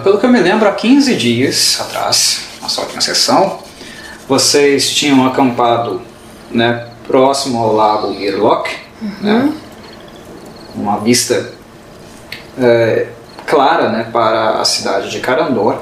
Pelo que eu me lembro, há 15 dias atrás, na sua última sessão, vocês tinham acampado, né, próximo ao lago Mirlock, né, uma vista clara, né, para a cidade de Carandor.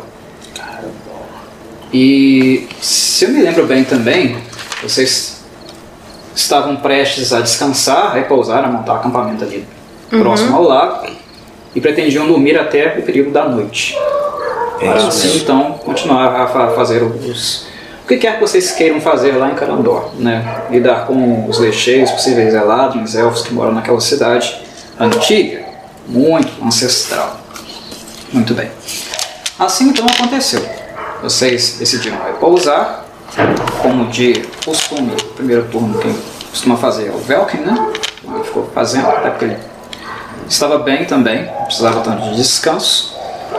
E se eu me lembro bem também, vocês estavam prestes a descansar, a repousar, a montar acampamento ali próximo ao lago e pretendiam dormir até o período da noite. Para assim então continuar a fazer o que quer que vocês queiram fazer lá em Carandor, né? Lidar com os lecheiros, possíveis Eladrins, elfos que moram naquela cidade antiga, muito ancestral. Muito bem. Assim então aconteceu. Vocês decidiram repousar, como de costume, o primeiro turno quem costuma fazer é o Velkin, né? Ele ficou fazendo, até porque ele estava bem também, não precisava tanto de descanso.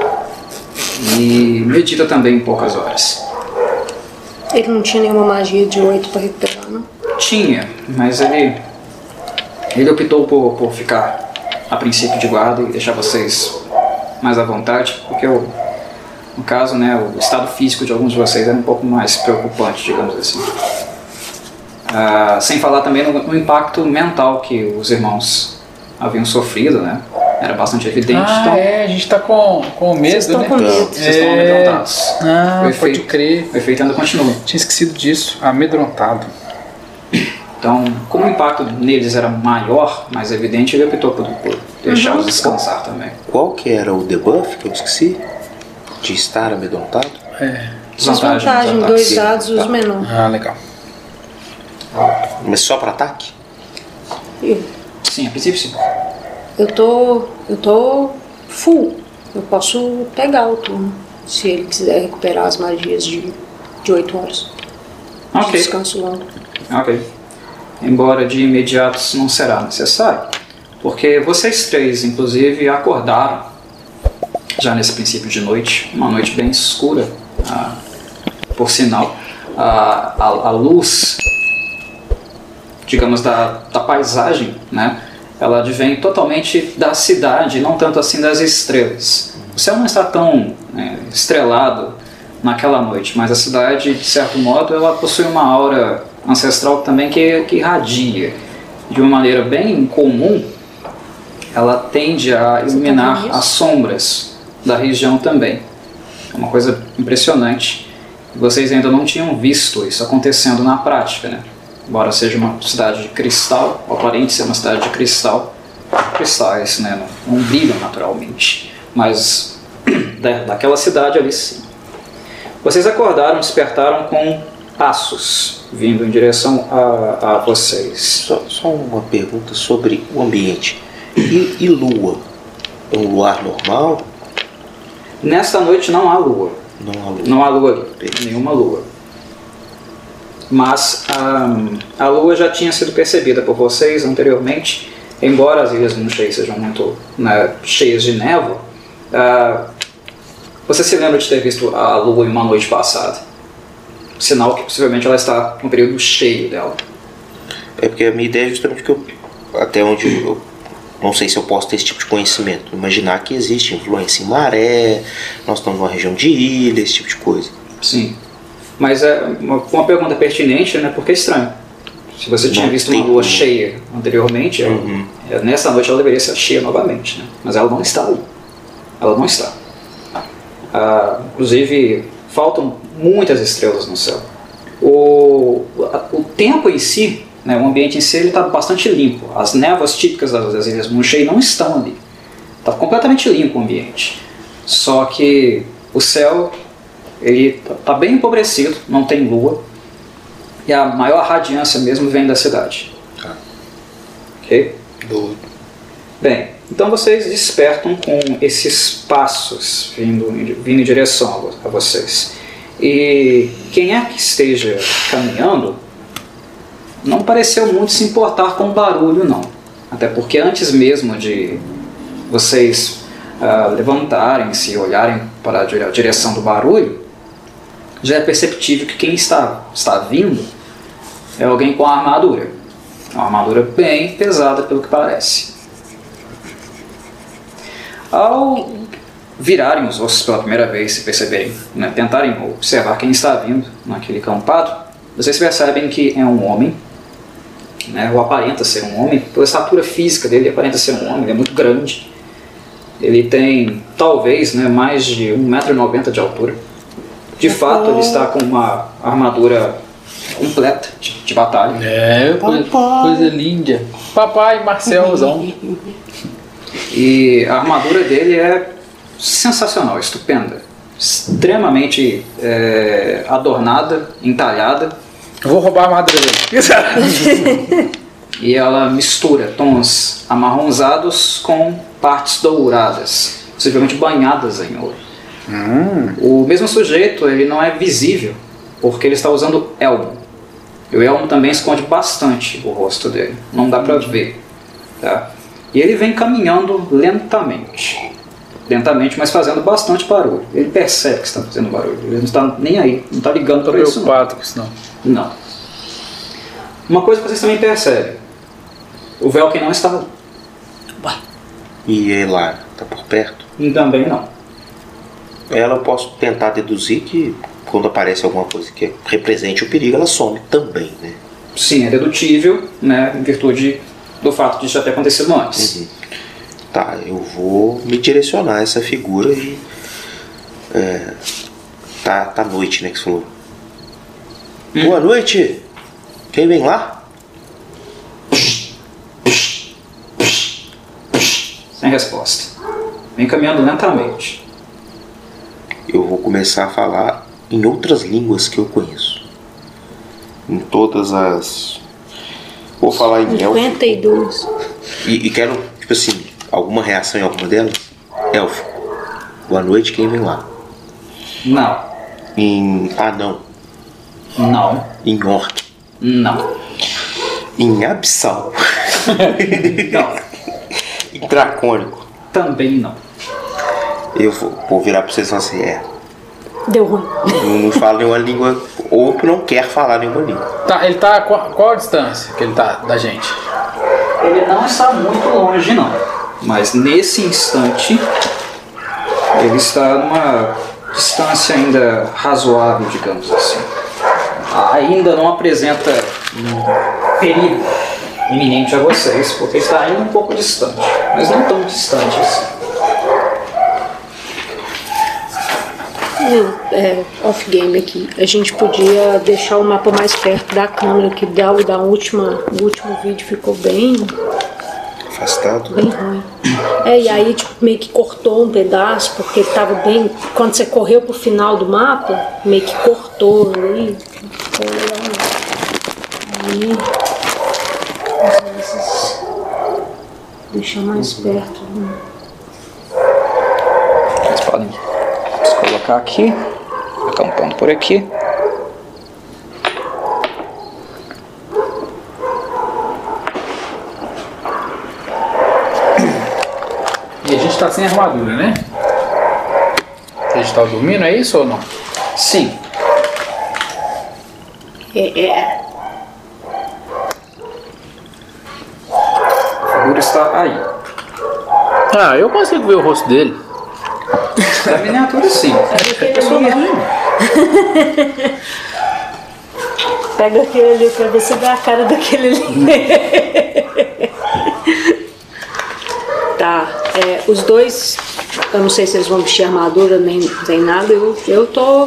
E medita também em poucas horas. Ele não tinha nenhuma magia de 8 para recuperar, não? Tinha, mas ele optou por ficar a princípio de guarda e deixar vocês mais à vontade, porque no caso, né, o estado físico de alguns de vocês era um pouco mais preocupante, digamos assim. Sem falar também no impacto mental que os irmãos haviam sofrido, né? Era bastante evidente. Então, a gente tá com medo, né? Vocês estão amedrontados. Pode crer. O efeito ainda continua. Tinha esquecido disso, amedrontado. Então, como o impacto neles era maior, mais evidente, ele optou por deixá-los descansar também. Qual que era o debuff que eu esqueci? De estar amedrontado? Desvantagem, 2 dados, os menores. Legal. Mas só para ataque? Sim, a princípio sim. Eu tô full. Eu posso pegar o turno, se ele quiser recuperar as magias de 8 horas. De descanso longo. Ok. Embora de imediato isso não será necessário, porque vocês três, inclusive, acordaram já nesse princípio de noite, uma noite bem escura, por sinal. A luz, digamos, da paisagem, né? Ela advém totalmente da cidade, não tanto assim das estrelas. O céu não está tão estrelado naquela noite, mas a cidade, de certo modo, ela possui uma aura ancestral também que irradia. De uma maneira bem comum, ela tende a iluminar as sombras da região também. É uma coisa impressionante. Vocês ainda não tinham visto isso acontecendo na prática, né? Embora seja uma cidade de cristal, aparente ser uma cidade de cristal, cristais, né, não brilham naturalmente, mas daquela cidade ali sim. Vocês acordaram, despertaram com passos vindo em direção a vocês. Só uma pergunta sobre o ambiente. E lua? É um luar normal? Nesta noite não há lua. Não há lua. Não há lua ali, nenhuma lua. Mas a lua já tinha sido percebida por vocês anteriormente, embora as ilhas Moonshade sejam muito cheias de névoa. Você se lembra de ter visto a lua em uma noite passada? Sinal que possivelmente ela está no período cheio dela. É porque a minha ideia é justamente que até onde eu não sei se eu posso ter esse tipo de conhecimento, imaginar que existe influência em maré, nós estamos numa região de ilha, esse tipo de coisa. Sim. Mas é uma pergunta pertinente, né? Porque é estranho. Se você tinha visto uma lua cheia anteriormente, nessa noite ela deveria ser cheia novamente, né? Mas ela não está ali. Ela não está. Inclusive, faltam muitas estrelas no céu. O tempo em si, né, o ambiente em si, ele está bastante limpo. As névoas típicas das ilhas Moonshade não estão ali. Está completamente limpo o ambiente. Só que o céu ele está bem empobrecido, não tem lua, e a maior radiância mesmo vem da cidade. Ok? Bem, então vocês despertam com esses passos vindo em direção a vocês. E quem é que esteja caminhando não pareceu muito se importar com o barulho, não. Até porque antes mesmo de vocês levantarem-se e olharem para a direção do barulho, já é perceptível que quem está vindo é alguém com a armadura. Uma armadura bem pesada, pelo que parece. Ao virarem os ossos pela primeira vez, se perceberem, né, tentarem observar quem está vindo naquele campado, vocês percebem que é um homem, né, ou aparenta ser um homem, pela estatura física dele, aparenta ser um homem, ele é muito grande. Ele tem, talvez, né, mais de 1,90 m de altura. De fato, ele está com uma armadura completa de batalha. Coisa linda. Papai, Marcelzão. E a armadura dele é sensacional, estupenda. Extremamente adornada, entalhada. Vou roubar a armadura dele. E ela mistura tons amarronzados com partes douradas, possivelmente banhadas em ouro. O mesmo sujeito, ele não é visível, porque ele está usando elmo. E o elmo também esconde bastante o rosto dele, não dá pra ver. Tá? E ele vem caminhando lentamente. Lentamente, mas fazendo bastante barulho. Ele percebe que está fazendo barulho, ele não está nem aí, não está ligando para isso. Não estou preocupado com isso, não. Não. Uma coisa que vocês também percebem: o Velkin não está ali. E ela está por perto? Também não. Ela, eu posso tentar deduzir que quando aparece alguma coisa que represente o perigo, ela some também, né? Sim, é dedutível, né, em virtude do fato de já ter acontecido antes. Tá, eu vou me direcionar a essa figura e... Tá noite, né, que você falou. Boa noite! Quem vem lá? Sem resposta. Vem caminhando lentamente. Eu vou começar a falar em outras línguas que eu conheço. Em todas as... Vou falar em elfo. 52. E quero, tipo assim, alguma reação em alguma delas? Elfo. Boa noite, quem vem lá? Não. Em anão. Não. Em orc. Não. Em abissal. Não. Em dracônico. Também não. Eu vou virar pra vocês e falar assim, Deu ruim. não fala nenhuma língua, ou não quer falar nenhuma língua. Tá, ele tá. Qual a distância que ele tá da gente? Ele não está muito longe, não. Mas nesse instante, ele está numa distância ainda razoável, digamos assim. Ainda não apresenta perigo iminente a vocês, porque está ainda um pouco distante, mas não tão distante assim. Off-game aqui. A gente podia deixar o mapa mais perto da câmera, que o último vídeo ficou bem Afastado. bem ruim. E aí tipo, meio que cortou um pedaço, porque ele tava bem... Quando você correu pro final do mapa, meio que cortou ali. Aí, às vezes, deixar mais perto. Vocês podem se colocar aqui, acampando por aqui. E a gente tá sem armadura, né? A gente tá dormindo, é isso ou não? Sim. A figura está aí. Ah, eu consigo ver o rosto dele. Da miniatura, sim. Pega aquele ali pra ver se vê a cara daquele ali. Tá, os dois, eu não sei se eles vão vestir armadura nem nada, eu tô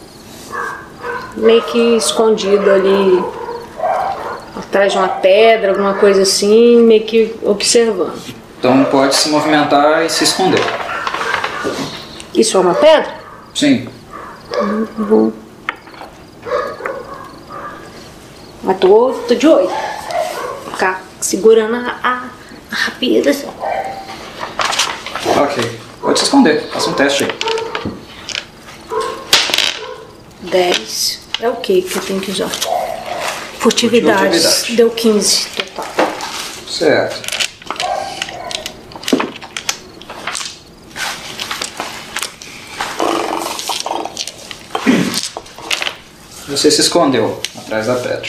meio que escondido ali atrás de uma pedra, alguma coisa assim, meio que observando. Então pode se movimentar e se esconder. Isso é uma pedra? Sim. Vou. Mas tô de olho. Ficar segurando a rapida assim. Ok. Pode se esconder. Faça um teste aí. 10. É o que eu tenho que usar? Furtividade. Furtividade. Deu 15 total. Certo. Você se escondeu atrás da pedra.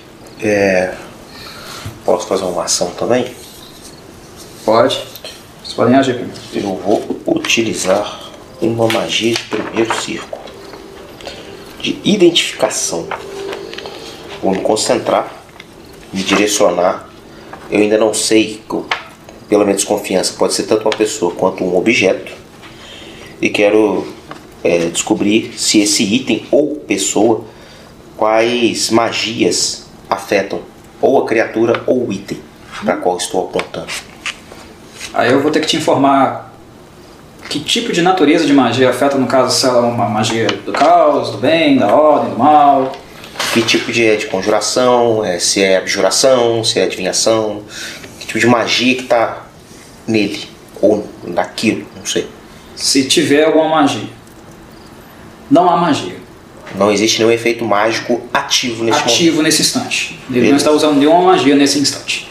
Posso fazer uma ação também? Pode. Você podem agir primeiro. Eu vou utilizar uma magia de primeiro círculo. De identificação. Vou me concentrar, me direcionar. Eu ainda não sei, pela minha desconfiança, pode ser tanto uma pessoa quanto um objeto. E quero descobrir se esse item ou pessoa, quais magias afetam ou a criatura ou o item para qual estou apontando. Aí eu vou ter que te informar que tipo de natureza de magia afeta, no caso, se ela é uma magia do caos, do bem, da ordem, do mal. Que tipo de conjuração, se é abjuração, se é adivinhação, que tipo de magia que está nele, ou naquilo, não sei. Se tiver alguma magia. Não há magia. Não existe nenhum efeito mágico ativo nesse momento. Ativo nesse instante. Ele Beleza. não está usando nenhuma magia nesse instante.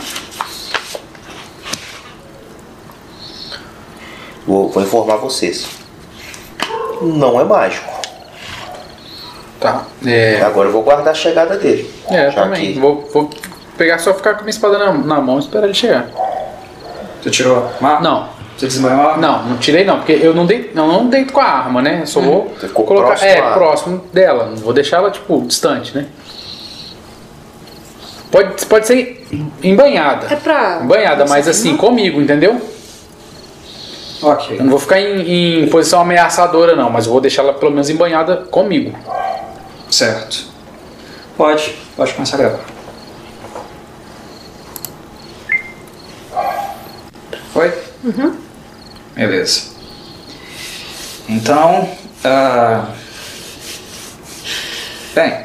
Vou informar vocês. Não é mágico. Tá. Agora eu vou guardar a chegada dele. Eu Já também. que- Vou pegar, só ficar com a minha espada na mão e esperar ele chegar. Você tirou a arma? Não. Você desmaiou a arma? Não tirei não, porque eu não deito com a arma, né? Eu só vou Ficou colocar próximo à arma. próximo dela. Não vou deixar ela, tipo, distante, né? Pode ser embanhada. É pra... Embanhada, mas assim, comigo, entendeu? Ok. Eu não vou ficar em posição ameaçadora, não, mas eu vou deixar ela pelo menos embanhada comigo. Certo. Pode começar a gravar. Foi? Uhum. Beleza. Então, bem,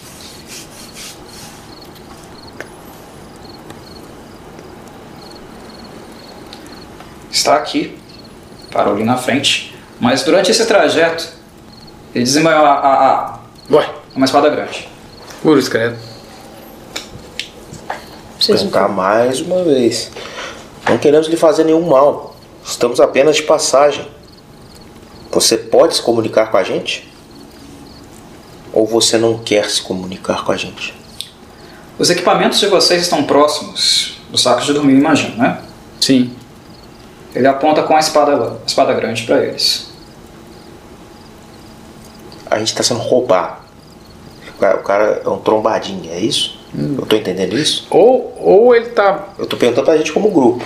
está aqui, parou ali na frente, mas durante esse trajeto, ele desembanhou Ué, uma espada grande. cruz, credo. Vocês não Tentar mais uma vez. Não queremos lhe fazer nenhum mal. Estamos apenas de passagem. Você pode se comunicar com a gente? Ou você não quer se comunicar com a gente? Os equipamentos de vocês estão próximos dos sacos de dormir, imagino, né? Sim. Ele aponta com a espada grande para eles. A gente está sendo roubado. O cara é um trombadinho, é isso? Eu tô entendendo isso? Ou ele tá... Eu tô perguntando pra gente como grupo.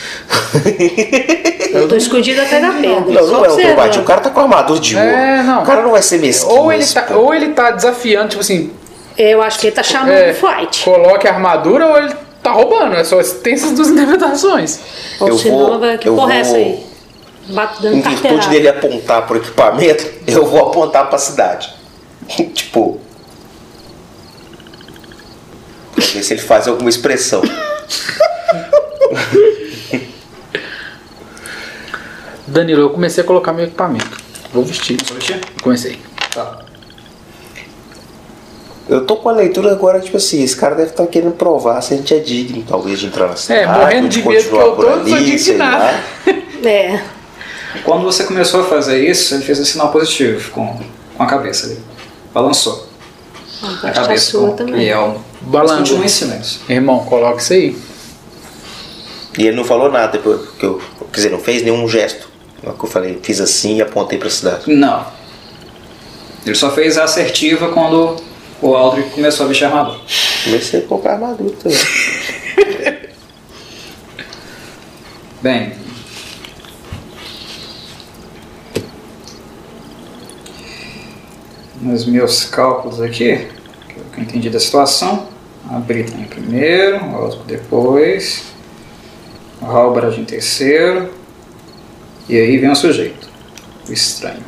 Eu tô escondido até na pedra. Não, só não é um observando. trombadinho. O cara tá com armadura de ouro. não. O cara não vai ser mesquinho. Ou ele tá desafiando, tipo assim... Eu acho que ele tá chamando fight. Coloque a armadura ou ele tá roubando. Tem essas duas interpretações. Ou eu senão, vou- que eu porra é vou- essa aí? Bate dando Em virtude carteirada. dele apontar pro equipamento, eu vou apontar pra cidade. Tipo... Pra ver se ele faz alguma expressão. Danilo, eu comecei a colocar meu equipamento. Vou vestir. Vou vestir? Comecei. Tá. Eu tô com a leitura agora, tipo assim, esse cara deve estar querendo provar se a gente é digno, talvez, de entrar na cidade. morrendo de medo que eu continuar por tô, sou ali, sei indignado. lá. É. Quando você começou a fazer isso, ele fez um sinal positivo com a cabeça. Ele balançou a Acho que a cabeça sua com também. e Elmo. Mas Balançou. continua em silêncio. Irmão, coloca isso aí. E ele não falou nada depois, porque quer dizer, não fez nenhum gesto. É o que eu falei, fiz assim e apontei pra cidade. Não. Ele só fez a assertiva quando o Aldrich começou a vestir a armadura. Comecei a comprar armadura também. Bem, nos meus cálculos aqui, que eu entendi da situação, a Brita em primeiro, o Aldrich depois, o Halbrand em terceiro, e aí vem o sujeito, o estranho.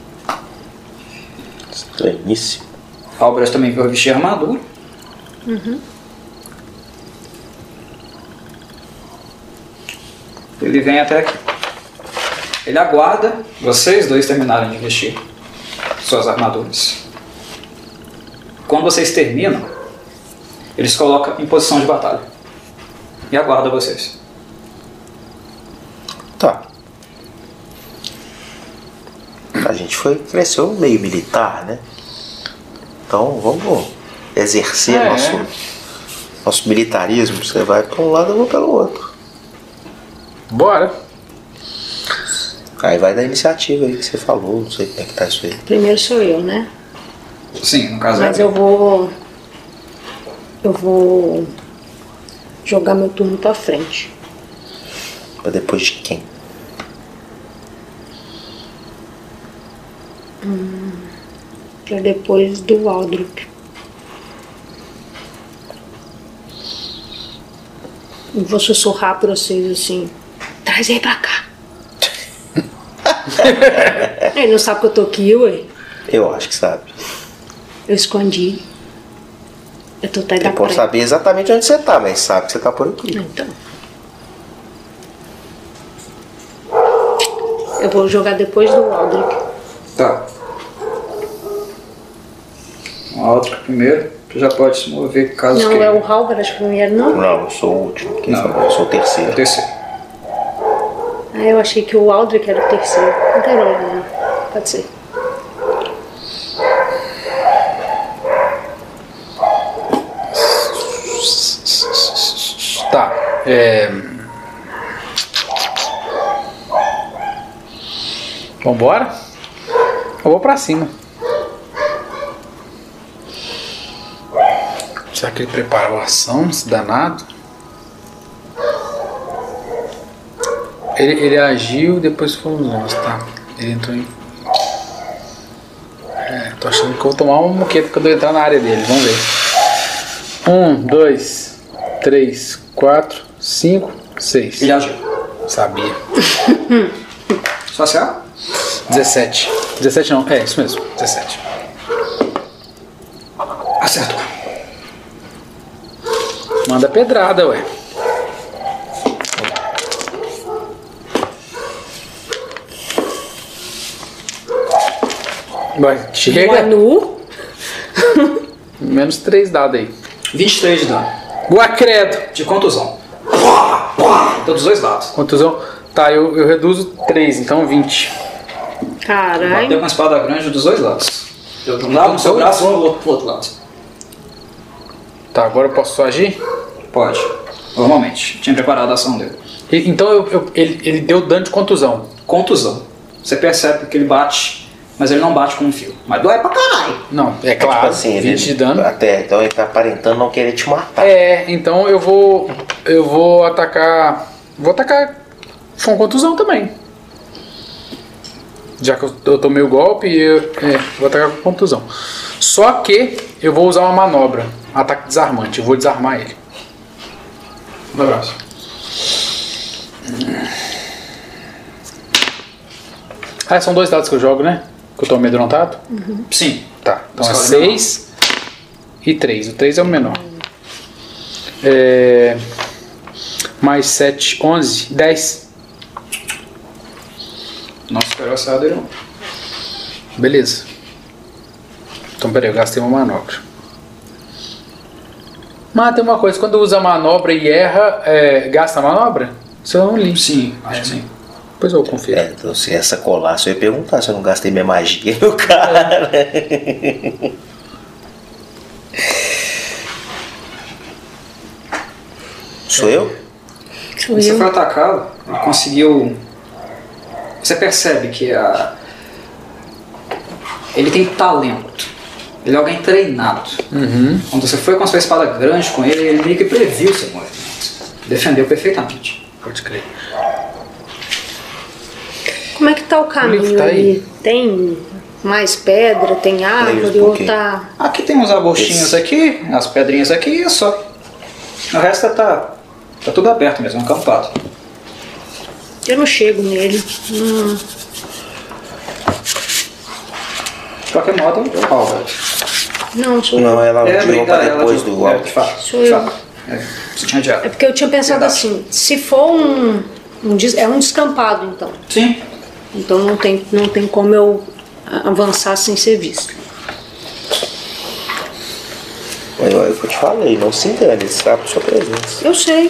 Estranhíssimo. Halbrand também veio vestir a armadura. Ele vem até aqui. Ele aguarda vocês dois terminarem de vestir suas armaduras. Quando vocês terminam, ele se coloca em posição de batalha e aguarda vocês. Tá. A gente cresceu no meio militar, né? Então vamos exercer nosso militarismo. Você vai para um lado, eu vou pelo outro. Bora. Aí vai da iniciativa aí que você falou, não sei como é que tá isso aí. Primeiro sou eu, né? Sim, no caso Mas é. eu vou jogar meu turno pra frente. Pra depois de quem? Pra depois do Aldrich. E vou sussurrar pra vocês assim: traz ele pra cá. Ele não sabe que eu tô aqui, ué. Eu acho que sabe. Eu escondi. Eu tô atrás da Ele pode preta. saber exatamente onde você tá, mas sabe que você tá por aqui. Então. Eu vou jogar depois do Aldrich. Tá. O Aldrich primeiro, tu já pode se mover caso Não, queira. é o Halgaras primeiro, não? Não, eu sou o último. Quem Não. falou? Eu sou o terceiro. O terceiro. Ah, eu achei que o Aldrich era o terceiro. Não tem problema. Pode ser. Tá. Vambora? Eu vou pra cima. Será que ele preparou a ação, esse danado? Ele agiu, depois fomos nós, tá? Ele entrou em... tô achando que eu vou tomar uma moqueta quando eu entrar na área dele, vamos ver. 1, 2, 3, 4, 5, 6. Ele agiu. Sabia. Só acertar? 17. 17 não, é isso mesmo, 17. Acertou. Manda pedrada, ué. Vai, chega. Manu. Menos 3 dados aí. 23 de dano. Guacredo. De contusão. Todos os dois lados. Contusão. Tá, eu reduzo 3, então 20. Bateu Caralho. com a espada grande dos dois lados. Eu um lado no seu braço e pro outro lado. Tá, agora eu posso só agir? Pode. Normalmente. Tinha preparado a ação dele. Então ele deu dano de contusão. Contusão. Você percebe que ele bate, mas ele não bate com um fio. Mas dói pra caralho. Não, é claro, Tipo assim, 20 de dano. Até, então ele tá aparentando não querer te matar. É, então eu vou atacar. Vou atacar com contusão também. Já que eu tomei o golpe, vou atacar com contusão. Só que eu vou usar uma manobra. Ataque desarmante. Eu vou desarmar ele. Um abraço. Ah, são 2 dados que eu jogo, né? Que eu tô amedrontado? Sim. Tá, então é Escolhe 6 e 3. O 3 é o menor. Mais 7, 11, 10. Nossa, esperou essa dele não. Beleza. Então, peraí, eu gastei uma manobra. Mas tem uma coisa, quando usa manobra e erra, gasta a manobra? Isso eu não li. Sim, acho que sim. Depois eu confiro. Então se essa colasse, eu ia perguntar se eu não gastei minha magia, meu cara. Sou eu? Sou Você eu. foi atacado, ele conseguiu. Você percebe que ele tem talento. Ele é alguém treinado. Quando você foi com a sua espada grande com ele, ele meio que previu seu movimento. Defendeu perfeitamente. Pode crer. Como é que tá o caminho livro tá ali? Tem mais pedra, tem árvore ou tá... Aqui tem uns arbustinhos aqui, as pedrinhas aqui e só. O resto tá tudo aberto mesmo, acampado. Eu não chego nele. De qualquer modo, Albert. Não, sou eu. Não, ela tirou pra ela depois tirou. do alto. De fato. Sou de eu. fato. Você tinha adiado. É porque eu tinha pensado Verdade. assim, se for um descampado então. Sim. Então não tem como eu avançar sem ser visto. Eu te falei, não se engane, ele sabe a sua presença. Eu sei.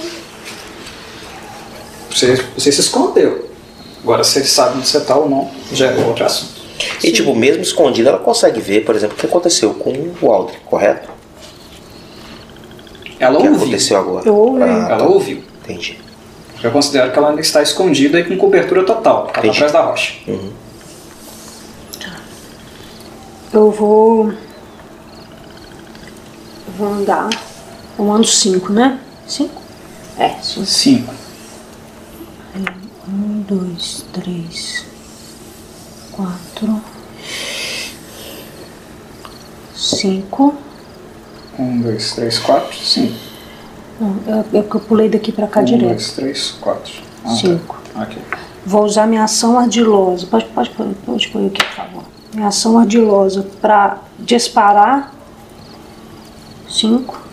Você se escondeu. Agora, se ele sabe onde você tá ou não, já é outro assunto. E tipo, mesmo escondida, ela consegue ver, por exemplo, o que aconteceu com o Aldrich, correto? Ela O que ouviu. aconteceu agora? Eu ouvi. Ela ouviu. Entendi. Eu considero que ela ainda está escondida e com cobertura total. Ela está atrás da rocha. Eu vou andar. Eu ando 5, né? 5? É, 5. 5. 1, 2, 3, 4, 5. 1, 2, 3, 4, 5. É que eu pulei daqui pra cá 1, direto. 2, 3, 4. 5. Ok. Vou usar minha ação ardilosa. Pode pôr aqui, por favor. Minha ação ardilosa pra disparar. 5.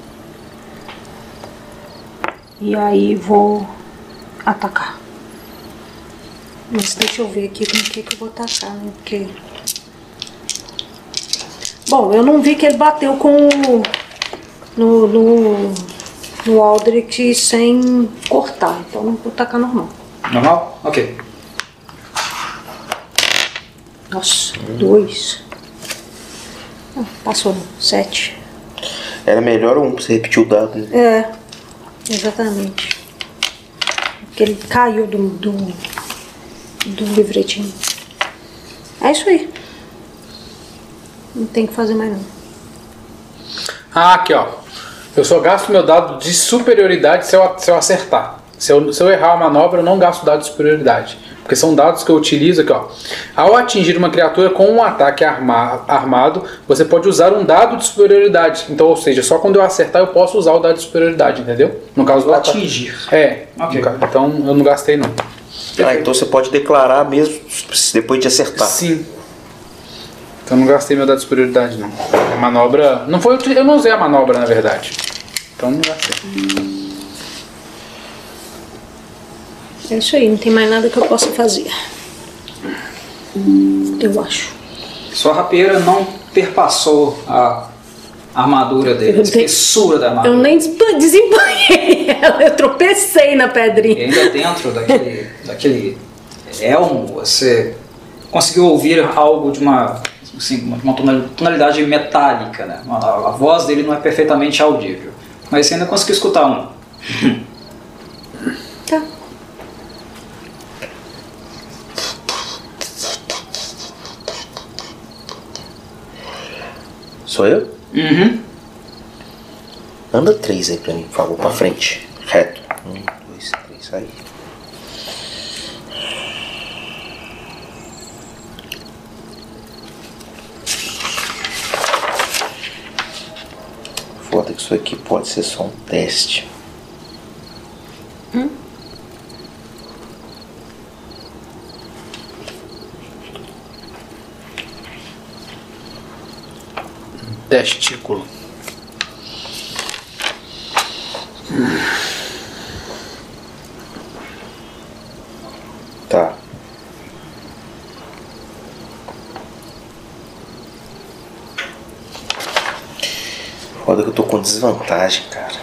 E aí vou atacar. Mas deixa eu ver aqui com o que eu vou atacar, né? Porque... Bom, eu não vi que ele bateu com no Aldrich sem cortar, então não vou tacar normal. Normal? Ok. Nossa, 2. Passou, 7. Era melhor um pra você repetir o dado. Né? É, exatamente. Porque ele caiu do livretinho. É isso aí. Não tem que fazer mais não. Ah, aqui ó. Eu só gasto meu dado de superioridade se eu acertar. Se eu errar a manobra, eu não gasto dado de superioridade. Porque são dados que eu utilizo aqui, ó. Ao atingir uma criatura com um ataque armado, você pode usar um dado de superioridade. Então, ou seja, só quando eu acertar eu posso usar o dado de superioridade, entendeu? No caso do atingir. É. Ok. Então eu não gastei não. Ah, então você pode declarar mesmo depois de acertar. Sim. Então eu não gastei meu dado de superioridade não. A manobra... Não foi, eu não usei a manobra, na verdade. Então não gastei. É isso aí, não tem mais nada que eu possa fazer. Eu acho. Sua rapieira não perpassou a armadura dele, a espessura da armadura. Eu nem desembanhei ela, eu tropecei na pedrinha. E ainda dentro daquele elmo, você conseguiu ouvir algo de uma tonalidade metálica, né? A voz dele não é perfeitamente audível, mas você ainda conseguiu escutar um. Tá. Sou eu? Uhum. Anda 3 aí pra mim, por favor, pra frente. Reto. 1, 2, 3, aí. Foda que isso aqui pode ser só um teste. Testículo. Tá. Foda que eu tô com desvantagem, cara.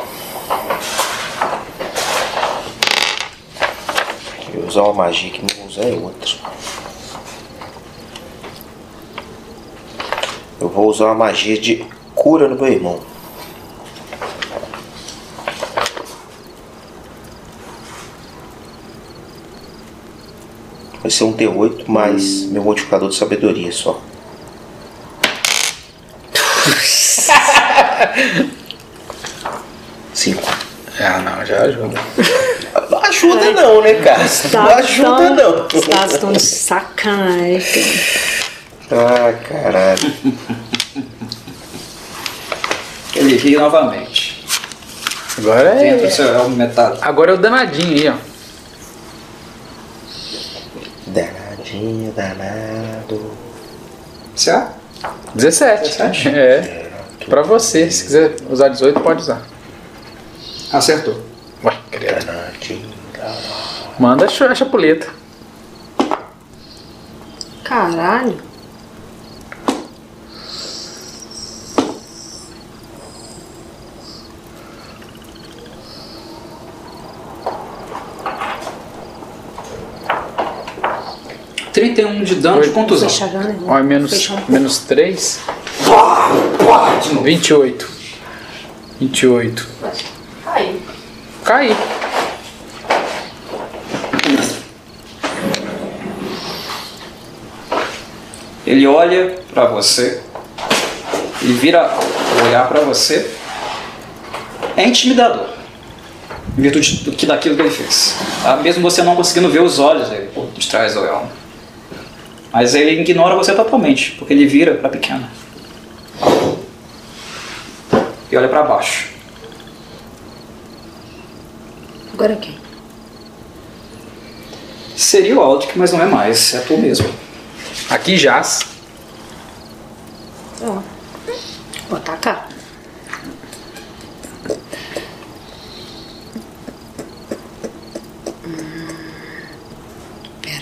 Eu vou usar uma magia que não vou usar é outra. Eu vou usar uma magia de cura no meu irmão. Vai ser um D8 mais meu modificador de sabedoria só. Cinco. Ah, não, já ajuda. Não ajuda não, né, cara? Não ajuda não. Vocês estão de sacanagem. Ah, caralho. Ele ri novamente. Agora Dentro do é... seu elmo metálico. Agora é o danadinho aí, ó. Danadinho, danado. Certo? 17. 17? É. Pra você, se quiser usar 18, pode usar. Acertou. Ué, credo. Danadinho, danado. Manda a chapuleta. Caralho. De dano de contusão. Fechar a janela. Ó, Fechar um pouco. menos 3. De novo. 28. 28. Aí. Cai. Ele olha para você, ele vira o olhar para você. É intimidador, em virtude daquilo que ele fez. Tá? Mesmo você não conseguindo ver os olhos dele por trás do elmo. Mas ele ignora você totalmente, porque ele vira para a pequena. E olha para baixo. Agora quem? Seria o Aldrich, mas não é mais. É tu mesmo. Aqui jaz. Ó. Vou atacar. Pera.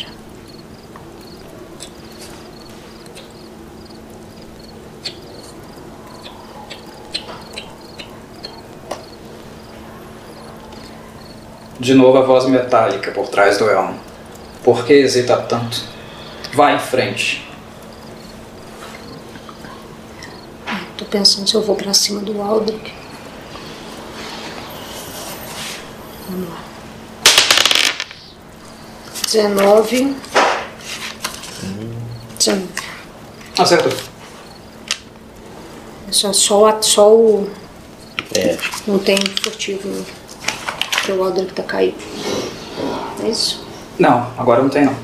De novo a voz metálica por trás do elmo. Por que hesita tanto? Vá em frente. Tô pensando se eu vou pra cima do Aldrich. Vamos lá. 19. 19. Acertou. Só o... É. Não tem furtivo, não. Porque o Aldrich tá caído. É isso? Não, agora não tem não.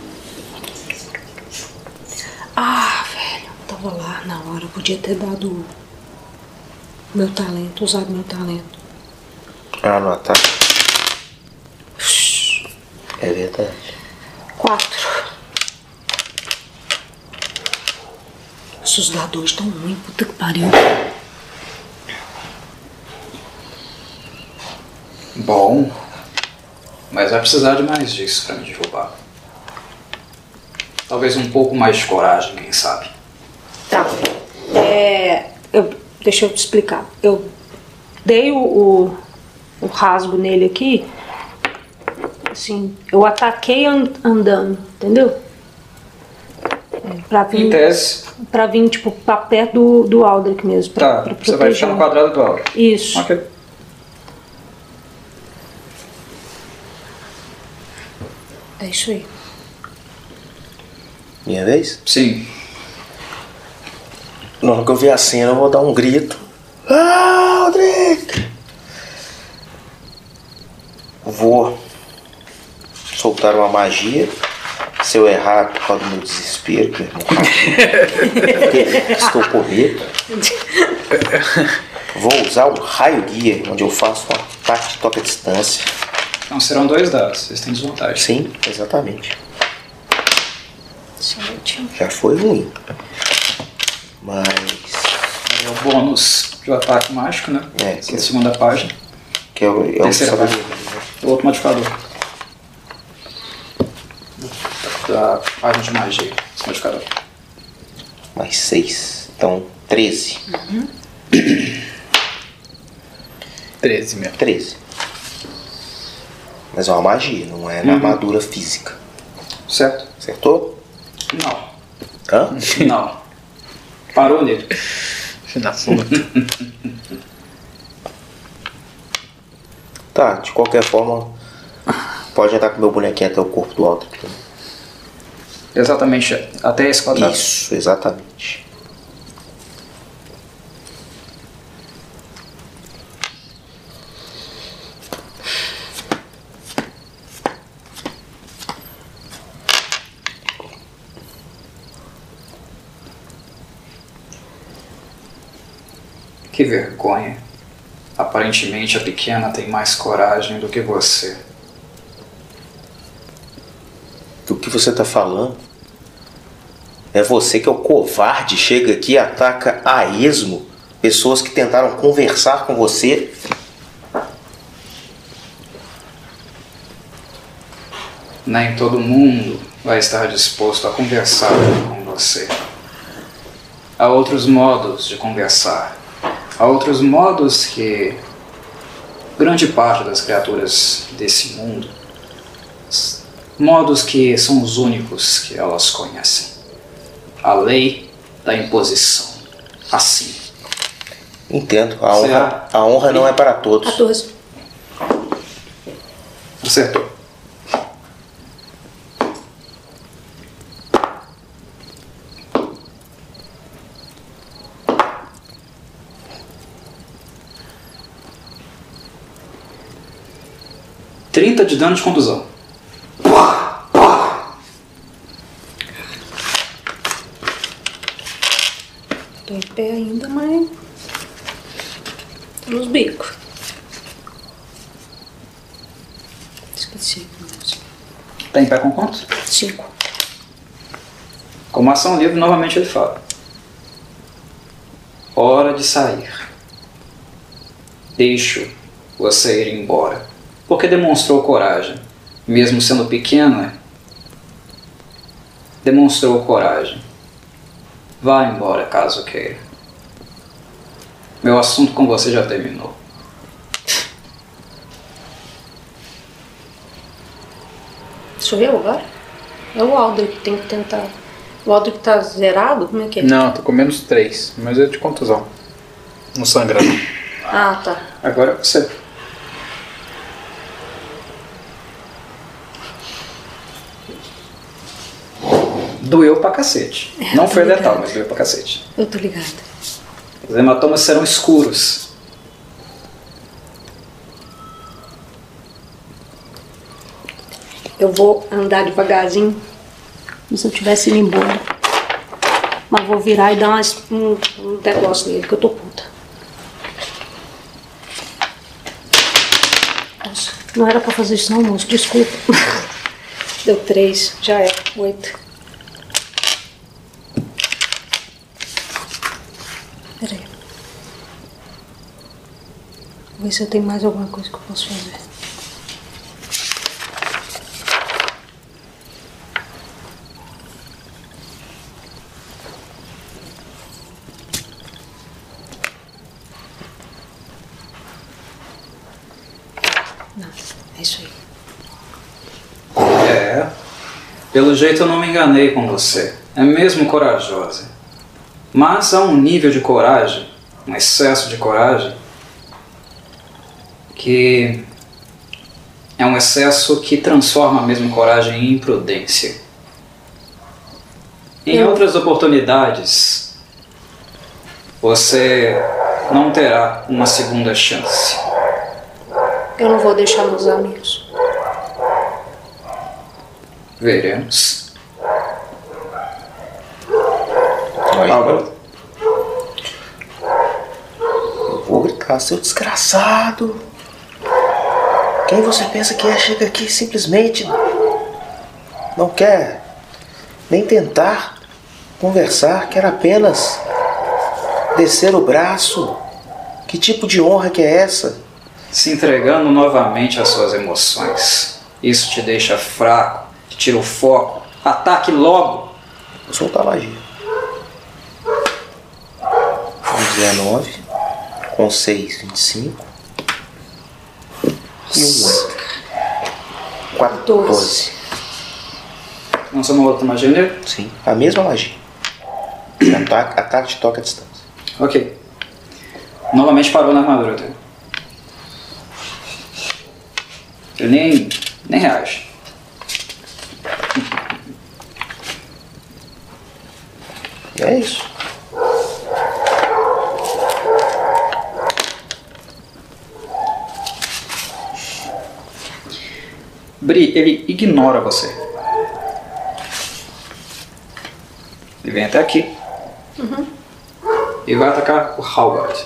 Ah, velho. Tava lá na hora. Eu podia ter dado meu talento, usado meu talento. Ah, no ataque. É verdade. 4. Esses dadores estão ruins, puta que pariu. Bom, mas vai precisar de mais disso pra me derrubar. Talvez um pouco mais de coragem, quem sabe. Tá. Deixa eu te explicar. Eu dei o rasgo nele aqui. Assim, eu ataquei andando, entendeu? Pra vir, Em tese, pra vir, tipo, pra perto do Aldrich mesmo. tá, Pra você vai ficar no quadrado do Aldrich. Isso. Ok. É isso aí. Minha vez? Sim. Na hora que eu ver a cena, eu vou dar um grito. Ah, Aldrich! Vou soltar uma magia. Se eu errar por causa do meu desespero, que estou com medo. Vou usar um raio guia, onde eu faço um ataque de toque à distância. Então serão 2 dados, vocês têm desvantagem. Sim, exatamente. 7. Já foi ruim. Mas... É o bônus do ataque mágico, né? É, Essa é a segunda página. que é o Terceira saber. página. O outro modificador. Da página de magia, esse modificador. Mais 6. Então, 13. 13 mesmo. 13. Mas é uma magia, não é na armadura física. Certo? Acertou? Não. Hã? Não. Parou nele. Filho da puta. Tá, de qualquer forma, pode andar com meu bonequinho até o corpo do alto. Exatamente, até esse quadrado. Isso, exatamente. Que vergonha. Aparentemente a pequena tem mais coragem do que você. Do que você tá falando? É você que é o covarde, chega aqui e ataca a esmo pessoas que tentaram conversar com você. Nem todo mundo vai estar disposto a conversar com você. Há outros modos de conversar. Há outros modos que grande parte das criaturas desse mundo, modos que são os únicos que elas conhecem. A lei da imposição. Assim. Entendo, a honra não é para todos. 14. Acertou. 30 de dano de contusão. Tô em pé ainda, mas tô nos bicos. Esqueci. Tá em pé com quanto? 5. Como ação livre, novamente ele fala: hora de sair. Deixo você ir embora. Porque demonstrou coragem. Mesmo sendo pequeno, demonstrou coragem. Vá embora caso queira. Meu assunto com você já terminou. Sou eu agora? É o Alder que tem que tentar. O Alder que tá zerado? Como é que é? Não, tô com menos 3, mas é de contusão. Não sangrando. Ah, tá. Agora é você. Doeu pra cacete. Não foi letal, mas doeu pra cacete. Eu tô ligada. Os hematomas serão escuros. Eu vou andar devagarzinho, como se eu tivesse indo embora. Mas vou virar e dar um negócio nele, que eu tô puta. Nossa, não era pra fazer isso não, moço, desculpa. Deu 3, já é, 8. Peraí. Vou ver se eu tenho mais alguma coisa que eu posso fazer. Nada, é isso aí. É. Pelo jeito eu não me enganei com você. É mesmo corajosa. Mas há um nível de coragem, um excesso de coragem, que é um excesso que transforma a mesma coragem em imprudência. Em outras oportunidades, você não terá uma segunda chance. Eu não vou deixar meus amigos. Veremos. Eu vou gritar, seu desgraçado. Quem você pensa que é? Chega aqui e simplesmente não quer nem tentar conversar, quer apenas descer o braço. Que tipo de honra que é essa? Se entregando novamente às suas emoções. Isso te deixa fraco, te tira o foco. Ataque logo. Vou soltar a magia. 19, com 6, 25 e um 8. 14. Lançou uma outra magia nele? Sim, a mesma magia. Ataque de toque à distância. Ok. Novamente parou na armadura dele. Ele nem reage. É isso. Bri, ele ignora você. Ele vem até aqui. E vai atacar o Halvard.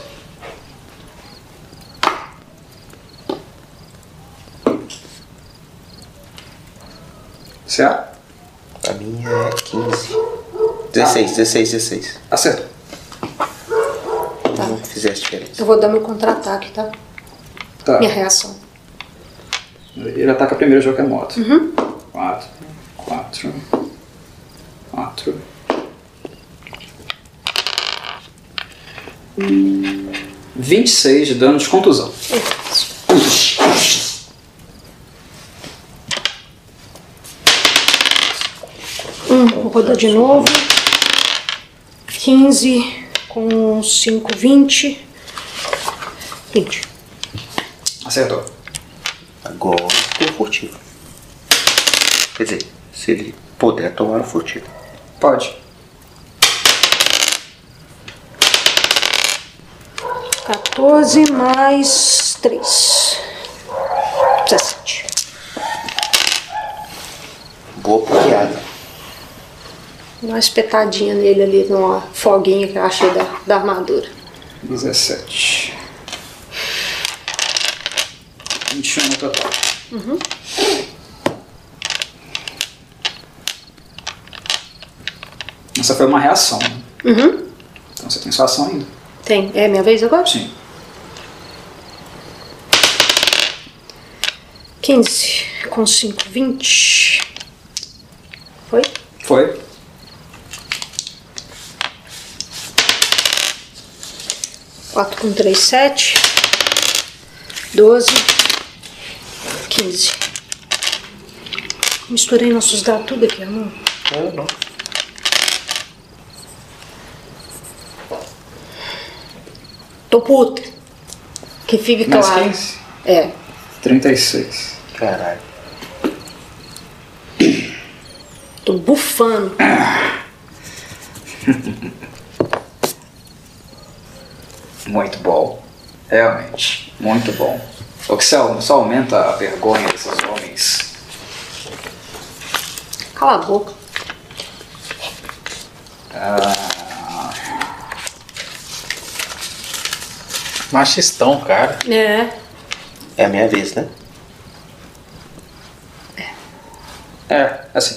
Certo? A minha é 15. 16. Acertou. Não fizesse diferença. Eu vou dar meu contra-ataque, tá? Tá. Minha reação. Ele ataca primeiro o jogo que é moto. 4. 26 de dano de contusão. Vou rodar de novo. 15 com 5, 20. 20. Acertou. Agora tem o furtivo. Quer dizer, se ele puder tomar o furtivo. Pode. 14 mais 3. 17. Boa piada. Dá uma espetadinha nele ali, numa foguinha que eu achei da armadura. 17. 21 no total. Uhum. Essa foi uma reação. Né? Uhum. Então você tem sua ação ainda. Tem. É minha vez agora? Sim. 15 com 5, 20. Foi? Foi. Quatro com 3, 7. 12. 15. Misturei nossos dados tudo aqui, amor. Não. Tô puta. Que fique Mais claro. 15? É. 36. Caralho. Tô bufando. Muito bom. Realmente. Muito bom. O que só aumenta a vergonha desses homens. Cala a boca. Machistão, cara. É. É a minha vez, né? Assim.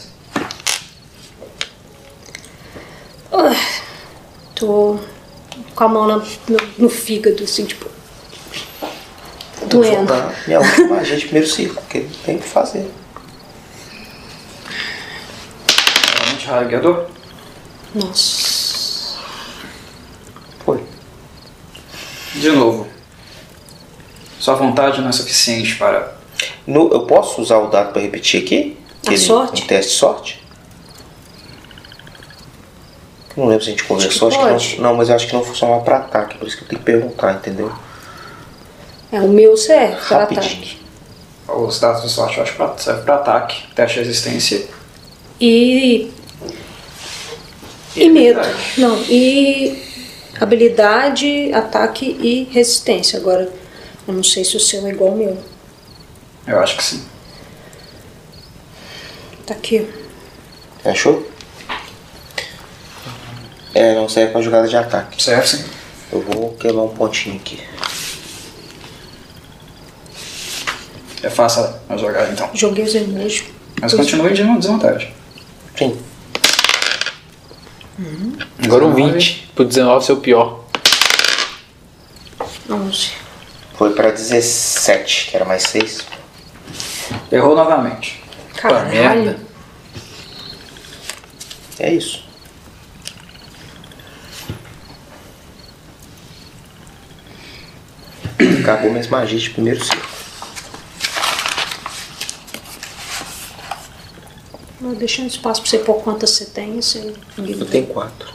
Tô com a mão no fígado, assim, tipo. Doendo. Vou dar minha última magia de primeiro ciclo, porque tem que fazer. Realmente rasgador. Nossa. Foi. De novo. Sua vontade não é suficiente para... Eu posso usar o dado para repetir aqui? Sorte? Um teste de sorte? Não lembro se a gente conversou. Acho que não, mas eu acho que não funcionava para ataque, por isso que eu tenho que perguntar, entendeu? É, o meu serve para Rapidinho. ataque. Os dados de sorte eu acho que serve para ataque, teste de resistência. E medo. Não, e habilidade, ataque e resistência. Agora, eu não sei se o seu é igual ao meu. Eu acho que sim. Tá aqui. Achou? Não serve para jogada de ataque. Serve sim. Eu vou queimar um pontinho aqui. É fácil a jogar então. Joguei os emojis. Mas continue de desvantagem. Sim. Agora um 20. Pro 19 ser o pior. 11. Foi para 17, que era mais 6. Errou novamente. Caralho. merda. É isso. Acabou minhas magias de primeiro ciclo. Mas deixando espaço pra você pôr quantas você tem, você... Eu tenho 4.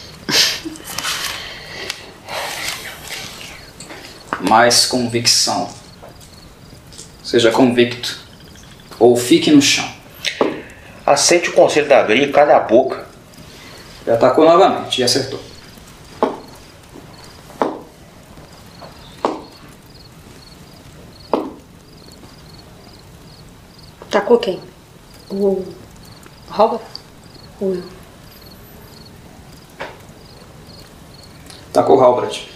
Mais convicção. Seja convicto. Ou fique no chão. Aceite o conselho da Bri e cale a boca. Ele atacou novamente e acertou. Tacou quem? O Robert? Ou eu? Atacou o Halbert.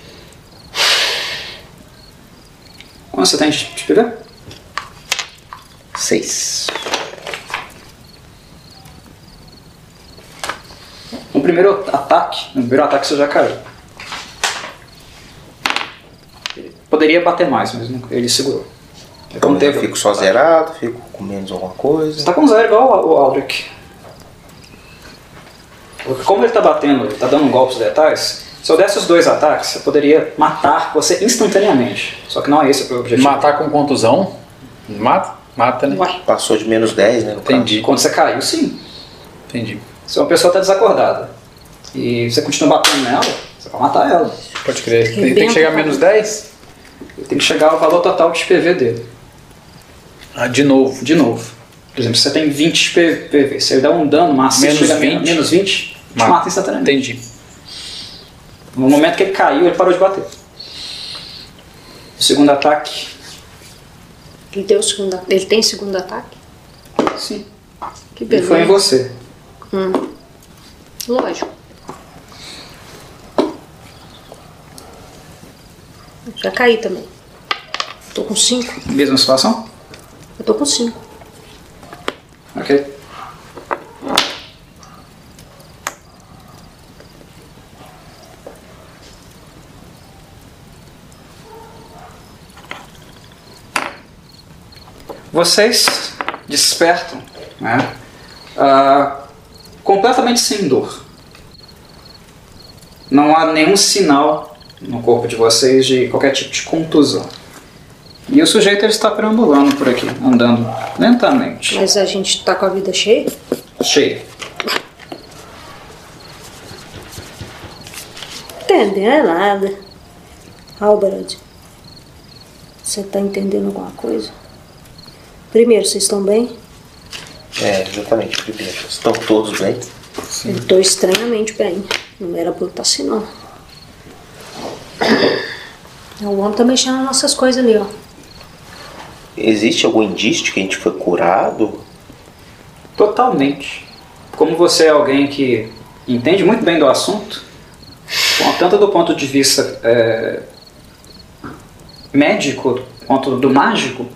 Quanto você tem de PV? 6. No primeiro ataque você já caiu. Ele poderia bater mais, mas ele segurou. Então Não teve- eu fico só zerado, fico com menos alguma coisa. Você tá com 0 igual o Aldrich. Porque como ele tá batendo, ele tá dando golpes letais, se eu desse os 2 ataques, eu poderia matar você instantaneamente. Só que não é esse o objetivo. Matar com contusão? Mata? Mata, né? Uai, Passou de menos 10, né? No Entendi. quando você caiu, sim. Entendi. Se uma pessoa tá desacordada e você continua batendo nela, você vai matar ela. Pode crer. Tem que Rebenta, chegar a cara. menos 10? Ele tem que chegar ao valor total de PV dele. Ah, de novo. De novo. Por exemplo, se você tem 20 PV, se ele dá um dano maciço, Menos chega a 20. menos 20, te mata instantaneamente. Entendi. No momento que ele caiu, ele parou de bater. O segundo ataque, Ele tem segundo ataque? sim. Que E beleza. foi em você. Lógico. Já caí também. Tô com 5. Mesma situação? Eu tô com 5. Ok. Vocês despertam, né? Completamente sem dor. Não há nenhum sinal no corpo de vocês de qualquer tipo de contusão. E o sujeito ele está perambulando por aqui, andando lentamente. Mas a gente tá com a vida cheia? Cheio. Entendendo nada. Albert, você tá entendendo alguma coisa? Primeiro, vocês estão bem? Exatamente, primeiro. Estão todos bem? Eu tô estranhamente bem. Não era pra eu estar assim, não. O homem tá mexendo nas nossas coisas ali, ó. Existe algum indício de que a gente foi curado? Totalmente. Como você é alguém que entende muito bem do assunto, tanto do ponto de vista médico quanto do mágico,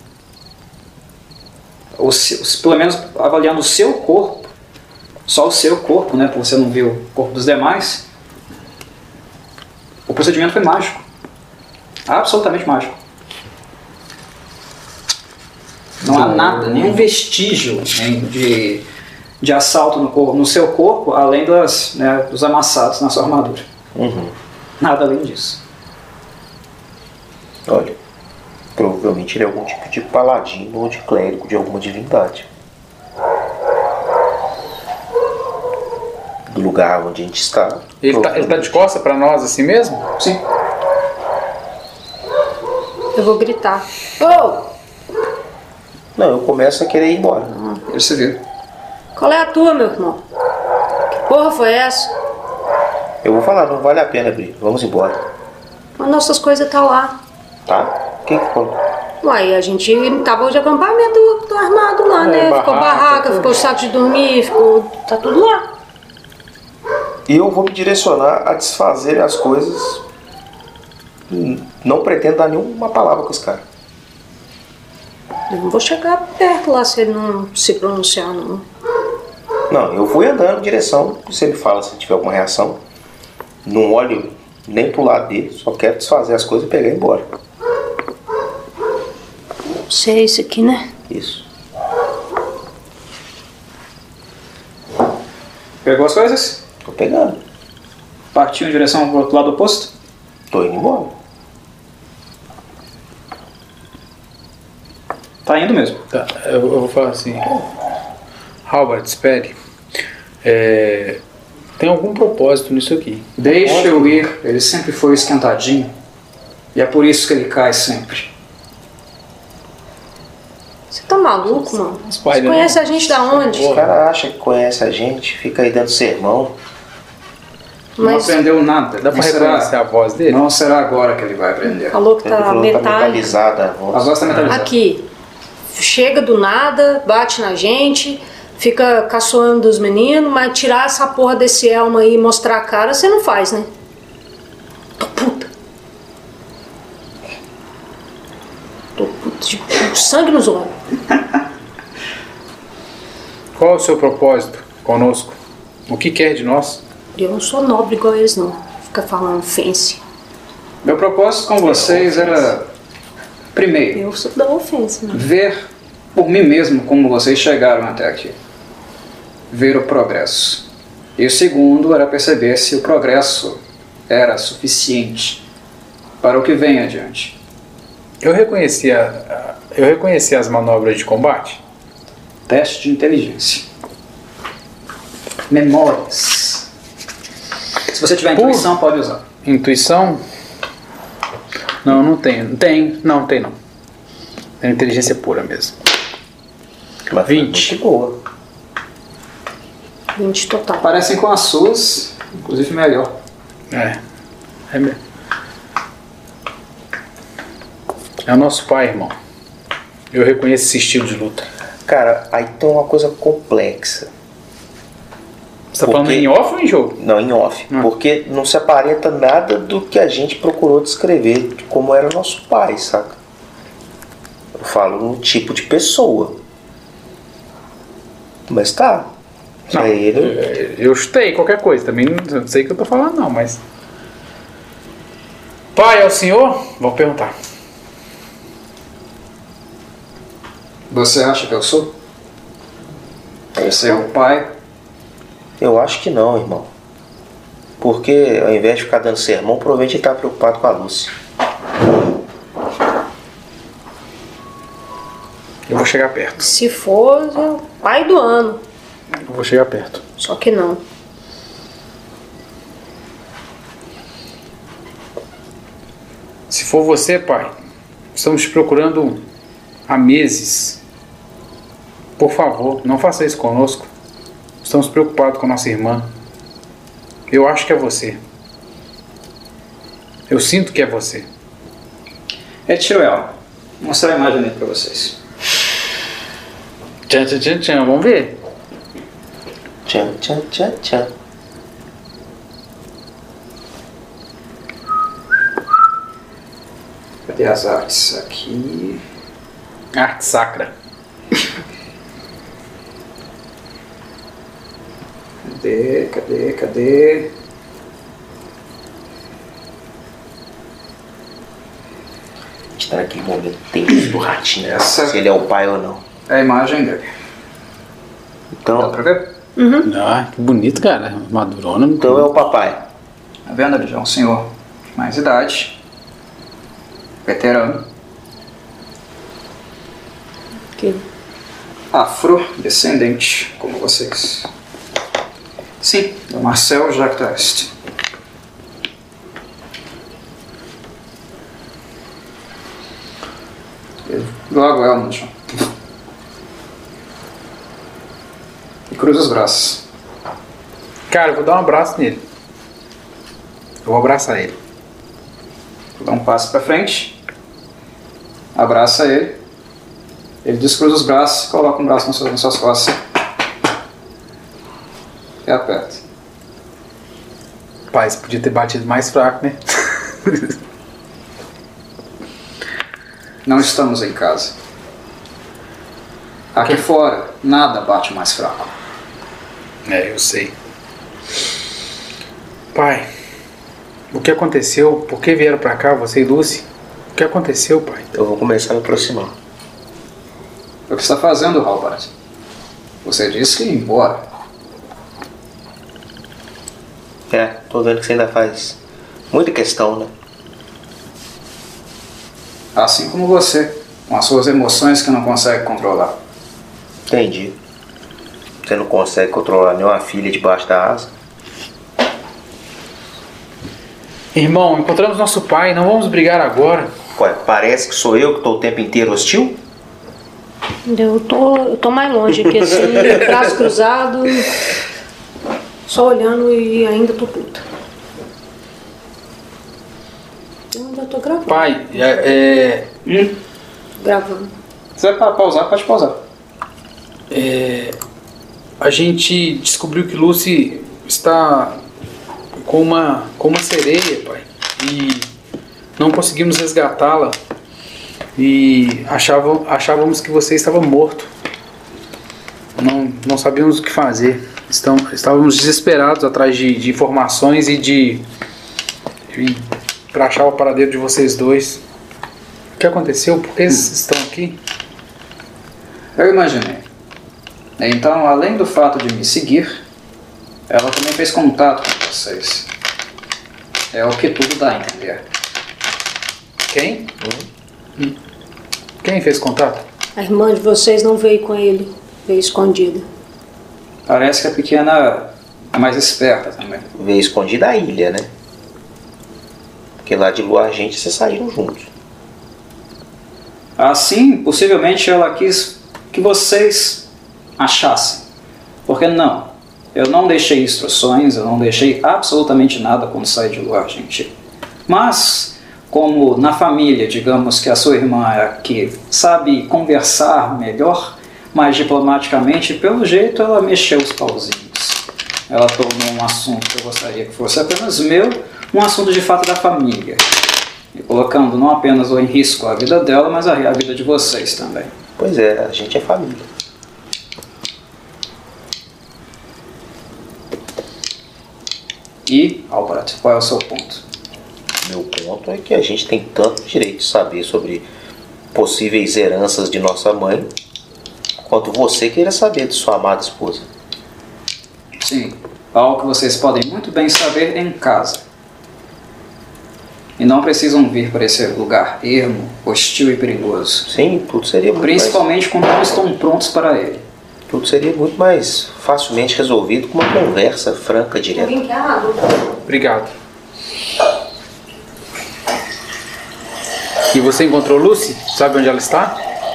pelo menos avaliando o seu corpo, só o seu corpo, né, porque você não viu o corpo dos demais, o procedimento foi mágico. Absolutamente mágico. Não há nada, nenhum vestígio, né, de assalto no seu corpo, além dos amassados na sua armadura. Nada além disso. Olha, provavelmente ele é algum tipo de paladino ou de clérigo de alguma divindade. Do lugar onde a gente está. Ele tá de costas pra nós assim mesmo? Sim. Eu vou gritar. Ô! Não, eu começo a querer ir embora. Ele se vira. Qual é a tua, meu irmão? Que porra foi essa? Eu vou falar, não vale a pena abrir. Vamos embora. As nossas coisas tá lá. Tá? Quem que falou? Uai, a gente acabou de acampamento do armado lá, né? Ficou barraca, ficou saco de dormir, tá tudo lá. E eu vou me direcionar a desfazer as coisas. Não pretendo dar nenhuma palavra com esse cara. Eu não vou chegar perto lá se ele não se pronunciar, não. Não, eu fui andando em direção. Se ele fala, se tiver alguma reação, não olho nem pro lado dele, só quero desfazer as coisas e pegar e ir embora. Você é isso aqui, né? Isso. Pegou as coisas? Tô pegando. Partiu em direção ao outro lado oposto? Tô indo embora. Tá indo mesmo. Tá, eu vou falar assim. Albert, espere. Tem algum propósito nisso aqui. Deixa eu ir, ele sempre foi esquentadinho. E é por isso que ele cai sempre. Você tá maluco, mano? Você Spider-Man. conhece a gente da onde? Os caras acham que conhece a gente, fica aí dando sermão. Não Mas aprendeu nada. Dá pra Não será- reconhecer a voz dele? Não será agora que ele vai aprender. falou que Ele tá falou que tá metálico. metalizada a A voz. voz tá metalizada. Aqui, chega do nada, bate na gente, fica caçoando dos meninos, mas tirar essa porra desse elmo aí e mostrar a cara, você não faz, né? Tô puta. Tô puta, tipo, sangue nos olhos. Qual é o seu propósito conosco? O que quer de nós? Eu não sou nobre igual eles, não. Fica falando ofensa. Meu propósito com vocês era, primeiro, Eu sou da ofensa, né? ver por mim mesmo como vocês chegaram até aqui. Ver o progresso. E o segundo era perceber se o progresso era suficiente para o que vem adiante. Eu reconheci as manobras de combate. Teste de inteligência. Memórias. Se você tiver intuição, pode usar. Intuição? Não, não tenho. Não tem não. É inteligência pura mesmo. Mas 20. Muito boa. 20 total. Parecem com as suas, inclusive melhor. É mesmo. É o nosso pai, irmão. Eu reconheço esse estilo de luta. Cara, aí tem uma coisa complexa. Você tá falando em off ou em jogo? Não, em off. Porque não se aparenta nada do que a gente procurou descrever de como era nosso pai, saca? Eu falo no tipo de pessoa. Mas tá. Não, eu chutei qualquer coisa. Também não sei o que eu tô falando, não, mas... Pai, é o senhor? Vou perguntar. Você acha que eu sou? Você é o pai? Eu acho que não, irmão. Porque ao invés de ficar dando sermão, provavelmente ele tá preocupado com a Lúcia. Eu vou chegar perto. Se for, é o pai do ano. Eu vou chegar perto. Só que não. Se for você, pai, estamos te procurando há meses. Por favor, não faça isso conosco. Estamos preocupados com a nossa irmã. Eu acho que é você. Eu sinto que é você. É tio El. Vou mostrar a imagem dele pra vocês. Tchan, tchan, tchan, tchan. Vamos ver. Tchan, tchan, tchan, tchan. Cadê as artes? Aqui. Arte sacra. Cadê? A gente tá naquele momento tenso do ratinho. Essa- Se ele é o pai ou não. É a imagem dele. Dá Então, pra ver? Ah, que bonito, cara. Madurona. então é o papai. Tá vendo? Ele já é um senhor de mais idade. Veterano. Que Afrodescendente, como vocês. Sim, é o Marcel Jacques d'Este. Logo ela no chão. E cruza os braços. Cara, eu vou dar um abraço nele. Eu vou abraçar ele. Dá um passo pra frente. Abraça ele. Ele descruza os braços e coloca um braço nas suas costas. E aperta. Pai, você podia ter batido mais fraco, né? Não estamos em casa. Aqui fora, nada bate mais fraco. É, eu sei. Pai, o que aconteceu? Por que vieram pra cá, você e Lucy? O que aconteceu, pai? Eu vou começar a me aproximar. O que está fazendo, Halbert? Você disse que ia embora. É, tô vendo que você ainda faz muita questão, né? Assim como você, com as suas emoções que não consegue controlar. Entendi. Você não consegue controlar nenhuma filha debaixo da asa? Irmão, encontramos nosso pai, não vamos brigar agora. Ué, parece que sou eu que tô o tempo inteiro hostil? eu tô mais longe aqui, assim, braço cruzado, só olhando e ainda tô puta. Eu ainda tô gravando. Pai, Gravando. Se vai pausar, pode pausar. a gente descobriu que Lucy está com uma sereia, pai. E não conseguimos resgatá-la. E achávamos que você estava morto. Não sabíamos o que fazer. Estávamos desesperados atrás de informações e para achar o paradeiro de vocês dois. O que aconteceu? Por que eles estão aqui? Eu imaginei. Então, além do fato de me seguir, ela também fez contato com vocês. É o que tudo dá a entender. Quem? Quem fez contato? A irmã de vocês não veio com ele, veio escondida. Parece que a pequena é mais esperta também. Veio escondida a ilha, né? Porque lá de Lua Argente vocês saíram juntos. Assim, possivelmente ela quis que vocês achassem. Porque não, eu não deixei instruções, eu não deixei absolutamente nada quando saí de Lua Argente. Mas, como na família, digamos que a sua irmã é a que sabe conversar melhor, mas diplomaticamente, pelo jeito, ela mexeu os pauzinhos. Ela tornou um assunto que eu gostaria que fosse apenas meu, um assunto de fato da família. E colocando não apenas em risco a vida dela, mas a vida de vocês também. Pois é, a gente é família. E, Albert, qual é o seu ponto? Meu ponto é que a gente tem tanto direito de saber sobre possíveis heranças de nossa mãe, quanto você queira saber de sua amada esposa. Sim, algo que vocês podem muito bem saber em casa. E não precisam vir para esse lugar ermo, hostil e perigoso. Sim, tudo seria muito Principalmente quando não estão prontos para ele. Tudo seria muito mais facilmente resolvido com uma conversa franca, direta. Alguém quer água? Obrigado. E você encontrou Lucy? Sabe onde ela está?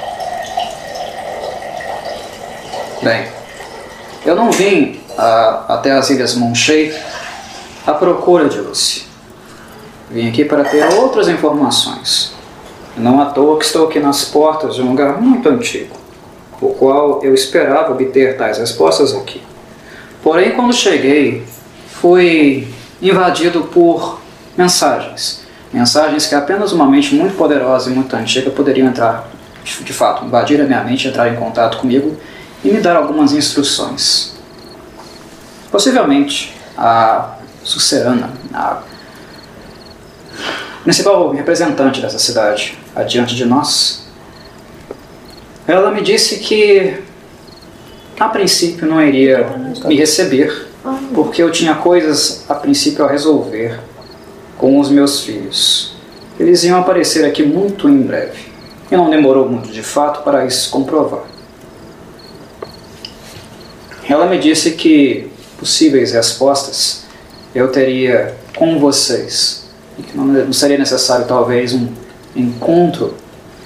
Bem, eu não vim até as Ilhas Monshei à procura de Lucy. Vim aqui para ter outras informações. Não à toa que estou aqui nas portas de um lugar muito antigo, o qual eu esperava obter tais respostas aqui. Porém, quando cheguei, fui invadido por mensagens. Mensagens que apenas uma mente muito poderosa e muito antiga poderiam entrar, de fato, invadir a minha mente, entrar em contato comigo e me dar algumas instruções. Possivelmente, a Sucerana, a principal representante dessa cidade, adiante de nós, ela me disse que, a princípio, não iria me receber, porque eu tinha coisas, a princípio, a resolver com os meus filhos. Eles iam aparecer aqui muito em breve, e não demorou muito, de fato, para isso comprovar. Ela me disse que possíveis respostas eu teria com vocês, e que não seria necessário, talvez, um encontro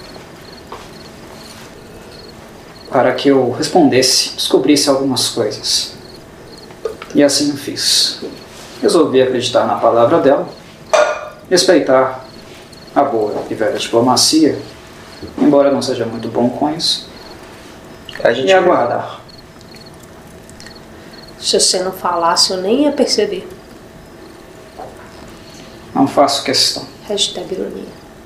para que eu respondesse, descobrisse algumas coisas. E assim eu fiz. Resolvi acreditar na palavra dela, respeitar a boa e velha diplomacia, embora eu não seja muito bom com isso, e aguardar. Se você não falasse, eu nem ia perceber. Não faço questão. Hashtag ironia.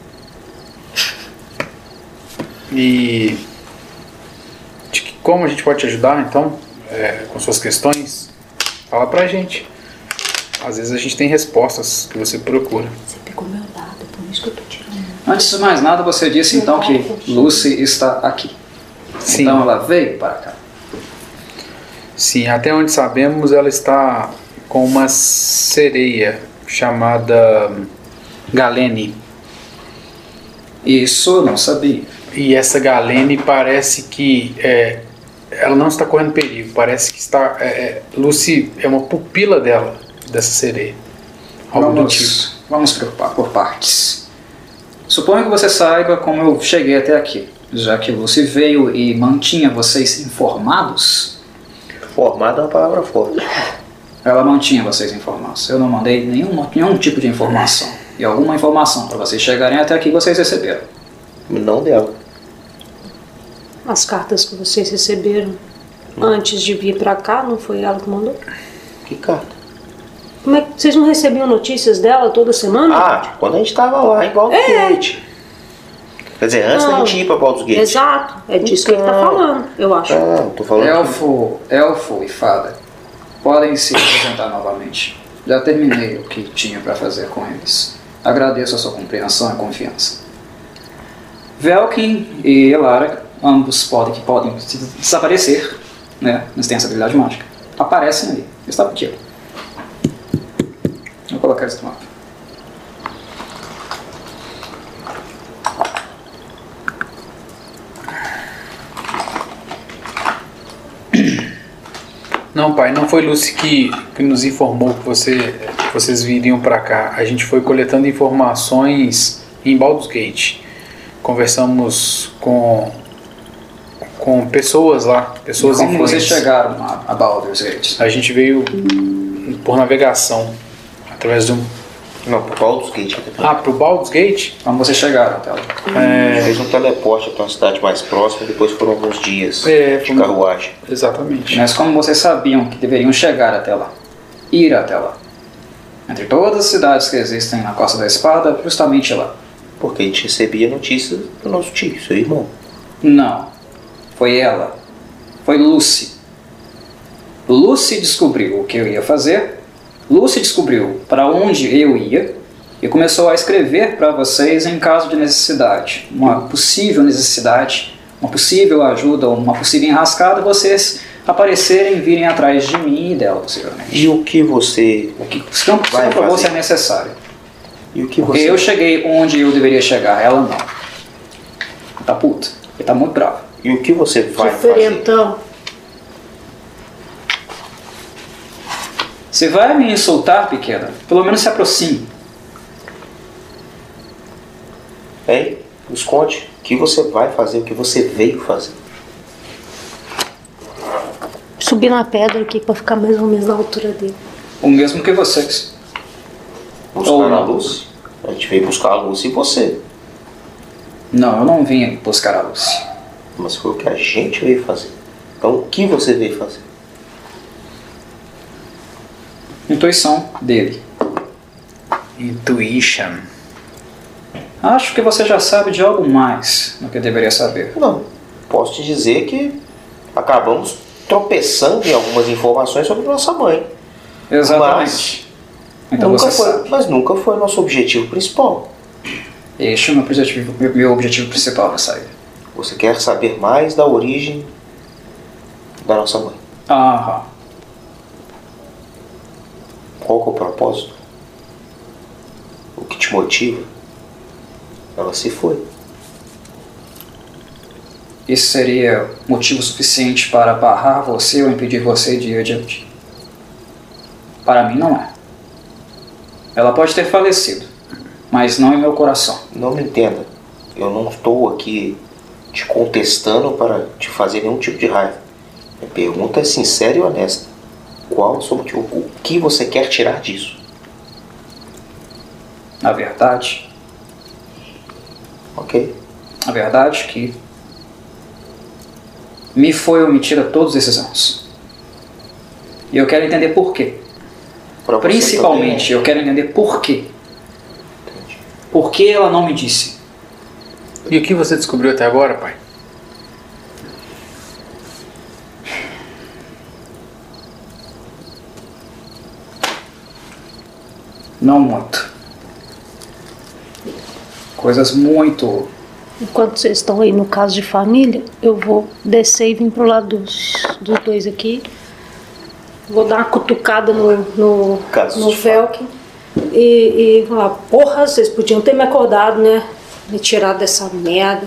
E como a gente pode te ajudar, então, com suas questões? Fala pra gente. Às vezes a gente tem respostas que você procura. Você pegou meu dado, por isso que eu tô tirando. Antes de mais nada, você disse então que Lucy está aqui. Sim. Então ela veio para cá. Sim, até onde sabemos, ela está com uma sereia chamada Galene. Isso eu não sabia. E essa Galene parece que ela não está correndo perigo. Parece que está. Lucy é uma pupila dela, dessa sereia. Algo do tipo. Vamos preocupar por partes. Suponho que você saiba como eu cheguei até aqui, já que Lucy veio e mantinha vocês informados. Formada é uma palavra forte. Ela mantinha vocês informados. Eu não mandei nenhum tipo de informação. E alguma informação para vocês chegarem até aqui vocês receberam. Não dela. As cartas que vocês receberam antes de vir pra cá, não foi ela que mandou? Que carta? Como é que vocês não recebiam notícias dela toda semana? Ah, quando a gente tava lá em Baldur's Gate. Quer dizer, antes da gente ir pra Baldur's Gate. Exato, é disso que ele tá falando, eu acho. Ah, tô falando. Elfo e fada podem se apresentar novamente. Já terminei o que tinha para fazer com eles. Agradeço a sua compreensão e confiança. Velkin e Elara, ambos podem desaparecer, né? Eles têm essa habilidade mágica. Aparecem ali. Eles estavam aqui, ó. Vou colocar esse mapa. Não, pai, não foi Lucy que nos informou que vocês viriam pra cá. A gente foi coletando informações em Baldur's Gate. Conversamos com pessoas lá, pessoas Como influentes. vocês chegaram a Baldur's Gate? A gente veio por navegação, através de Não, pro Baldur's Gate. Pro Baldur's Gate? Como vocês chegaram até lá? Fez um teleporte até uma cidade mais próxima, depois foram alguns dias de carruagem. Exatamente. Mas como vocês sabiam que deveriam chegar até lá? Ir até lá? Entre todas as cidades que existem na Costa da Espada, justamente lá. Porque a gente recebia notícias do nosso tio, seu irmão. Não. Foi ela. Foi Lucy. Lucy descobriu o que eu ia fazer. Lucy descobriu para onde eu ia e começou a escrever para vocês em caso de necessidade. Uma possível necessidade, uma possível ajuda, uma possível enrascada, vocês aparecerem e virem atrás de mim e dela, possivelmente. E o que você Os campos vai para você é fazer? necessário. E o que Porque você... eu cheguei onde eu deveria chegar, ela não. Tá puta. Ele tá muito bravo. E o que você vai fazer? Diferentão. Você vai me insultar, pequena? Pelo menos se aproxime. Hein? Nos conte o que você vai fazer, o que você veio fazer. Subir na pedra aqui pra ficar mais ou menos na altura dele. O mesmo que vocês. Buscar Ou a não. luz? A gente veio buscar a luz e você. Não, eu não vim buscar a Lucy. Mas foi o que a gente veio fazer. Então o que você veio fazer? Intuição dele. Intuition. Acho que você já sabe de algo mais do que deveria saber. Não. Posso te dizer que acabamos tropeçando em algumas informações sobre nossa mãe. Exatamente. Então Nunca você foi, sabe. mas nunca foi nosso objetivo principal. Este é o meu objetivo principal na saída. Você quer saber mais da origem da nossa mãe. Aham. Qual que é o propósito? O que te motiva? Ela se foi. Isso seria motivo suficiente para barrar você ou impedir você de ir adiante? Para mim não é. Ela pode ter falecido, mas não em meu coração. Não me entenda. Eu não estou aqui te contestando para te fazer nenhum tipo de raiva. Minha pergunta é sincera e honesta. Qual o seu motivo? O que você quer tirar disso? Na verdade, Ok? a verdade é que me foi omitida todos esses anos. E eu quero entender por quê. Pra você Principalmente, eu quero entender por quê. Entendi. Por que ela não me disse? E o que você descobriu até agora, pai? Não muito. Coisas muito... Enquanto vocês estão aí no caso de família, eu vou descer e vir pro lado dos dois aqui. Vou dar uma cutucada no Casos de Velkin e falar, porra, vocês podiam ter me acordado, né? Me tirado dessa merda.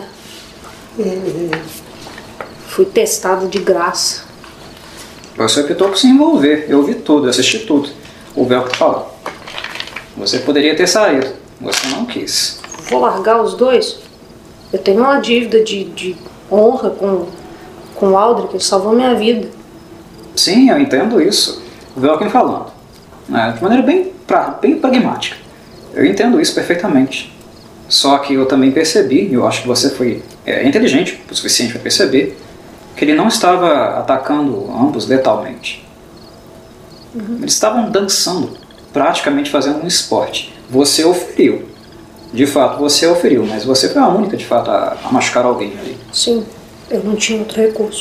Fui testado de graça. Você optou por se envolver. Eu vi tudo, eu assisti tudo. O Velcro falou. Você poderia ter saído. Você não quis. Vou largar os dois? Eu tenho uma dívida de honra com o Aldrich, ele salvou minha vida. Sim, eu entendo isso. O Velcro falando. Né? De maneira bem pragmática. Eu entendo isso perfeitamente. Só que eu também percebi, e eu acho que você foi inteligente o suficiente para perceber, que ele não estava atacando ambos letalmente. Eles estavam dançando, praticamente fazendo um esporte. Você o feriu. De fato, você o feriu, mas você foi a única, de fato, a machucar alguém ali. Sim, eu não tinha outro recurso.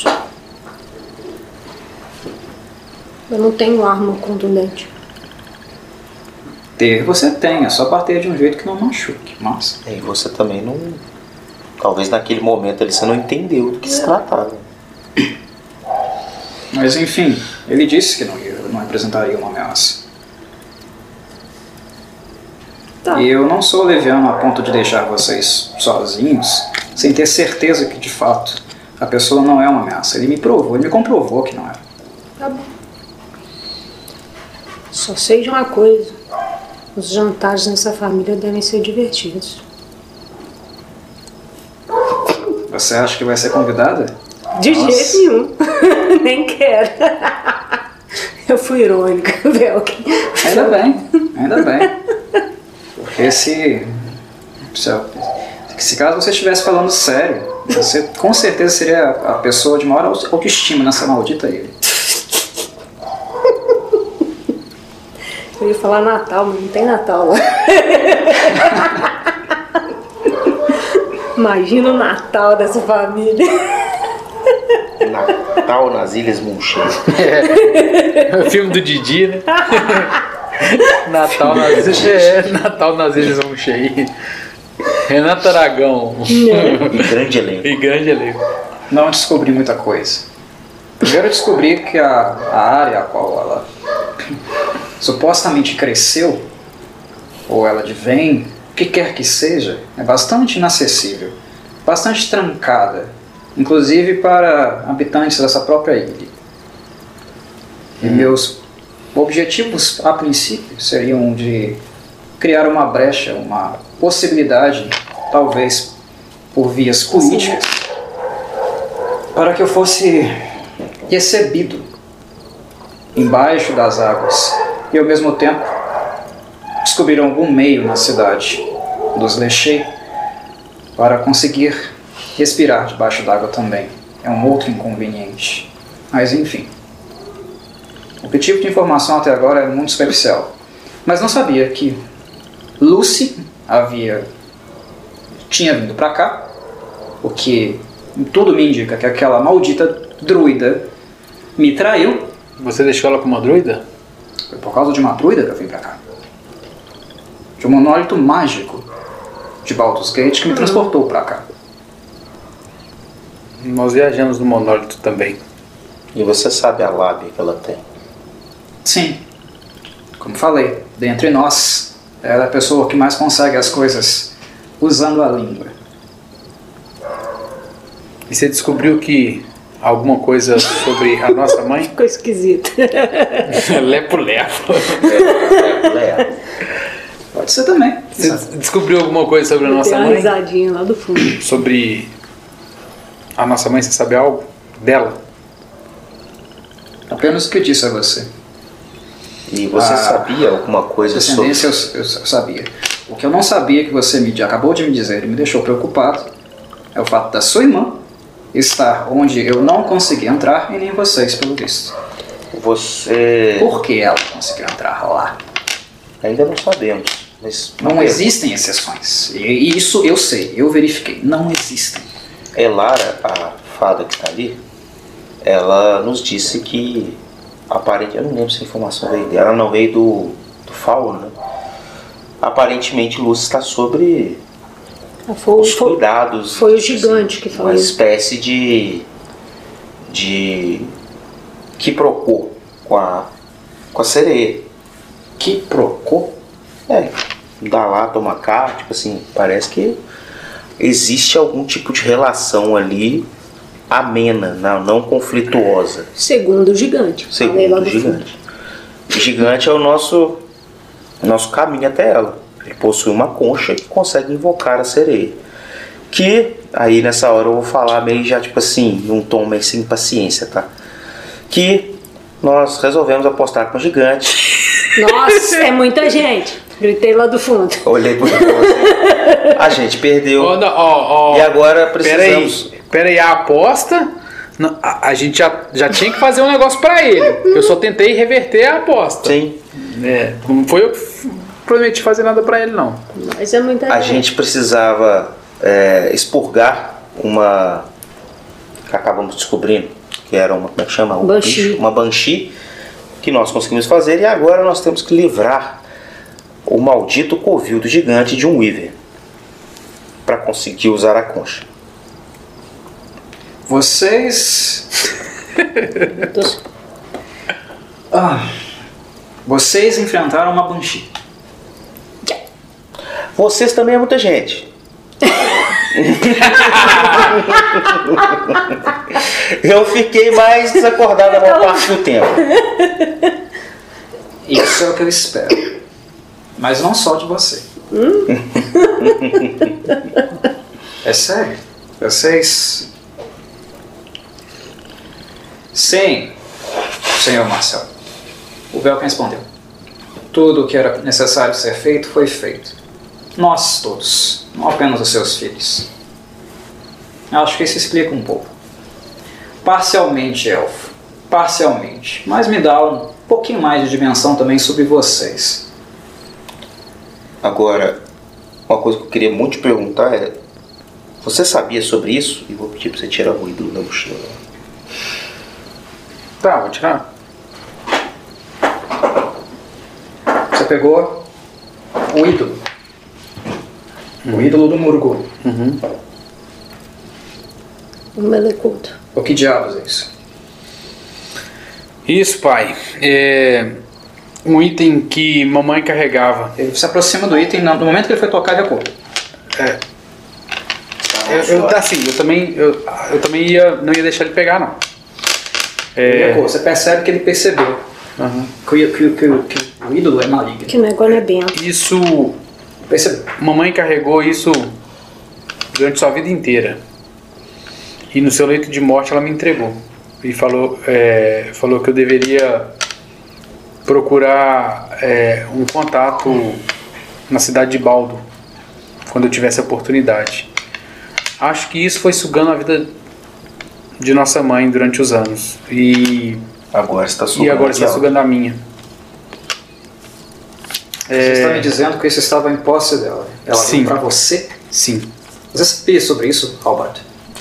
Eu não tenho arma contundente. Ter você tem, é só bater de um jeito que não machuque, mas... E você também não... Talvez naquele momento ali você não entendeu do que se tratava. Mas enfim, ele disse que não representaria uma ameaça. Tá. E eu não sou leviano a ponto de deixar vocês sozinhos, sem ter certeza que, de fato, a pessoa não é uma ameaça. Ele me comprovou que não é. Tá bom. Só sei de uma coisa. Os jantares nessa família devem ser divertidos. Você acha que vai ser convidada? De Nossa. jeito nenhum. Nem quero. Eu fui irônica, Velkin. Ainda bem, ainda bem. Porque se caso você estivesse falando sério, você com certeza seria a pessoa de maior autoestima nessa maldita ilha. Eu ia falar Natal, mas não tem Natal lá. Imagina o Natal dessa família. Natal nas Ilhas Munchê. O filme do Didi, né? Natal nas Ilhas Munchê. Renato Aragão. E grande elenco. Não descobri muita coisa. Primeiro eu descobri que a área a qual ela supostamente cresceu, ou ela advém, o que quer que seja, é bastante inacessível, bastante trancada, inclusive para habitantes dessa própria ilha. E meus objetivos, a princípio, seriam de criar uma brecha, uma possibilidade, talvez por vias políticas, para que eu fosse recebido embaixo das águas e ao mesmo tempo descobrir algum meio na cidade dos Lechei para conseguir respirar debaixo d'água também. É um outro inconveniente. Mas enfim. O tipo de informação até agora é muito superficial. Mas não sabia que Lucy tinha vindo para cá, o que tudo me indica que aquela maldita druida me traiu. Você deixou ela com uma druida? Foi por causa de uma druida que eu vim pra cá. De um monólito mágico de Baldur's Gate que me transportou pra cá. Nós viajamos no monólito também. E você sabe a lábia que ela tem? Sim. Como falei, dentre nós, ela é a pessoa que mais consegue as coisas usando a língua. E você descobriu que alguma coisa sobre a nossa mãe? Ficou esquisito. Lepo-lepo. Lepo. Pode ser também. Você descobriu alguma coisa sobre a nossa Tem uma mãe? risadinha lá do fundo. Sobre a nossa mãe, você sabe algo dela? Apenas o que eu disse a você. E você sabia alguma coisa sobre... Descendência eu sabia. O que eu não sabia que você acabou de me dizer e me deixou preocupado é o fato da sua irmã estar onde eu não consegui entrar e nem vocês, pelo visto. Você... Por que ela conseguiu entrar lá? Ainda não sabemos. Mas Não existem exceções. E isso eu sei, eu verifiquei. Não existem. Elara, a fada que está ali, ela nos disse que aparentemente, eu não lembro se a informação veio dela, ela não veio do fauno, né? Aparentemente Lúcia está sobre os cuidados. Foi o gigante que falou. Uma espécie de quiprocó com a sereia. Quiprocó? Dá lá, toma cá, tipo assim, parece que existe algum tipo de relação ali amena, não conflituosa. Segundo o gigante. Segundo o gigante. O gigante é o nosso caminho até ela. Ele possui uma concha que consegue invocar a sereia. Que, aí nessa hora eu vou falar meio já tipo assim, num tom meio sem paciência, tá? Que nós resolvemos apostar com o gigante. Nossa, é muita gente. Gritei lá do fundo. Olhei pro você. A gente perdeu. E agora precisamos... Pera aí, a aposta... A gente já tinha que fazer um negócio pra ele. Eu só tentei reverter a aposta. Sim. Não foi eu que prometi fazer nada pra ele, não. Mas é muita gente. A gente precisava expurgar uma... que acabamos descobrindo, que era uma... como é que chama? Banshee. Uma Banshee, que nós conseguimos fazer, e agora nós temos que livrar o maldito covil do gigante de um Weaver para conseguir usar a concha. Vocês... Vocês enfrentaram uma Banshee. Vocês também é muita gente. Eu fiquei mais desacordado a maior parte do tempo. Isso é o que eu espero. Mas não só de você. É sério. Vocês... Sim, senhor Marcel. O Belkin respondeu. Tudo o que era necessário ser feito foi feito. nós todos, não apenas os seus filhos. Acho que isso explica um pouco. Parcialmente, elfo. Parcialmente. Mas me dá um pouquinho mais de dimensão também sobre vocês. Agora, uma coisa que eu queria muito te perguntar é... Você sabia sobre isso? E vou pedir pra você tirar o ídolo da mochila. Tá, vou tirar. Você pegou o ídolo. O ídolo do Morgulho. O Melecuto. O que diabos é isso? Isso, pai. É um item que mamãe carregava. Ele se aproxima do item, no momento que ele foi tocar, ele recuou. É. Assim, eu também não ia deixar ele pegar, não. Ele recuou. Você percebe que ele percebeu que o ídolo é maligno. Que negócio é bento. Isso... Percebeu? Mamãe carregou isso durante sua vida inteira. E no seu leito de morte ela me entregou. E falou que eu deveria procurar um contato na cidade de Baldo, quando eu tivesse a oportunidade. Acho que isso foi sugando a vida de nossa mãe durante os anos. E agora está sugando a minha. Você está me dizendo que isso estava em posse dela? Ela Sim. veio para você? Sim. Você sabia sobre isso, Albert?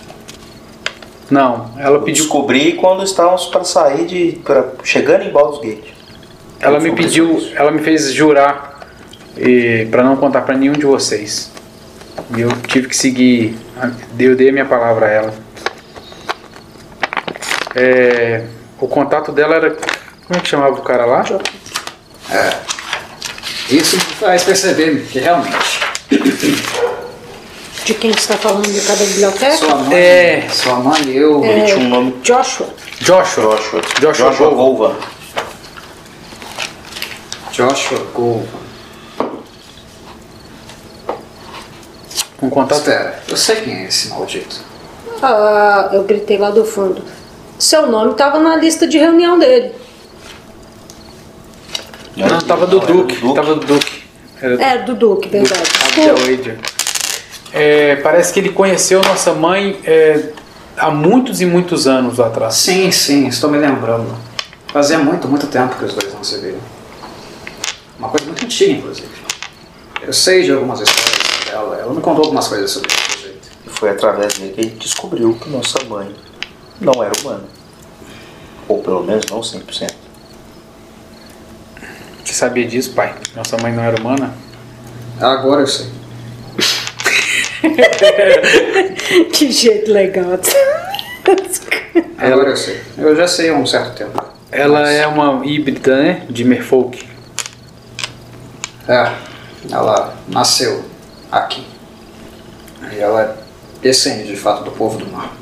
Não, ela Eu pediu. descobri quando estávamos para sair chegando em Baldur's Gate. Ela me pediu, ela me fez jurar para não contar para nenhum de vocês. E eu tive que seguir. Eu dei a minha palavra a ela. O contato dela era. Como é que chamava o cara lá? Isso me faz perceber que realmente De quem que você está falando? De cada biblioteca? sua mãe e eu... Ele tinha um nome... Joshua. Joshua Golva. Joshua Golva. Um contato. Espera, eu sei quem é esse maldito. Ah, eu gritei lá do fundo. Seu nome estava na lista de reunião dele. Não, tava do Duque. Tava do Duque. É, do Duque, verdade. Wager. Parece que ele conheceu nossa mãe há muitos e muitos anos atrás. Sim, estou me lembrando. Fazia muito tempo que os dois não se viram. Uma coisa muito antiga, inclusive. Eu sei de algumas histórias dela. Ela me contou algumas coisas sobre esse jeito. E foi através dele que a gente descobriu que nossa mãe não era humana. Ou pelo menos não 100%. Você sabia disso, pai? Nossa mãe não era humana? Agora eu sei. Que jeito legal. Agora eu sei. Eu já sei há um certo tempo. Ela é uma híbrida, né? De Merfolk. Ela nasceu aqui. E ela descende de fato do povo do mar.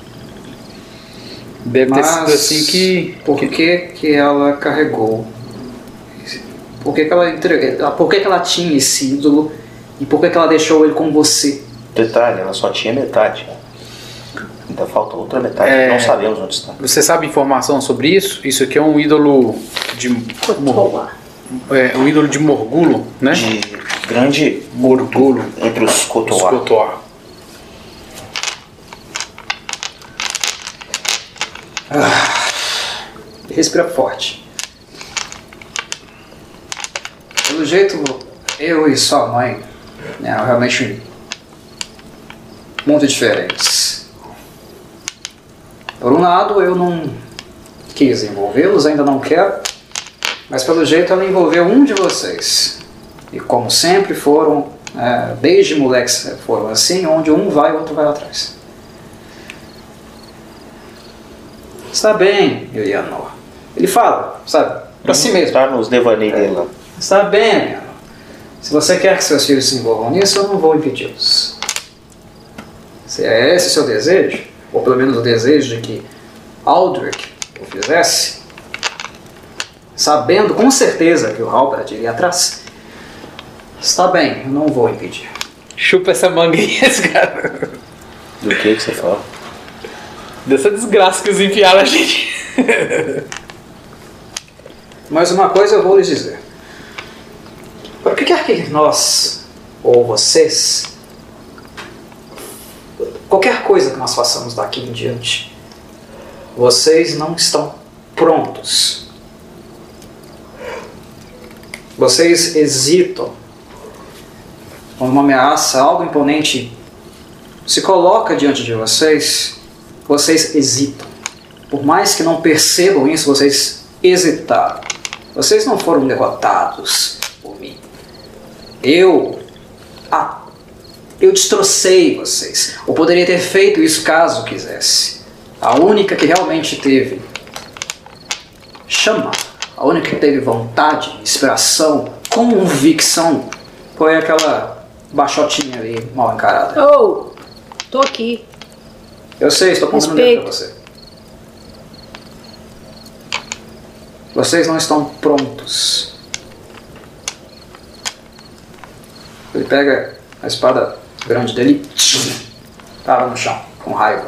Deve ter sido Mas assim que... por que ela carregou? Por que ela tinha esse ídolo? E por que ela deixou ele com você? Detalhe, ela só tinha metade. Ainda falta outra metade. Não sabemos onde está. Você sabe informação sobre isso? Isso aqui é um ídolo de... um ídolo de Morgulho, né? De grande Morgulho. entre os Kotoa. Kotoa. Respira forte. Pelo jeito, eu e sua mãe eram realmente muito diferentes. Por um lado, eu não quis envolvê-los, ainda não quero, mas pelo jeito ela envolveu um de vocês. E como sempre foram, desde moleques foram assim, onde um vai, o outro vai atrás. Está bem, Eleanor. Ele fala, sabe, pra si mesmo. Está nos devaneios dele lá. Está bem, Eleanor. Se você quer que seus filhos se envolvam nisso, eu não vou impedi-los. Se é esse o seu desejo, ou pelo menos o desejo de que Aldrich o fizesse, sabendo com certeza que o Halbert iria atrás, está bem, eu não vou impedir. Chupa essa manga aí, esse cara. Do que você fala? Dessa desgraça que eles enfiaram a gente. Mas uma coisa eu vou lhes dizer. Por que quer que nós ou vocês, qualquer coisa que nós façamos daqui em diante, vocês não estão prontos. Vocês hesitam. Quando uma ameaça, algo imponente se coloca diante de vocês, vocês hesitam. Por mais que não percebam isso, vocês hesitaram. Vocês não foram derrotados por mim. Eu destrocei vocês. Eu poderia ter feito isso caso quisesse. A única que realmente teve chama, a única que teve vontade, inspiração, convicção, foi aquela baixotinha ali, mal encarada. Oh, tô aqui. Eu sei, estou contando dentro pra você. Vocês não estão prontos. Ele pega a espada grande dele e tava no chão, com raiva.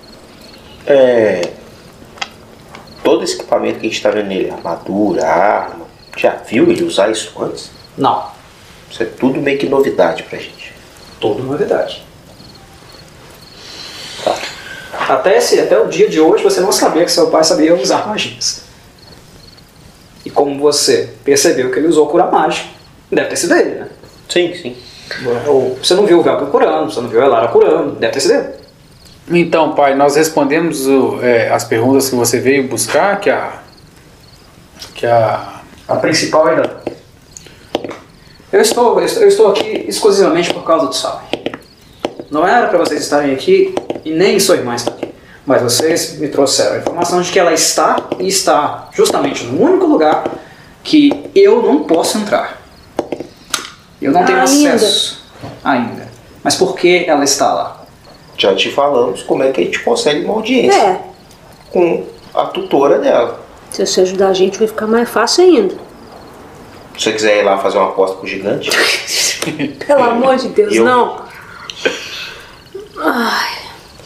Todo esse equipamento que a gente tá vendo nele, armadura, arma, já viu ele usar isso antes? Não, Isso é tudo meio que novidade pra gente. tudo novidade. Tá. Até o dia de hoje você não sabia que seu pai sabia usar magias. E como você percebeu que ele usou cura mágica, deve ter sido ele, né? Sim, sim. Ou você não viu o Velcro curando, você não viu a Elara curando, deve ter sido ele. Então, pai, nós respondemos as perguntas que você veio buscar, que a A principal ainda. Eu estou aqui exclusivamente por causa do Salem. Não era para vocês estarem aqui e nem sua irmã está aqui. Mas vocês me trouxeram a informação de que ela está e está justamente no único lugar que eu não posso entrar. Eu não tenho acesso ainda. Mas por que ela está lá? Já te falamos como é que a gente consegue uma audiência com a tutora dela. Se você ajudar a gente, vai ficar mais fácil ainda. Se você quiser ir lá fazer uma aposta com o gigante, Pelo amor de Deus, não. Ai.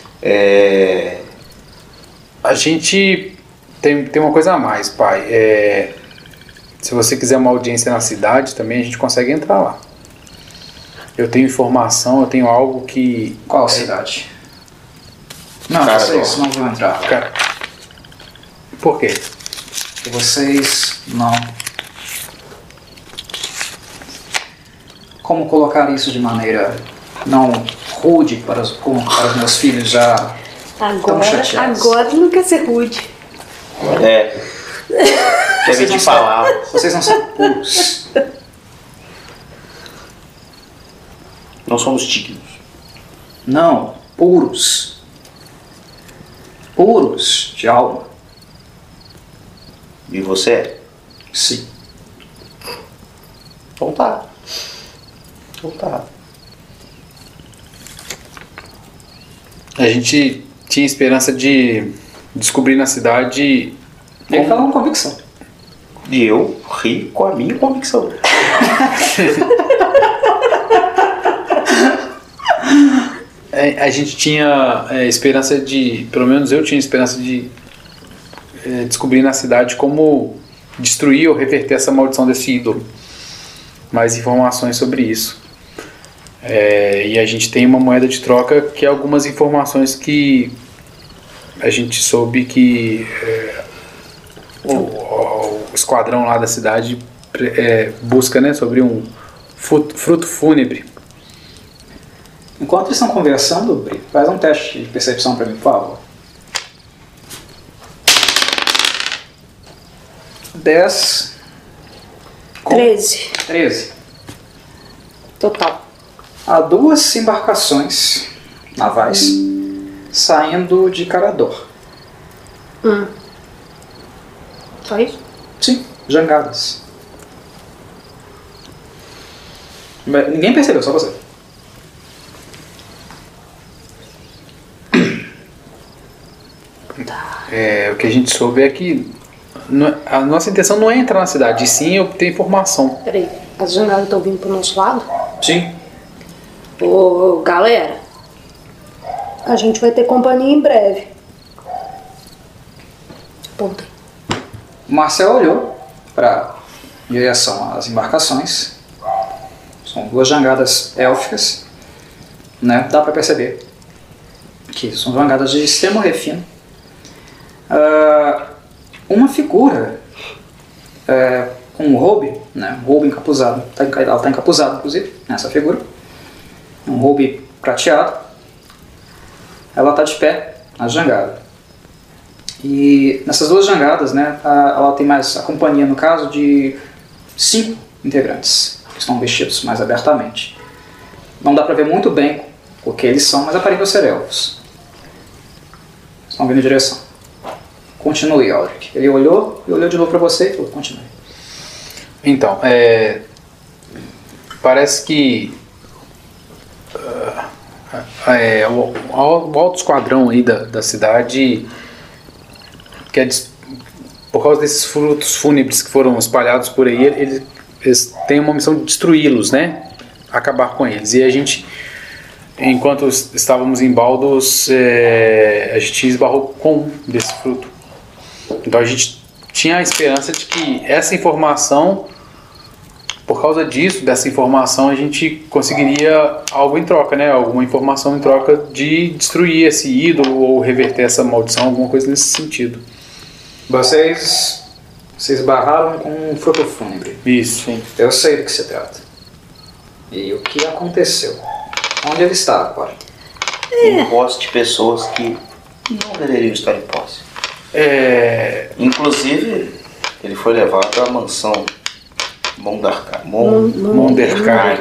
A gente tem uma coisa a mais, pai. Se você quiser uma audiência na cidade, também a gente consegue entrar lá. Eu tenho informação, eu tenho algo que... Qual cidade? Não, Cara, vocês não vão entrar. Cara, por quê? Que vocês não... Como colocar isso de maneira não rude para os meus filhos já tão chateados? Agora não quer ser rude. quer ver de palavra. Vocês não são puros. Não somos dignos. Não, puros. Puros de alma. E você é? Sim. Então tá. Então tá. A gente tinha esperança de descobrir na cidade... Ele fala com convicção. E eu ri com a minha convicção. A gente tinha esperança de... Pelo menos eu tinha esperança de descobrir na cidade como destruir ou reverter essa maldição desse ídolo. Mais informações sobre isso. E a gente tem uma moeda de troca que é algumas informações que a gente soube que o esquadrão lá da cidade busca, né, sobre um fruto fúnebre. Enquanto eles estão conversando, Bri, faz um teste de percepção para mim, por favor. 10. 13. Total. Há 2 embarcações navais saindo de Carador. Só isso? Sim, jangadas. Ninguém percebeu, só você. O que a gente soube é que a nossa intenção não é entrar na cidade, e sim obter informação. Peraí, as jangadas estão vindo pro nosso lado? Sim. Ô, galera, a gente vai ter companhia em breve. Ponta. O Marcel olhou para direção às embarcações. São 2 jangadas élficas, né? Dá para perceber que são jangadas de extremo refino. Uma figura com um robe, né? Um robe encapuzado. Ela está encapuzada, inclusive, nessa figura. Um robe prateado. Ela está de pé na jangada. E nessas 2 jangadas, né, ela tem mais a companhia, no caso, de 5 integrantes, que estão vestidos mais abertamente. Não dá para ver muito bem o que eles são, mas aparentam ser elfos. Estão vindo em direção. Continue, Aldrich. Ele olhou e olhou de novo para você e falou, continue. Então, parece que o alto esquadrão aí da cidade, que por causa desses frutos fúnebres que foram espalhados por aí, eles têm uma missão de destruí-los, né? Acabar com eles. E a gente, enquanto estávamos em Baldur's, a gente esbarrou com um desse fruto. Então a gente tinha a esperança de que essa informação, por causa disso, dessa informação, a gente conseguiria algo em troca, né? Alguma informação em troca de destruir esse ídolo ou reverter essa maldição, alguma coisa nesse sentido. Vocês esbarraram com um fruto fúnebre. Isso. Sim. Eu sei do que se trata. E o que aconteceu? Onde ele está agora? Em posse de pessoas que não deveriam estar em posse. Inclusive, ele foi levado à mansão Monderkai.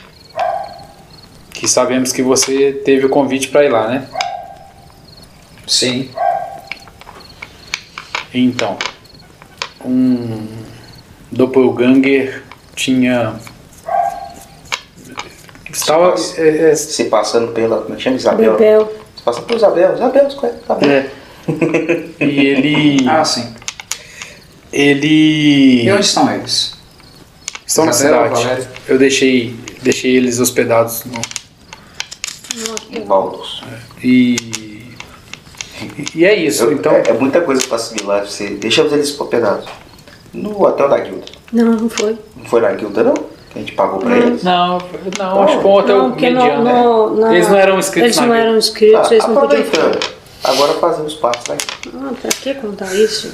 Que sabemos que você teve o convite para ir lá, né? Sim. Então, um doppelganger estava se passando pela, como é que chama, Isabel? Bebel. Se passando por Isabel, e ele... Sim. Ele... E onde estão eles? Estão na Isabel, cidade. Valério? Eu deixei eles hospedados em Baldur's. E é isso. Então... É muita coisa para assimilar. Você deixa eles hospedados no hotel da guilda. Não foi. Não foi na guilda, não? Que a gente pagou para eles? Não, acho que foi um hotel mediano. Eles não eram inscritos na guilda. Eles não eram inscritos, eles não podiam ficar. Agora fazemos parte, né? Pra que contar isso?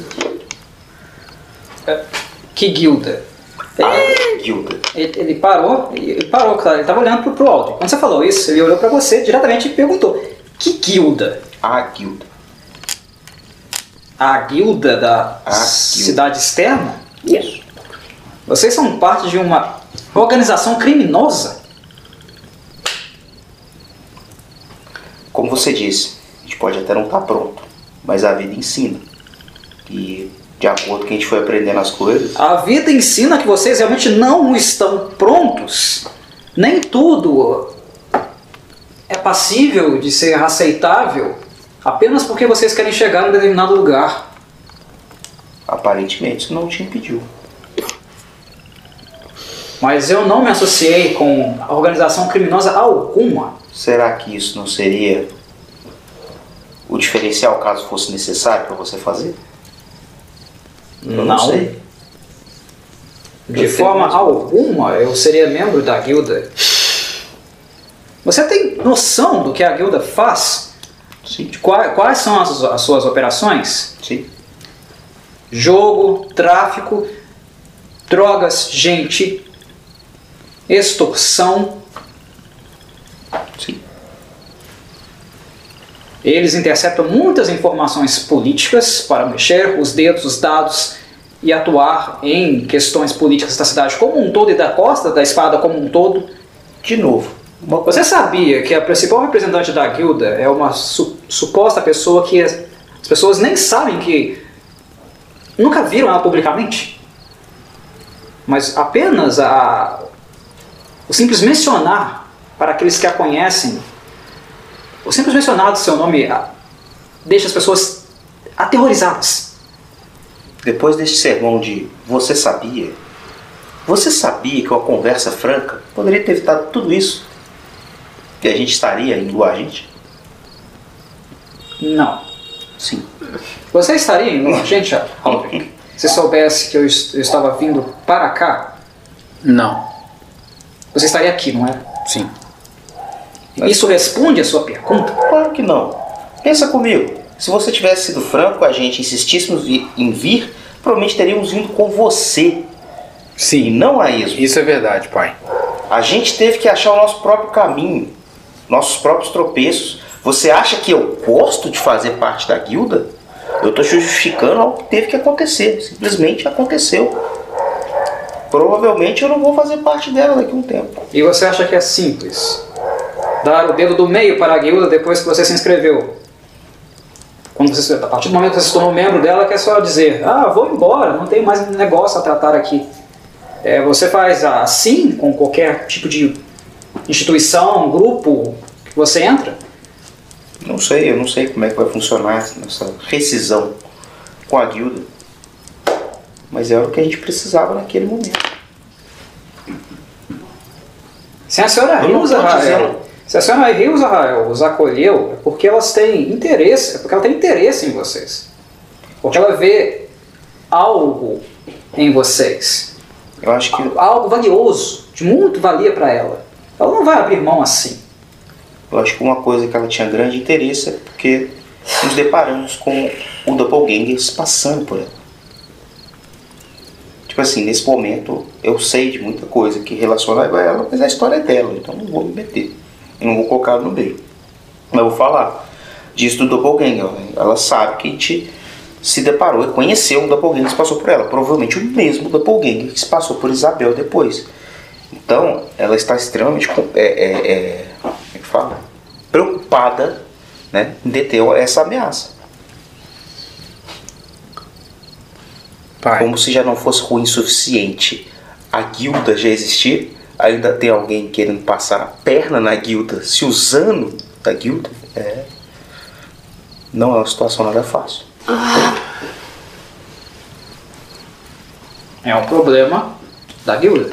Que guilda? Guilda. Ele parou, claro, ele estava olhando pro Aldrich. Quando você falou isso, ele olhou para você diretamente e perguntou: que guilda? A guilda. A guilda da cidade externa? Isso. Vocês são parte de uma organização criminosa? Como você disse, a gente pode até não estar pronto, mas a vida ensina. E de acordo com que a gente foi aprendendo as coisas... A vida ensina que vocês realmente não estão prontos. Nem tudo é passível de ser aceitável apenas porque vocês querem chegar em um determinado lugar. Aparentemente isso não te impediu. Mas eu não me associei com a organização criminosa alguma. Será que isso não seria o diferencial caso fosse necessário para você fazer? Eu não sei. De forma alguma eu seria membro da guilda. Você tem noção do que a guilda faz? Sim. De quais são as suas operações? Sim. Jogo, tráfico, drogas, gente, extorsão. Sim. Eles interceptam muitas informações políticas para mexer os dedos, os dados e atuar em questões políticas da cidade como um todo e da Costa da Espada como um todo. De novo. Você sabia que a principal representante da guilda é uma suposta pessoa que as pessoas nem sabem que... Nunca viram ela publicamente? Mas apenas o simples mencionar para aqueles que a conhecem, o simples mencionar do seu nome deixa as pessoas aterrorizadas. Depois deste sermão de você sabia que uma conversa franca poderia ter evitado tudo isso? Que a gente estaria indo a gente? Não. Sim. Você estaria indo a gente, Aldrich, se soubesse que eu estava vindo para cá? Não. você estaria aqui, não é? Sim. Isso responde a sua pergunta? Claro que não. Pensa comigo. Se você tivesse sido franco com a gente, insistíssemos em vir, provavelmente teríamos vindo com você. Sim. E não a esmo. Isso é verdade, pai. A gente teve que achar o nosso próprio caminho, nossos próprios tropeços. Você acha que eu gosto de fazer parte da guilda? Eu estou justificando algo que teve que acontecer. Simplesmente aconteceu. Provavelmente eu não vou fazer parte dela daqui a um tempo. E você acha que é simples dar o dedo do meio para a guilda depois que você se inscreveu? A partir do momento que você se tornou membro dela, que é só dizer: ah, vou embora, não tenho mais negócio a tratar aqui. Você faz assim com qualquer tipo de instituição, grupo que você entra? Não sei, eu não sei como é que vai funcionar essa rescisão com a guilda. Mas era o que a gente precisava naquele momento. Se a senhora Hilza Rael, os acolheu, é porque elas têm interesse, ela tem interesse em vocês. Porque ela vê algo em vocês. Eu acho que algo valioso, de muito valia para ela. Ela não vai abrir mão assim. Eu acho que uma coisa que ela tinha grande interesse é porque nos deparamos com o Doppelganger se passando por ela. Tipo assim, nesse momento eu sei de muita coisa que relaciona a ela, mas a história é dela, então não vou me meter. Eu não vou colocar ela no meio. Mas eu vou falar disso do Doppelganger. Ela sabe que a gente se deparou e conheceu um Doppelganger que se passou por ela. Provavelmente o mesmo Doppelganger que se passou por Isabel depois. Então, ela está extremamente preocupada, né, em deter essa ameaça. Pai. Como se já não fosse ruim o suficiente a guilda já existir, ainda tem alguém querendo passar a perna na guilda, se usando da guilda. Não é uma situação nada fácil. É um problema da guilda.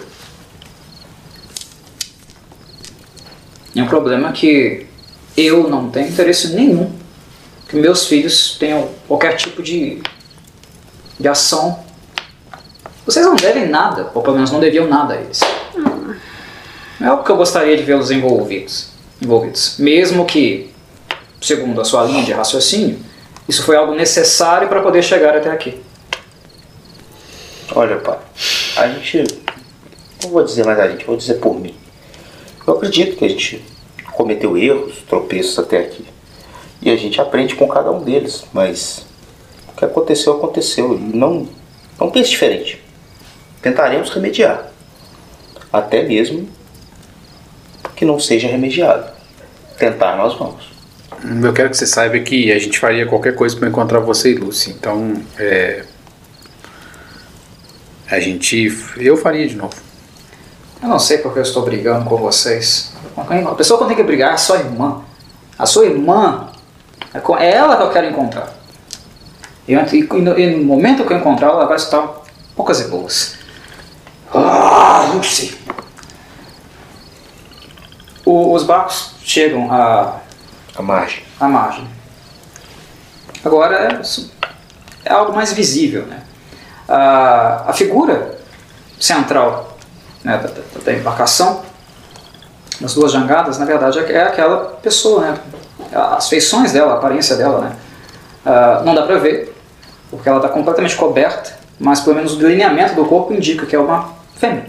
É um problema que eu não tenho interesse nenhum que meus filhos tenham qualquer tipo de ação. Vocês não devem nada, ou pelo menos não deviam nada a eles. Não é algo que eu gostaria de vê-los envolvidos. Mesmo que, segundo a sua linha de raciocínio, isso foi algo necessário para poder chegar até aqui. Olha, pai, a gente... Não vou dizer mais a gente, vou dizer por mim. Eu acredito que a gente cometeu erros, tropeços até aqui. E a gente aprende com cada um deles, mas o que aconteceu, aconteceu. E não pense diferente. Tentaremos remediar. Até mesmo que não seja remediado. Tentar nós vamos. Eu quero que você saiba que a gente faria qualquer coisa para encontrar você e Lucy. Então, eu faria de novo. Eu não sei porque eu estou brigando com vocês. A pessoa que eu tenho que brigar é a sua irmã. A sua irmã, é ela que eu quero encontrar. E no momento que eu encontrar ela vai escutar poucas e boas. Ah, Lucy! Os barcos chegam à margem. Agora é algo mais visível, né? A figura central, né, da embarcação, das duas jangadas, na verdade é aquela pessoa, né? As feições dela, a aparência dela, né? Não dá pra ver, porque ela está completamente coberta, mas pelo menos o delineamento do corpo indica que é uma fêmea.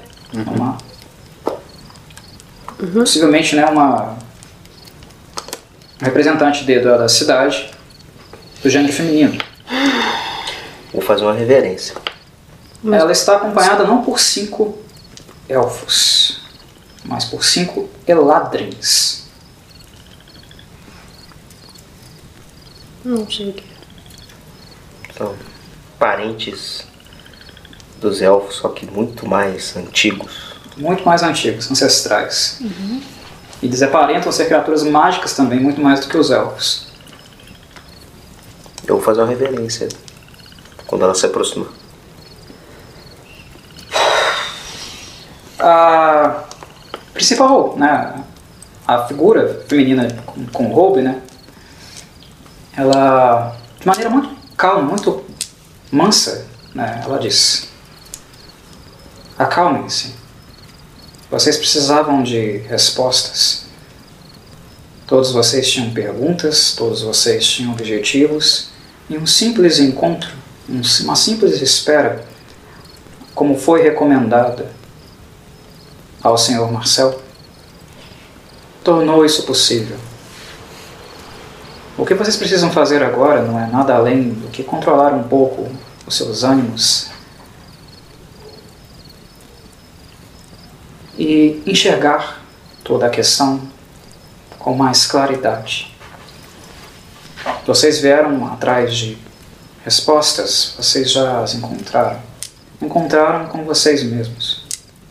Possivelmente, né, uma representante da cidade do gênero feminino. Vou fazer uma reverência. Ela está acompanhada não por 5 elfos, mas por 5 eladrins. Não sei o que. São parentes dos elfos, só que muito mais antigos. Muito mais antigos, ancestrais. E eles aparentam ser criaturas mágicas também, muito mais do que os elfos. Eu vou fazer uma reverência quando ela se aproximar. A principal, né, a figura feminina com roube, né, ela, de maneira muito calma, muito mansa, né, ela diz: acalmem-se. Vocês precisavam de respostas. Todos vocês tinham perguntas, todos vocês tinham objetivos, e um simples encontro, uma simples espera, como foi recomendada ao Sr. Marcel, tornou isso possível. O que vocês precisam fazer agora não é nada além do que controlar um pouco os seus ânimos e enxergar toda a questão com mais claridade. Vocês vieram atrás de respostas, vocês já as encontraram. Encontraram com vocês mesmos.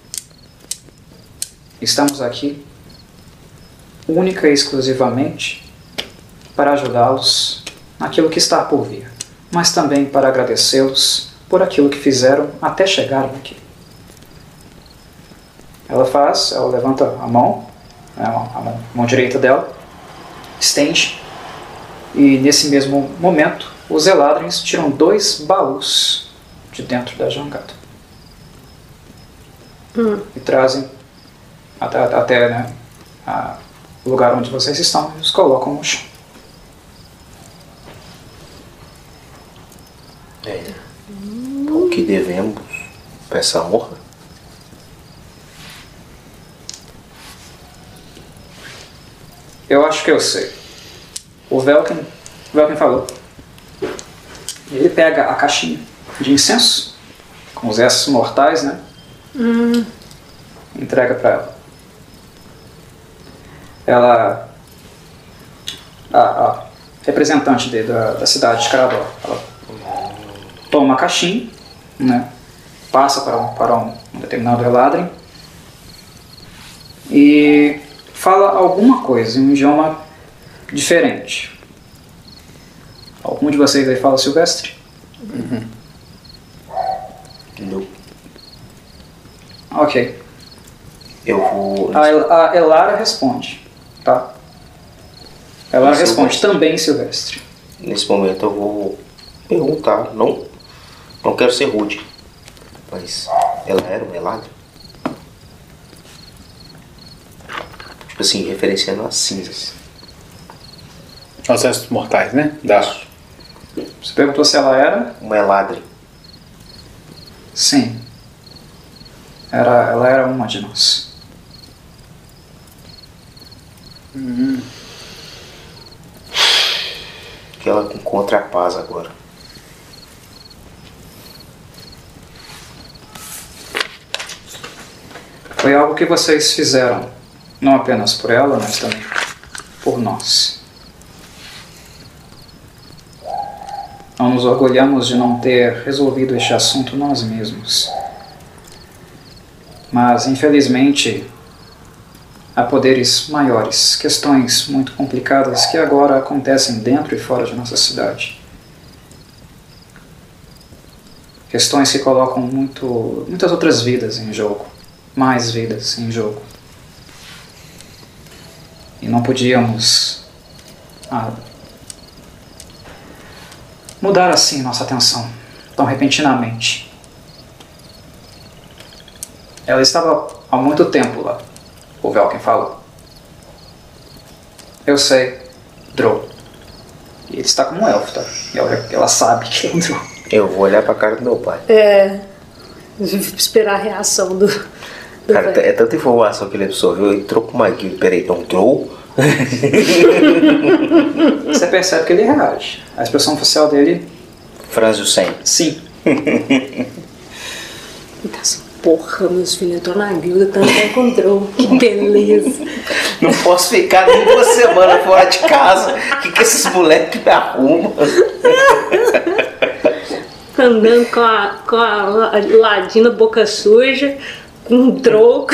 Estamos aqui única e exclusivamente para ajudá-los naquilo que está por vir, mas também para agradecê-los por aquilo que fizeram até chegarem aqui. Ela levanta a mão direita dela, estende, e nesse mesmo momento os Eladrins tiram 2 baús de dentro da jangada e trazem até o lugar onde vocês estão e os colocam no chão. O que devemos para essa honra? Eu acho que eu sei. O Velkin falou. Ele pega a caixinha de incenso, com os restos mortais, né? Entrega para ela. A representante da cidade de Carador. Ela toma a caixinha, né? Passa para um determinado Eladrin e fala alguma coisa em um idioma diferente. Algum de vocês aí fala Silvestre? Não. Ok. Eu vou... A Elara responde, tá? Elara responde também Silvestre. Nesse momento eu vou perguntar, não quero ser rude, mas ela era um Eladrin? Tipo assim, referenciando as cinzas. Os restos mortais, né? Você perguntou se ela era? Uma Eladrin. Sim. Ela era uma de nós. Que ela encontra a paz agora. Foi algo que vocês fizeram, não apenas por ela, mas também por nós. Não nos orgulhamos de não ter resolvido este assunto nós mesmos. Mas, infelizmente, há poderes maiores, questões muito complicadas que agora acontecem dentro e fora de nossa cidade. Questões que colocam muitas outras vidas em jogo, mais vidas em jogo. E não podíamos mudar assim nossa atenção, tão repentinamente. Ela estava há muito tempo lá, o Velkin falou. Eu sei, Drow. E ele está como um elfo, tá? Ela sabe que é um Drow. Eu vou olhar pra cara do meu pai. Esperar a reação do cara, é tanta informação que ele absorveu, ele trocou uma guilda. Peraí, então Drow? Você percebe que ele reage. A expressão facial dele... Franzio 100. Sim. Porra, meus filhos, eu tô na guilda, tanto que encontrou. Que beleza. Não posso ficar nem 2 semanas fora de casa. O que esses moleques me arrumam? Andando com a ladina boca suja, com um troco.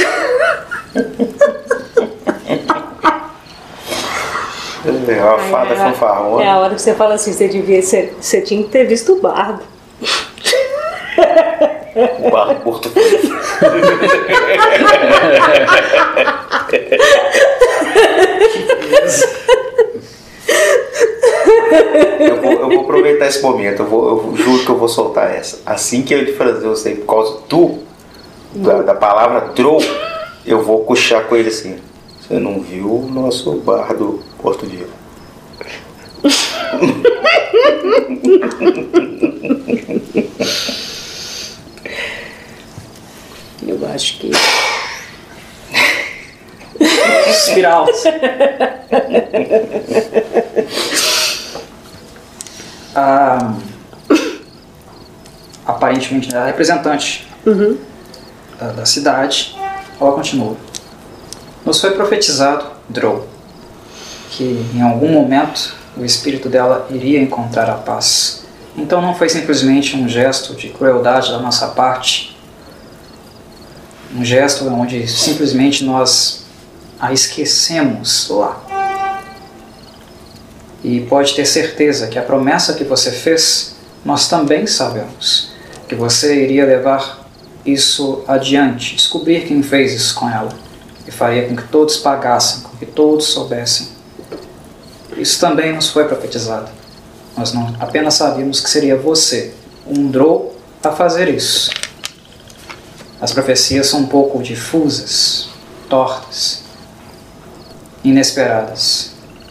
É uma fada fanfarrona. É a hora que você fala assim, você tinha que ter visto o bardo. O bardo curto. Eu vou aproveitar esse momento, eu juro que eu vou soltar essa. Assim que eu lhe fazer, eu sei, por causa da palavra Drow, Eu vou coxar com ele assim. Você não viu o nosso bar do Porto Vivo? Eu acho que... Espiral. Aparentemente, a representante da cidade, ela continua. Nos foi profetizado, Drow, que em algum momento o espírito dela iria encontrar a paz. Então não foi simplesmente um gesto de crueldade da nossa parte, um gesto onde simplesmente nós a esquecemos lá. E pode ter certeza que a promessa que você fez, nós também sabemos que você iria levar isso adiante, descobrir quem fez isso com ela, e faria com que todos pagassem, com que todos soubessem. Isso também nos foi profetizado. Nós não apenas sabíamos que seria você, um Drow, a fazer isso. As profecias são um pouco difusas, tortas, inesperadas.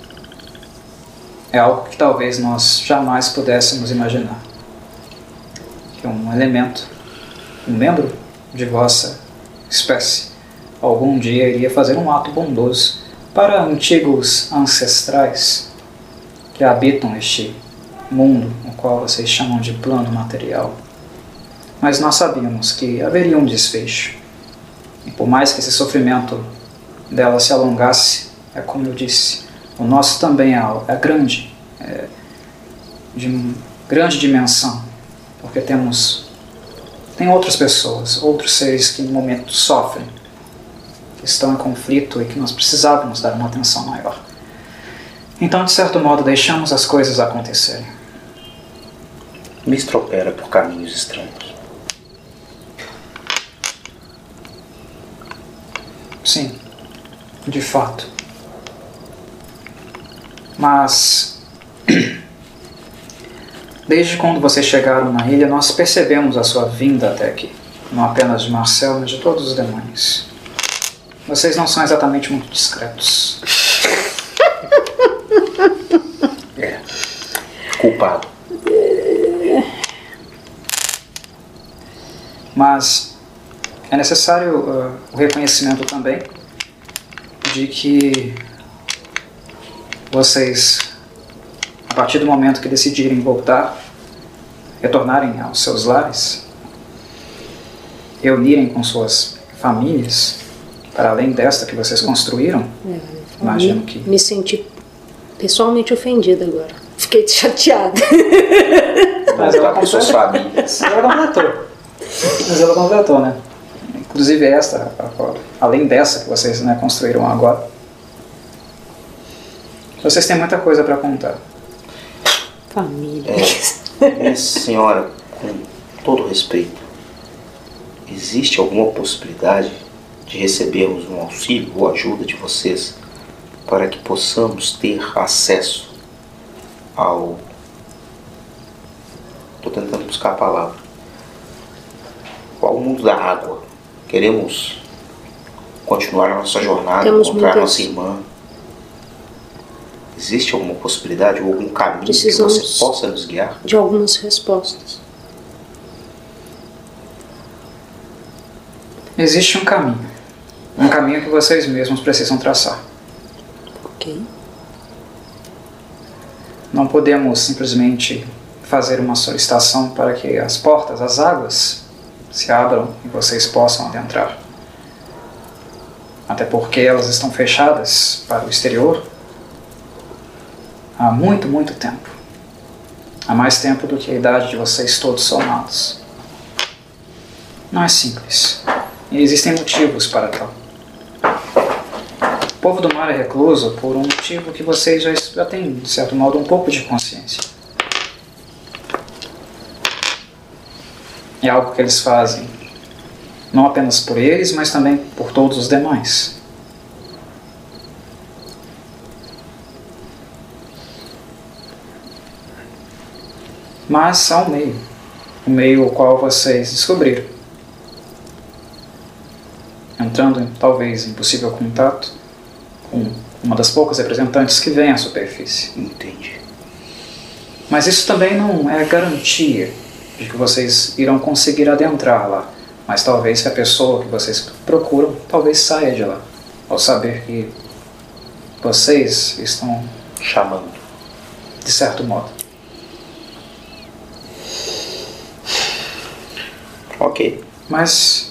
É algo que talvez nós jamais pudéssemos imaginar. Que um elemento, um membro de vossa espécie, algum dia iria fazer um ato bondoso para antigos ancestrais que habitam este mundo, o qual vocês chamam de plano material. Mas nós sabíamos que haveria um desfecho. E por mais que esse sofrimento dela se alongasse, é como eu disse, o nosso também é grande, de grande dimensão, porque tem outras pessoas, outros seres que no momento sofrem, que estão em conflito e que nós precisávamos dar uma atenção maior. Então, de certo modo, deixamos as coisas acontecerem. Mistral opera por caminhos estranhos. Sim, de fato. Mas, desde quando vocês chegaram na ilha, nós percebemos a sua vinda até aqui. Não apenas de Marcel, mas de todos os demônios. Vocês não são exatamente muito discretos. Culpado. Mas é necessário o reconhecimento também de que vocês, a partir do momento que decidirem voltar, retornarem aos seus lares, reunirem com suas famílias, para além desta que vocês construíram, imagino que... Me senti pessoalmente ofendida agora. Fiquei chateada. Mas ela com suas famílias. Mas ela completou, né? Inclusive esta, além dessa que vocês construíram agora. Vocês têm muita coisa para contar. Família. Minha senhora, com todo respeito, existe alguma possibilidade de recebermos um auxílio ou ajuda de vocês para que possamos ter acesso ao... Estou tentando buscar a palavra. Ao mundo da água. Queremos continuar a nossa jornada, encontrar nossa irmã. Existe alguma possibilidade ou algum caminho que você possa nos guiar? De algumas respostas. Existe um caminho. Um caminho que vocês mesmos precisam traçar. Ok. Não podemos simplesmente fazer uma solicitação para que as portas, as águas, se abram e vocês possam adentrar. Até porque elas estão fechadas para o exterior há muito, muito tempo. Há mais tempo do que a idade de vocês todos somados. Não é simples. E existem motivos para tal. O povo do mar é recluso por um motivo que vocês já têm, de certo modo, um pouco de consciência. É algo que eles fazem, não apenas por eles, mas também por todos os demais. Mas há um meio. O meio ao qual vocês descobriram. entrando talvez em possível contato com uma das poucas representantes que vem à superfície. Entendi. Mas isso também não é garantia de que vocês irão conseguir adentrar lá. Mas talvez se a pessoa que vocês procuram, talvez saia de lá, ao saber que vocês estão chamando, de certo modo. Ok. Mas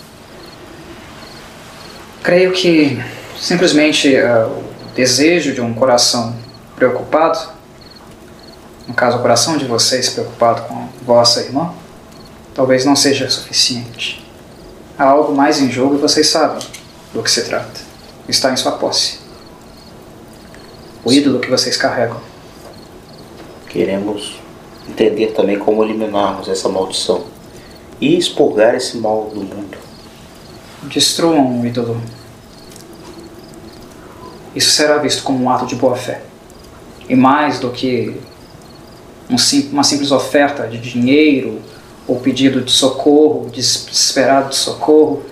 creio que simplesmente o desejo de um coração preocupado, no caso o coração de vocês preocupado com a vossa irmã, talvez não seja suficiente. Há algo mais em jogo e vocês sabem do que se trata. Está em sua posse. O ídolo que vocês carregam. Queremos entender também como eliminarmos essa maldição e expurgar esse mal do mundo. Destruam o ídolo. Isso será visto como um ato de boa-fé. E mais do que uma simples oferta de dinheiro ou pedido de socorro, desesperado de socorro.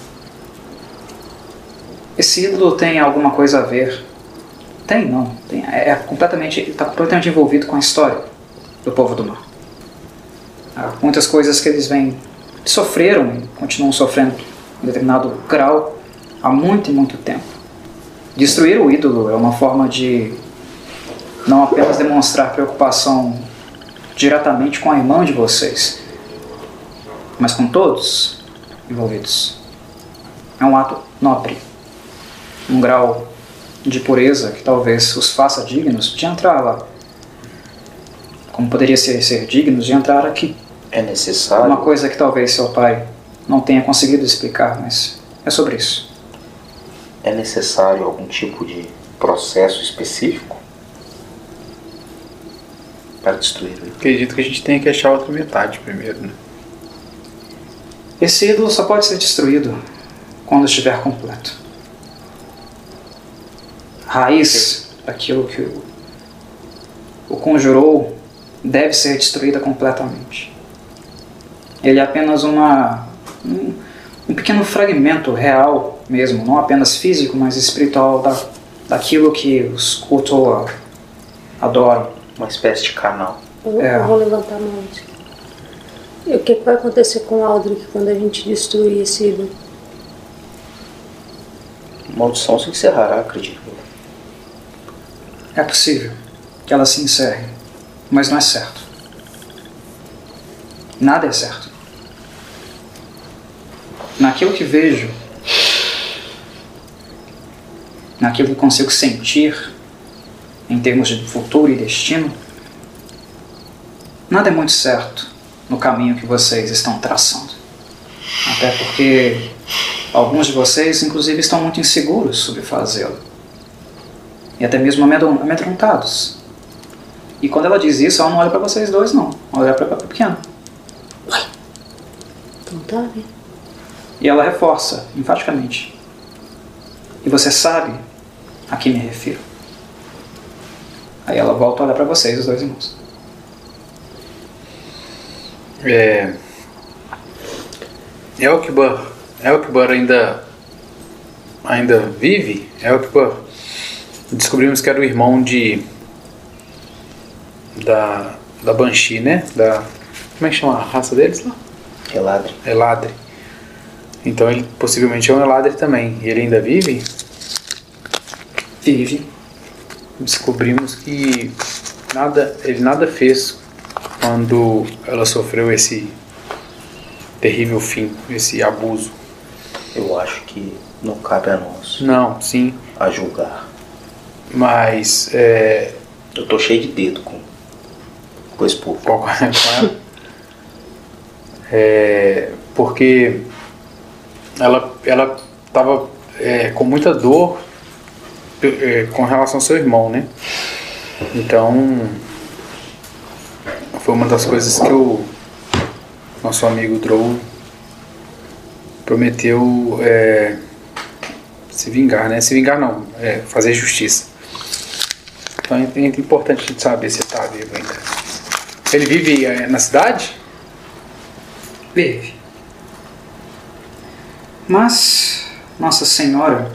Esse ídolo tem alguma coisa a ver? Tem, não. Está completamente envolvido com a história do povo do mar. Há muitas coisas que eles sofreram e continuam sofrendo em determinado grau há muito e muito tempo. Destruir o ídolo é uma forma de não apenas demonstrar preocupação diretamente com a irmã de vocês, mas com todos envolvidos. É um ato nobre, um grau de pureza que talvez os faça dignos de entrar lá, como poderia ser dignos de entrar aqui. É necessário? Uma coisa que talvez seu pai não tenha conseguido explicar, mas é sobre isso. É necessário algum tipo de processo específico para destruir o ídolo? Acredito que a gente tem que achar a outra metade primeiro, né? Esse ídolo só pode ser destruído quando estiver completo. A raiz daquilo que o conjurou deve ser destruída completamente. Ele é apenas um pequeno fragmento real mesmo, não apenas físico, mas espiritual daquilo que os Kuto adoram. Uma espécie de canal. Eu vou levantar a mão. E o que vai acontecer com Aldrich quando a gente destruir esse ídolo? A maldição se encerrará, acredito. É possível que ela se encerre, mas não é certo. Nada é certo. Naquilo que vejo, naquilo que consigo sentir, em termos de futuro e destino, nada é muito certo no caminho que vocês estão traçando. Até porque alguns de vocês, inclusive, estão muito inseguros sobre fazê-lo. E até mesmo amedrontados. E quando ela diz isso, ela não olha para vocês dois, não. Ela olha para o pequeno. Então tá, né? E ela reforça, enfaticamente. E você sabe a que me refiro. Aí ela volta a olhar para vocês, os dois irmãos. Elkbar ainda vive? Elkbar, descobrimos que era o irmão da Banshee, né? Como é que chama a raça deles lá? Eladri. Eladri. Então ele possivelmente é um Eladri também. E ele ainda vive? Vive. Descobrimos que ele nada fez quando ela sofreu esse terrível fim, esse abuso. Eu acho que não cabe a nós. Não, sim. A julgar. Mas eu tô cheio de dedo com esse povo. Com ela. Porque ela estava com muita dor com relação ao seu irmão, né? Então foi uma das coisas que o nosso amigo Drow prometeu se vingar, né? Se vingar não, fazer justiça. Então é importante a gente saber se está vivo ainda. Ele vive na cidade? Vive. Mas Nossa Senhora,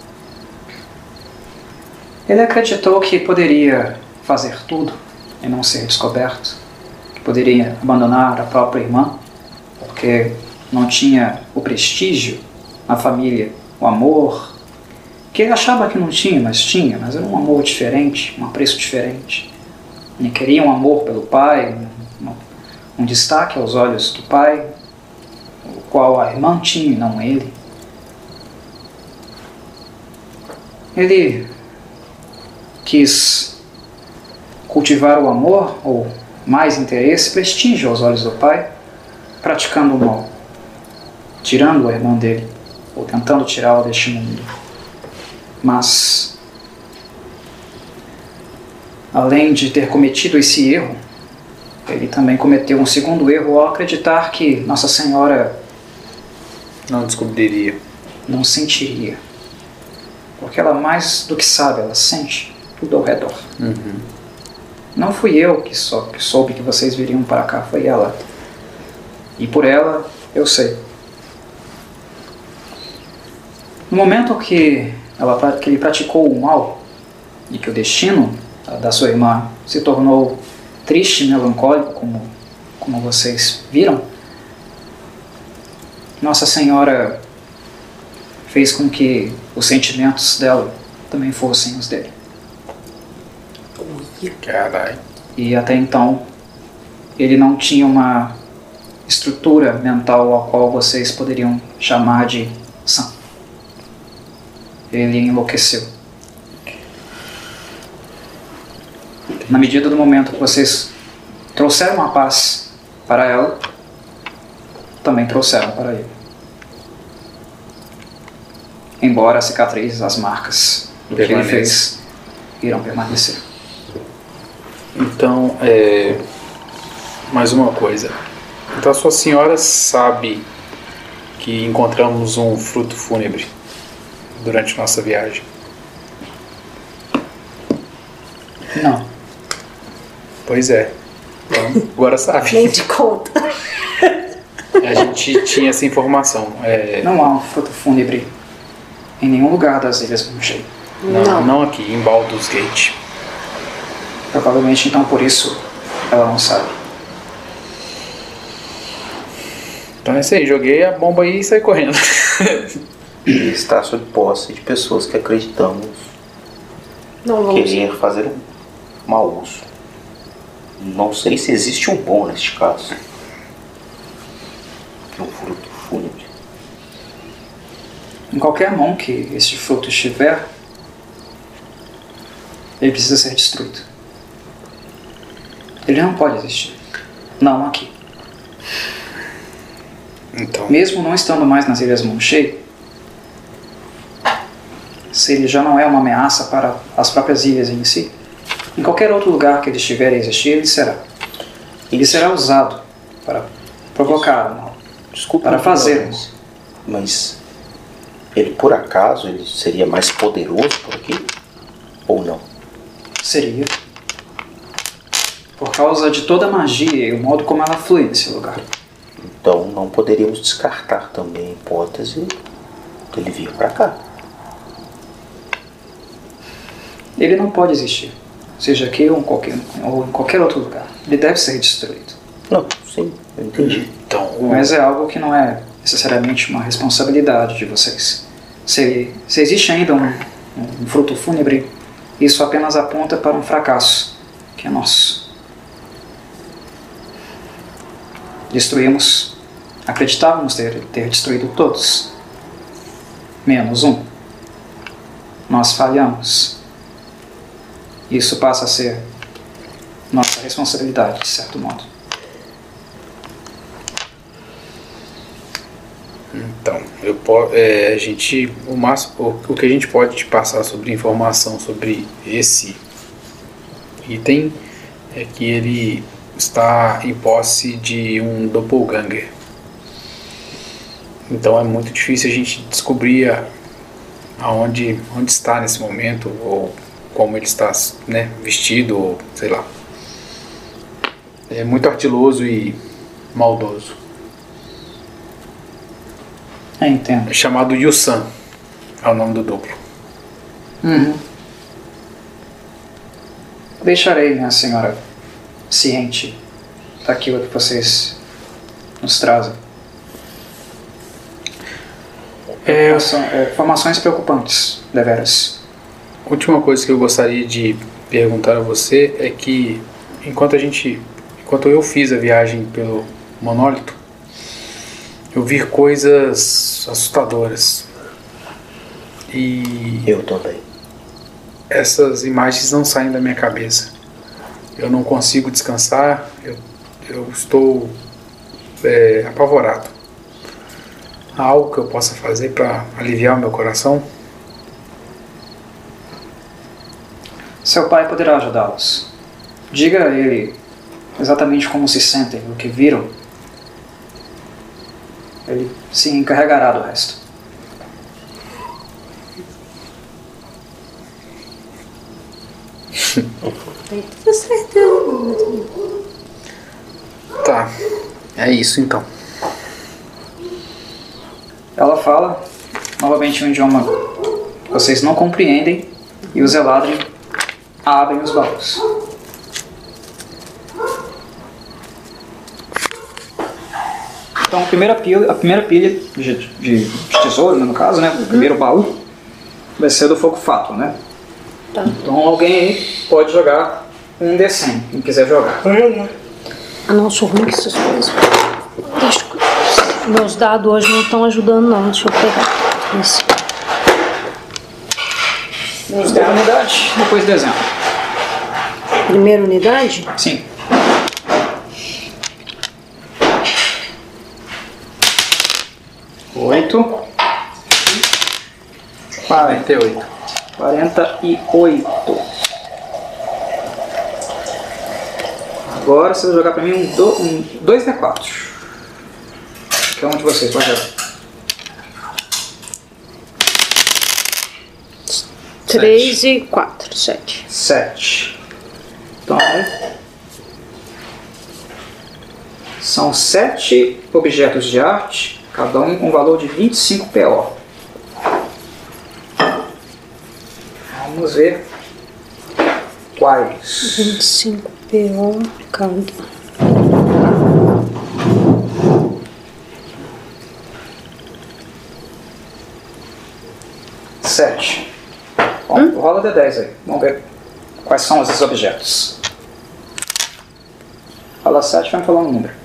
ele acreditou que poderia fazer tudo e não ser descoberto, que poderia abandonar a própria irmã, porque não tinha o prestígio na família, o amor, que ele achava que não tinha, mas era um amor diferente, um apreço diferente. Ele queria um amor pelo pai, um destaque aos olhos do pai, o qual a irmã tinha e não ele. Ele quis cultivar o amor, ou mais interesse, prestígio aos olhos do pai, praticando o mal, tirando a irmã dele, ou tentando tirá-la deste mundo. Mas, além de ter cometido esse erro, ele também cometeu um segundo erro ao acreditar que Nossa Senhora não descobriria, não sentiria. Porque ela, mais do que sabe, ela sente tudo ao redor. Não fui eu que soube que vocês viriam para cá, foi ela. E por ela, eu sei. No momento que ele praticou o mal, e que o destino da sua irmã se tornou triste e melancólico, como vocês viram, Nossa Senhora fez com que os sentimentos dela também fossem os dele. Caralho. E até então, ele não tinha uma estrutura mental a qual vocês poderiam chamar de sã. Ele enlouqueceu. Na medida do momento que vocês trouxeram a paz para ela, também trouxeram para ele. Embora as cicatrizes, as marcas do que ele fez irão permanecer. Então, mais uma coisa. Então a sua senhora sabe que encontramos um fruto fúnebre durante nossa viagem? Não. Pois é. Então, agora sabe. Nem te conta. A gente tinha essa informação. Não há um fruto fúnebre em nenhum lugar das Ilhas Munchei. Não aqui, em Baldur's Gate. Provavelmente, então, por isso, ela não sabe. Então é isso aí, joguei a bomba aí e saí correndo. E está sob posse de pessoas que acreditamos Não vamos. querer fazer um mau uso. Não sei se existe um bom neste caso. Que um fruto fúnebre. Em qualquer mão que este fruto estiver, ele precisa ser destruído. Ele não pode existir. Não aqui. Então, Mesmo não estando mais nas Ilhas Munchei, se ele já não é uma ameaça para as próprias ilhas em si, em qualquer outro lugar que ele estiver a existir, ele será. Ele será usado para provocar o mal, Desculpa, para fazer o mal. mas ele por acaso ele seria mais poderoso por aqui? Ou não? Seria. Por causa de toda a magia e o modo como ela flui nesse lugar. Então não poderíamos descartar também a hipótese dele vir para cá. Ele não pode existir, seja aqui ou em qualquer outro lugar. Ele deve ser destruído. Não, sim, eu entendi. então Mas é algo que não é necessariamente uma responsabilidade de vocês. Se existe ainda um fruto fúnebre, isso apenas aponta para um fracasso, que é nosso. Destruímos, acreditávamos ter destruído todos, menos um. Nós falhamos. Isso passa a ser nossa responsabilidade, de certo modo. Então, a gente, o que a gente pode te passar sobre informação sobre esse item é que ele está em posse de um doppelganger. Então é muito difícil a gente descobrir onde está nesse momento, ou como ele está, né, vestido, ou sei lá. É muito ardiloso e maldoso. Entendo. É chamado Yusan. É o nome do duplo. Uhum. Deixarei minha senhora ciente daquilo que vocês nos trazem. São informações preocupantes, deveras. A última coisa que eu gostaria de perguntar a você é que enquanto eu fiz a viagem pelo monólito, eu vi coisas assustadoras. E Eu também. essas imagens não saem da minha cabeça. Eu não consigo descansar, eu estou apavorado. Há algo que eu possa fazer para aliviar o meu coração? Seu pai poderá ajudá-los. Diga a ele exatamente como se sentem, o que viram. Ele se encarregará do resto. Tem toda certeza. Tá, é isso então. Ela fala novamente um idioma que vocês não compreendem e os Eladrin abrem os baús. Então a primeira pilha de tesouro, né, no caso, né, o primeiro baú vai ser do fogo fato, né? Tá. Então alguém aí pode jogar um D100, quem quiser jogar. Ah, não, sou ruim com essas coisas. Meus dados hoje não estão ajudando, não. Deixa eu pegar. Isso. Meus dados unidade, depois dezembro. Primeira unidade? Sim. Oito. 48. 48. Agora você vai jogar pra mim um 2D4. Qualquer um de vocês pode jogar. 3 e 4, 7. 7. Então, são 7 objetos de arte, cada um com valor de 25 PO. Vamos ver quais. 25 PO cada. Sete. Bom, rola D10 aí. Vamos ver quais são esses objetos. Fala 7, vai me falando o número.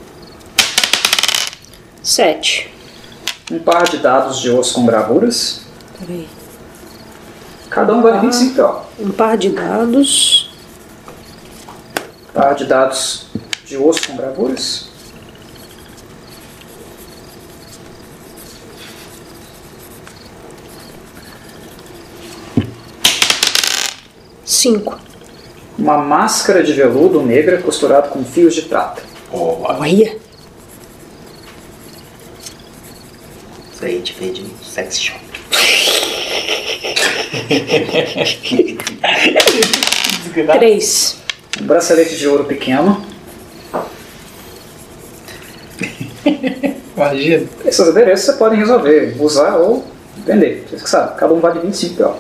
7. Um par de dados de osso com gravuras. Peraí. Cada um vale 25 PO. Um par de dados. Par de dados de osso com gravuras. Cinco. Uma máscara de veludo negra costurada com fios de prata. Olha. Isso aí a gente vende no sex shop. Três. Um bracelete de ouro pequeno. Imagina. Esses adereços você pode resolver, usar ou vender. Vocês que sabem, cada um vale 25 PO.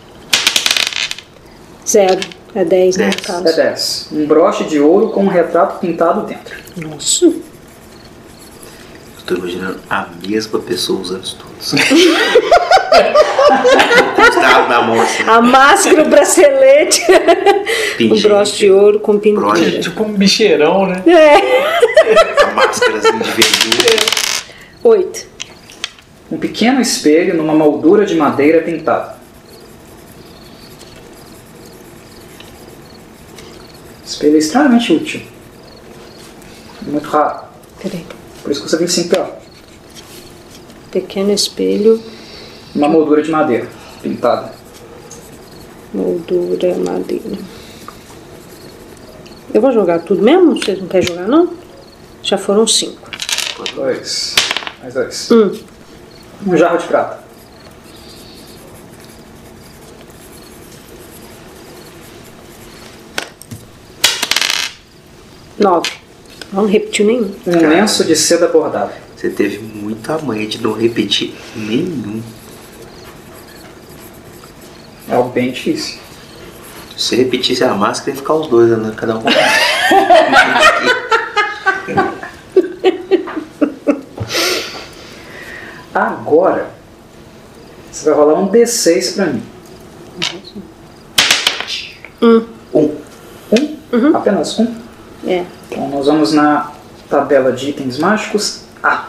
0. É 10, né, no 10. caso. É 10. Um broche de ouro com um retrato pintado dentro. Nossa. Estou imaginando a mesma pessoa usando isso todos. Estava na mão assim. A máscara, o bracelete. O Pingente, broche de ouro com pintura. broche, Tipo um bicheirão, né? É. a máscarazinha de veludo. 8. Um pequeno espelho numa moldura de madeira pintada. Espelho é extremamente útil. Muito raro. Peraí. Por isso custa 25 PO. Pequeno espelho, Uma moldura de madeira pintada. moldura, madeira. Eu vou jogar tudo mesmo? Vocês não querem jogar, não? Já foram 5. 2. Mais 2. 1. Um jarro de prata. 9. Não repetiu nenhum. Um lenço de seda bordado. Você teve muita manha de não repetir nenhum. É algo bem difícil. Se repetisse a máscara, ia ficar os dois, né? Cada um. Agora, você vai rolar um D6 pra mim. Um? Apenas um? É. Então nós vamos na tabela de itens mágicos A.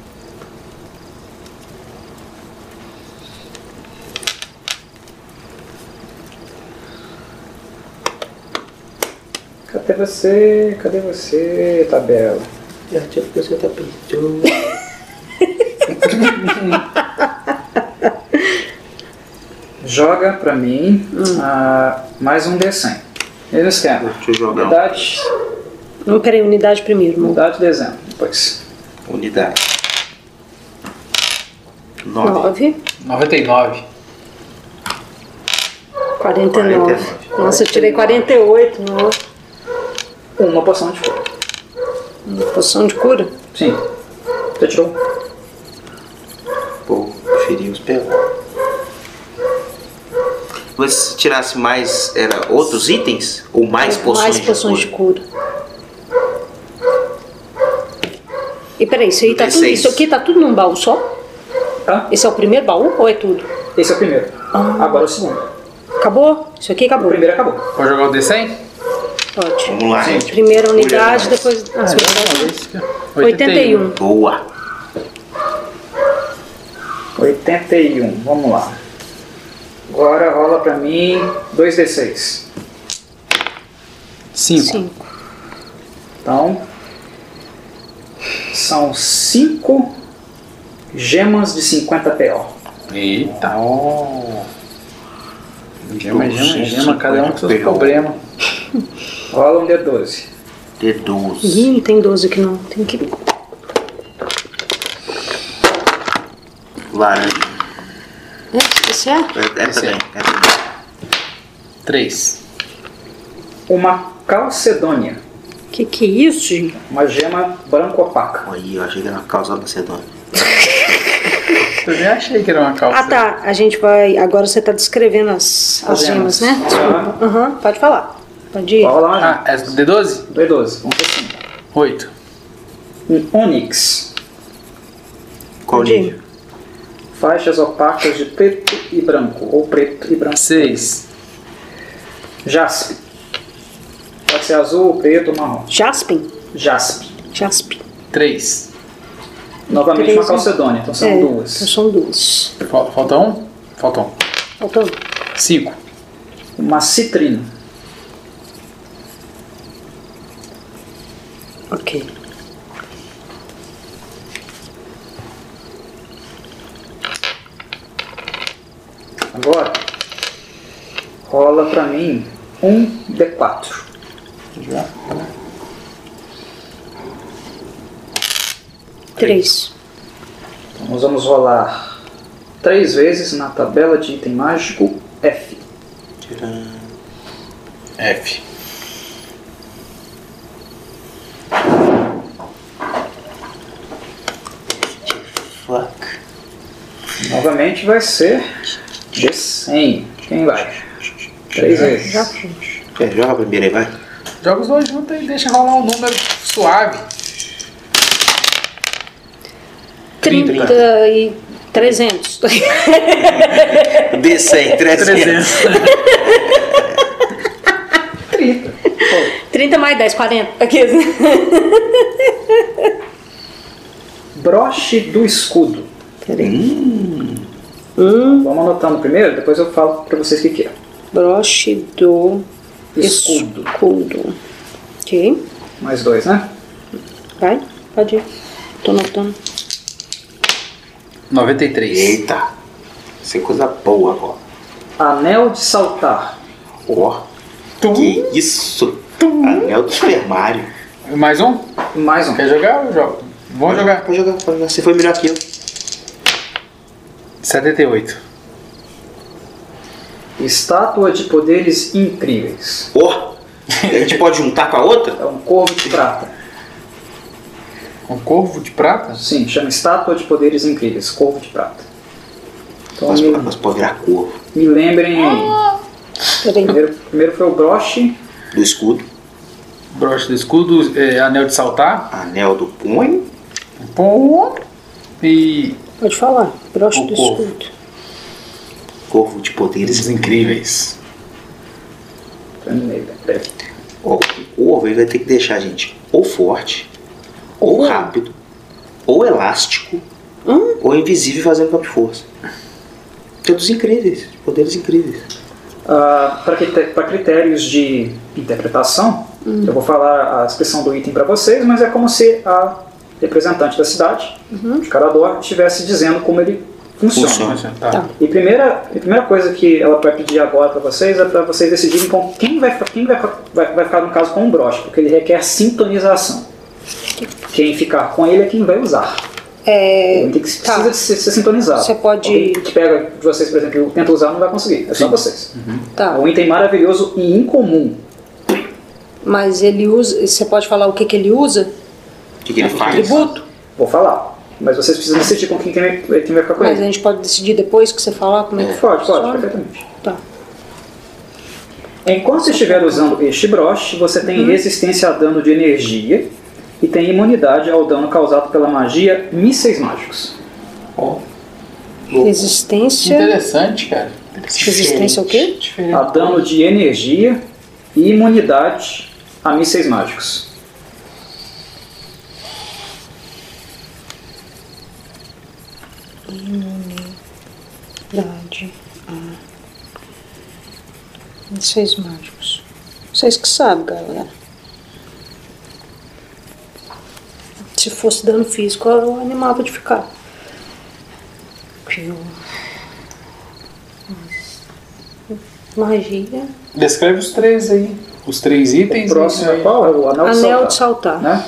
Cadê você, tabela? Já tinha que você tá pedindo. Joga pra mim mais um D100. Mesmo esquema. Deixa eu jogar. Unidade, Não, peraí, unidade primeiro, irmão. unidade, dezembro. Depois. Unidade. 9. 9. 99. 49. Nossa, eu tirei 48. Nossa. Uma poção de cura. Poção de cura? Sim. Você tirou? Pô, preferi os pegou. Mas se tirasse mais, era outros itens? Ou mais poções Mais poções de cura. E peraí, isso, aí tá tudo, isso aqui tá tudo num baú só? Tá? Esse é o primeiro baú ou é tudo? Esse é o primeiro. Agora o segundo. Acabou? Isso aqui O acabou? primeiro acabou. Pode jogar o D100? Pode. Vamos lá, gente. Primeira unidade, Cuida depois... Ah, as joga uma unidades. vez. 81. Boa. 81. Vamos lá. Agora rola pra mim 2D6. 5. 5. Então, são 5 gemas de 50 PO. Eita. Oh. Gema, cada um com seus problemas. Rola um D12. D12. Ih, não tem 12 aqui não. Tem que... Laranja. Esse é? É também. 3. Uma calcedônia. Que é isso, gente? Uma gema branco opaca. Aí, eu achei que era uma calça macedônia. Eu nem achei que era uma calça. Ah, tá. A gente vai... Agora você tá descrevendo as gemas, né? Desculpa. Aham, pode falar. Pode ir. Vai rolar uma Ah, é D12? gema. D12. Vamos ver assim. 8. Um ônix. Qual Pode ir. nível? Faixas opacas de preto e branco. Ou preto e branco. 6. Jaspe. Pode ser azul, preto ou marrom. Jaspin? Jaspe. Jaspin. 3. Novamente Três, uma calcedônia. Então são duas. Então são duas. Falta um? Falta um. Faltou um. 5. Uma citrina. Ok. Agora, rola pra mim um D4. Já. 3. Então nós vamos rolar 3 vezes na tabela de item mágico F. F. Fuck. Novamente vai ser D100. Quem vai? 3 vezes. Já fui. Joga a primeira aí, vai. Joga os dois juntos e deixa rolar um número suave. 30 e 300. D100, 300. 30. 30 mais 10, 40. Aqui. Broche do escudo. Peraí. Vamos anotando primeiro, depois eu falo pra vocês o que é. Broche do Escudo. escudo. Ok. Mais 2, né? Vai, pode ir. Tô anotando. 93. Eita. Isso é coisa boa agora. Anel de saltar. Ó. Que isso? Anel do Super Mario. Mais um? Mais um. Quer jogar? Eu jogo. Vamos jogar. Pode jogar, pode jogar. Você foi melhor que eu. 78. Estátua de poderes incríveis. Ó. A gente pode juntar com a outra? É um corvo de prata. Um corvo de prata? Sim, chama Estátua de Poderes Incríveis. Corvo de prata. Então, Mas pode virar corvo. me lembrem aí. Peraí. Primeiro foi o broche. Do escudo, Broche do escudo, anel de saltar. anel do punho, Pum. E Pode falar. Broche O do corvo. escudo. corvo de poderes eles incríveis. Peraí. Ó, o corvo ele vai ter que deixar a gente ou forte, ou rápido, ou elástico, ou invisível fazendo campo de força. Todos incríveis, poderes incríveis. Para critérios de interpretação, eu vou falar a descrição do item para vocês, mas é como se a representante da cidade, de Carador, estivesse dizendo como ele funciona. Tá. E a primeira coisa que ela vai pedir agora para vocês é para vocês decidirem com quem vai ficar no caso com o broche, porque ele requer sintonização. Quem ficar com ele é quem vai usar. Ele tem que precisa de ser sintonizado. Você pode- Alguém que pega de vocês, por exemplo, e tenta usar, não vai conseguir. É só vocês. Tá. É um item maravilhoso e incomum. Mas ele usa. Você pode falar o que ele usa? O que ele faz? Atributo? Vou falar. Mas vocês precisam decidir com quem vai ficar com Mas a ele. gente pode decidir depois que você falar como é que Pode, funciona? perfeitamente. Tá. Enquanto você estiver usando este broche, você tem resistência a dano de energia e tem imunidade ao dano causado pela magia mísseis mágicos. Resistência. Interessante, cara. Resistência ao quê? Diferente. A dano de energia e imunidade a mísseis mágicos. Imunidade a mísseis mágicos. Vocês que sabem, galera. Se fosse dano físico, eu animava de ficar. Magia. Descreve os três aí. Os três itens. O próximo e- é qual? É o anel de saltar. Anel de saltar. Né?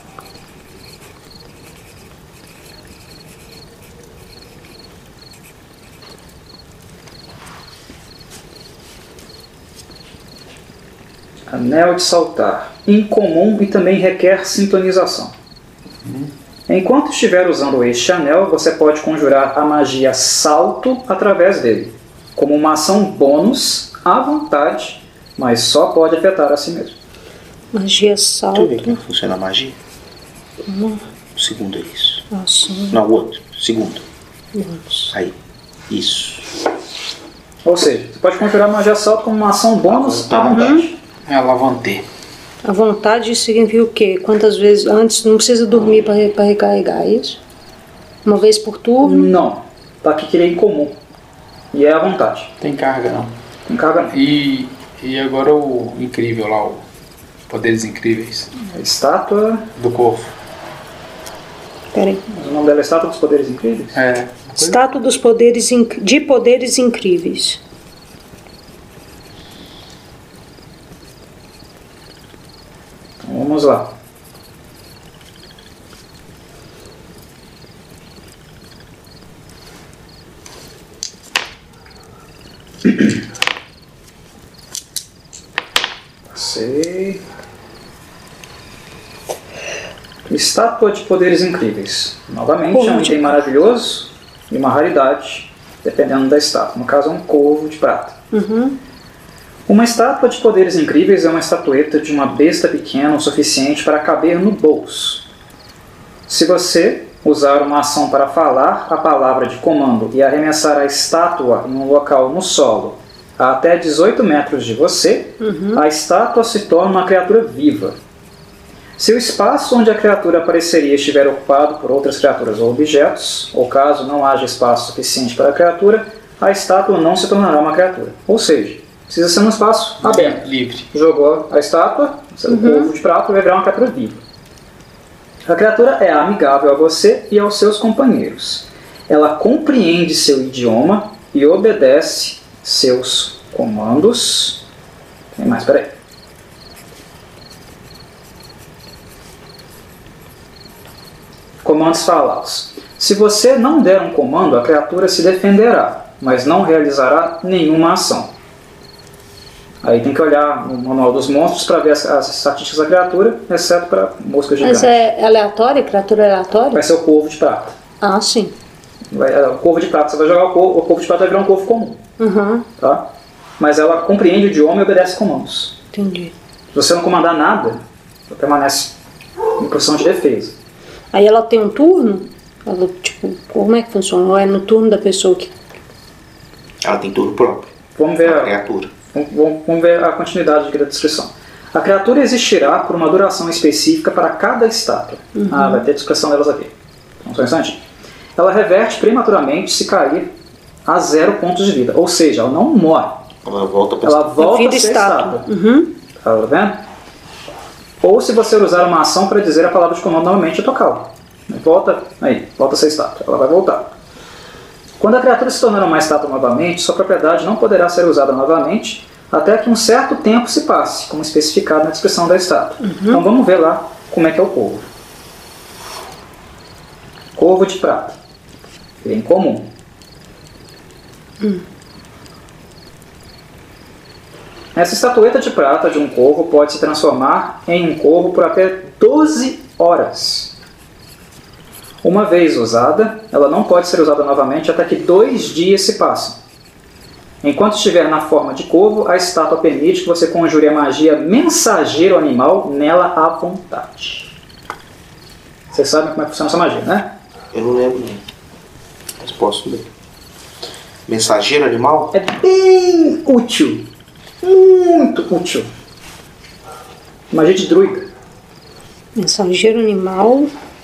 Anel de saltar. Incomum e também requer sintonização. Enquanto estiver usando este anel, você pode conjurar a magia salto através dele, como uma ação bônus à vontade, mas só pode afetar a si mesmo. Magia Deixa eu ver salto. como funciona a magia. O segundo é isso. Ação Não, o outro. Segundo. bônus. Aí. Isso. Ou seja, você pode conjurar a magia salto como uma ação bônus à vontade. É a lavantê. A vontade significa o quê? Quantas vezes antes não precisa dormir para recarregar, é isso? Uma vez por turno? Não. Tá aqui que ele é incomum. E é à vontade. Tem carga, não. Não caga não. E agora o incrível lá, o Poderes Incríveis A estátua. do Corvo. Peraí. Mas o nome dela é Estátua dos Poderes Incríveis? É. Estátua dos de poderes incríveis. Então vamos lá. Passei. Estátua de Poderes Incríveis. Novamente, é um item maravilhoso e uma raridade, dependendo da estátua. No caso, é um corvo de prata. Uma estátua de poderes incríveis é uma estatueta de uma besta pequena o suficiente para caber no bolso. Se você usar uma ação para falar a palavra de comando e arremessar a estátua em um local no solo a até 18 metros de você, a estátua se torna uma criatura viva. Se o espaço onde a criatura apareceria estiver ocupado por outras criaturas ou objetos, ou caso não haja espaço suficiente para a criatura, a estátua não se tornará uma criatura. Ou seja, precisa ser um espaço aberto. Livre. Jogou a estátua, o corvo de prata vai virar uma criatura viva. A criatura é amigável a você e aos seus companheiros. Ela compreende seu idioma e obedece seus comandos. Tem mais, peraí. Comandos falados. Se você não der um comando, a criatura se defenderá, mas não realizará nenhuma ação. Aí tem que olhar no manual dos monstros para ver as estatísticas da criatura, exceto para mosca gigante. Mas é aleatório? Criatura aleatória? Vai ser o corvo de prata. Ah, sim. O corvo de prata, você vai jogar o corvo de prata vai virar um corvo comum. Uhum. Tá? Mas ela compreende o idioma e obedece comandos. Entendi. Se você não comandar nada, ela permanece em posição de defesa. Aí ela tem um turno? Ela, tipo, como é que funciona? Ou é no turno da pessoa que... Ela tem turno próprio. Vamos ver A criatura. Vamos ver a continuidade aqui da descrição. A criatura existirá por uma duração específica para cada estátua. Vai ter descrição delas aqui. Então, só um instantinho. Ela reverte prematuramente se cair a 0 pontos de vida. Ou seja, ela não morre. Ela volta para Ela volta a ser estátua. Tá vendo? Ou se você usar uma ação para dizer a palavra de comando novamente e tocá-la. Volta a ser estátua. Ela vai voltar. Quando a criatura se tornar uma estátua novamente, sua propriedade não poderá ser usada novamente até que um certo tempo se passe, como especificado na descrição da estátua. Então vamos ver lá como é que é o corvo. Corvo de prata. Ele é incomum. Essa estatueta de prata de um corvo pode se transformar em um corvo por até 12 horas. Uma vez usada, ela não pode ser usada novamente até que 2 dias se passem. Enquanto estiver na forma de corvo, a estátua permite que você conjure a magia mensageiro animal nela à vontade. Vocês sabem como é que funciona essa magia, né? Eu não lembro nem. Mas posso ler. Mensageiro animal? É bem útil. Muito útil. Magia de druida. Mensageiro animal.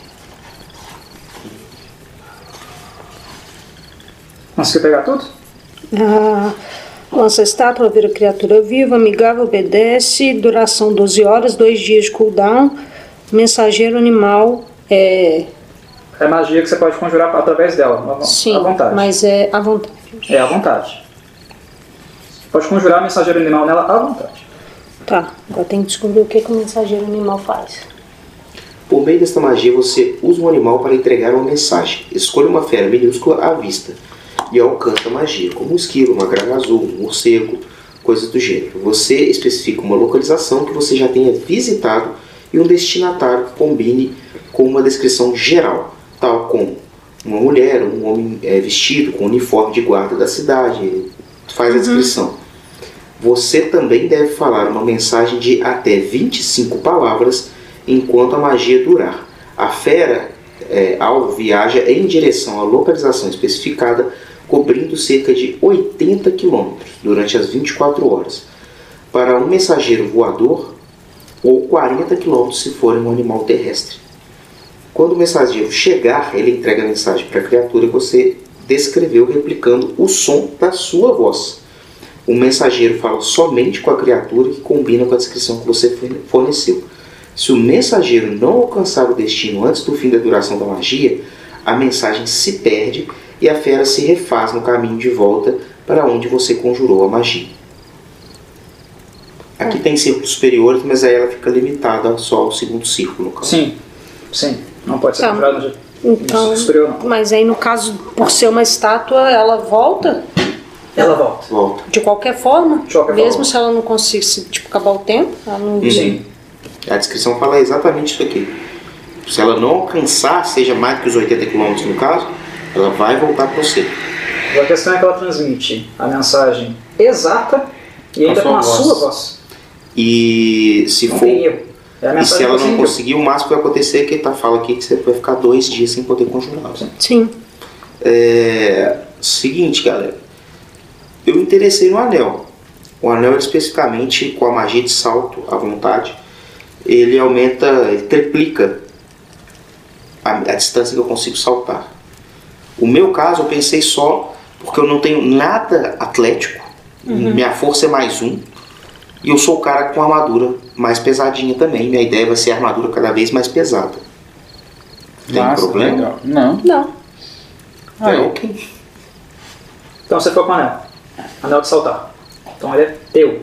Conseguiu pegar tudo? Lança estátua, vira criatura viva, amigável, obedece, duração 12 horas, 2 dias de cooldown. Mensageiro animal é magia que você pode conjurar através dela, sim, à vontade. Mas é à vontade. É à vontade. Pode conjurar mensageiro animal nela à vontade. Tá, agora tem que descobrir o que o mensageiro animal faz. Por meio desta magia, você usa um animal para entregar uma mensagem. Escolha uma fera minúscula à vista e alcança a magia, como um esquilo, uma grava azul, um morcego, coisas do gênero. Você especifica uma localização que você já tenha visitado e um destinatário que combine com uma descrição geral, tal como uma mulher, um homem vestido com uniforme de guarda da cidade. Faz a descrição. Você também deve falar uma mensagem de até 25 palavras enquanto a magia durar. A fera alvo viaja em direção à localização especificada, cobrindo cerca de 80 km durante as 24 horas. Para um mensageiro voador, ou 40 km se for um animal terrestre. Quando o mensageiro chegar, ele entrega a mensagem para a criatura que você descreveu, replicando o som da sua voz. O mensageiro fala somente com a criatura que combina com a descrição que você forneceu. Se o mensageiro não alcançar o destino antes do fim da duração da magia, a mensagem se perde e a fera se refaz no caminho de volta para onde você conjurou a magia. Aqui tem círculos superiores, mas aí ela fica limitada só ao segundo círculo. No caso. Sim. Não pode ser conjurada então, superior, não. Mas aí, no caso, por ser uma estátua, ela volta? Ela volta. De qualquer forma? De qualquer mesmo forma. Se ela não conseguisse acabar o tempo? Ela não... Sim. A descrição fala exatamente isso aqui. Se ela não alcançar, seja mais que os 80 km no caso, ela vai voltar para você. A questão é que ela transmite a mensagem exata e ainda com a sua voz. E se Não for... tem erro. É a E se mensagem ela que não você conseguir, o máximo que vai acontecer é que fala aqui que você vai ficar 2 dias sem poder conjurar. Sim. Seguinte, galera. Eu me interessei no anel. O anel, especificamente com a magia de salto à vontade, ele aumenta, ele triplica a distância que eu consigo saltar. O meu caso, eu pensei só porque eu não tenho nada atlético, minha força é +1, e eu sou o cara com armadura mais pesadinha também. Minha ideia vai ser a armadura cada vez mais pesada. Tem problema? Legal. Não. Não. Ok. Então você foi com o anel. Anel de saltar. Então ele é teu.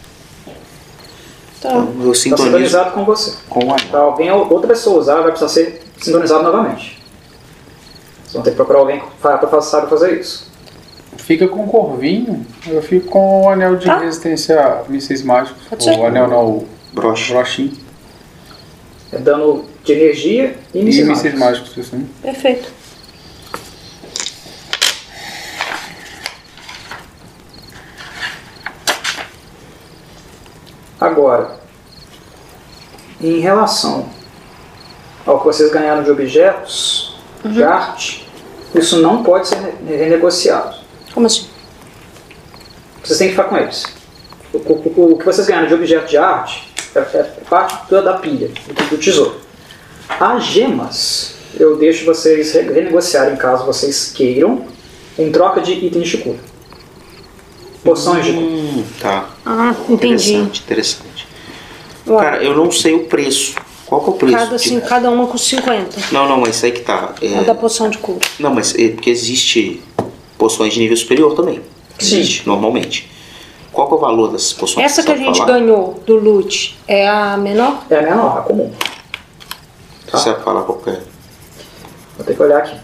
Tá. Eu Está sintonizo sintonizado com você. com o anel. Para outra pessoa usar, vai precisar ser sintonizado novamente. Vocês vão ter que procurar alguém que saiba fazer isso. Fica com o corvinho, eu fico com o anel de resistência a mísseis mágicos. Pode ser. O anel não, o Broche. brochinho. É dano de energia e E mísseis mísseis mágicos. mágicos, assim. Perfeito. Agora, em relação ao que vocês ganharam de objetos, de arte, isso não pode ser renegociado. Como assim? Vocês têm que ficar com eles. O que vocês ganharam de objeto de arte é parte da pilha, do tesouro. As gemas, eu deixo vocês renegociarem caso vocês queiram, em troca de itens de cura. Poções de cura. Tá. Ah, entendi. Interessante. Ué. Cara, eu não sei o preço. Qual que é o preço? Cada uma com 50. Não, mas isso aí que tá. A da poção de cura. Não, mas porque existe poções de nível superior também. Existe, normalmente. Qual que é o valor das poções? Essa que a gente ganhou do loot é a menor? É a menor, a comum. Tá. Você sabe falar qual que é? Vou ter que olhar aqui.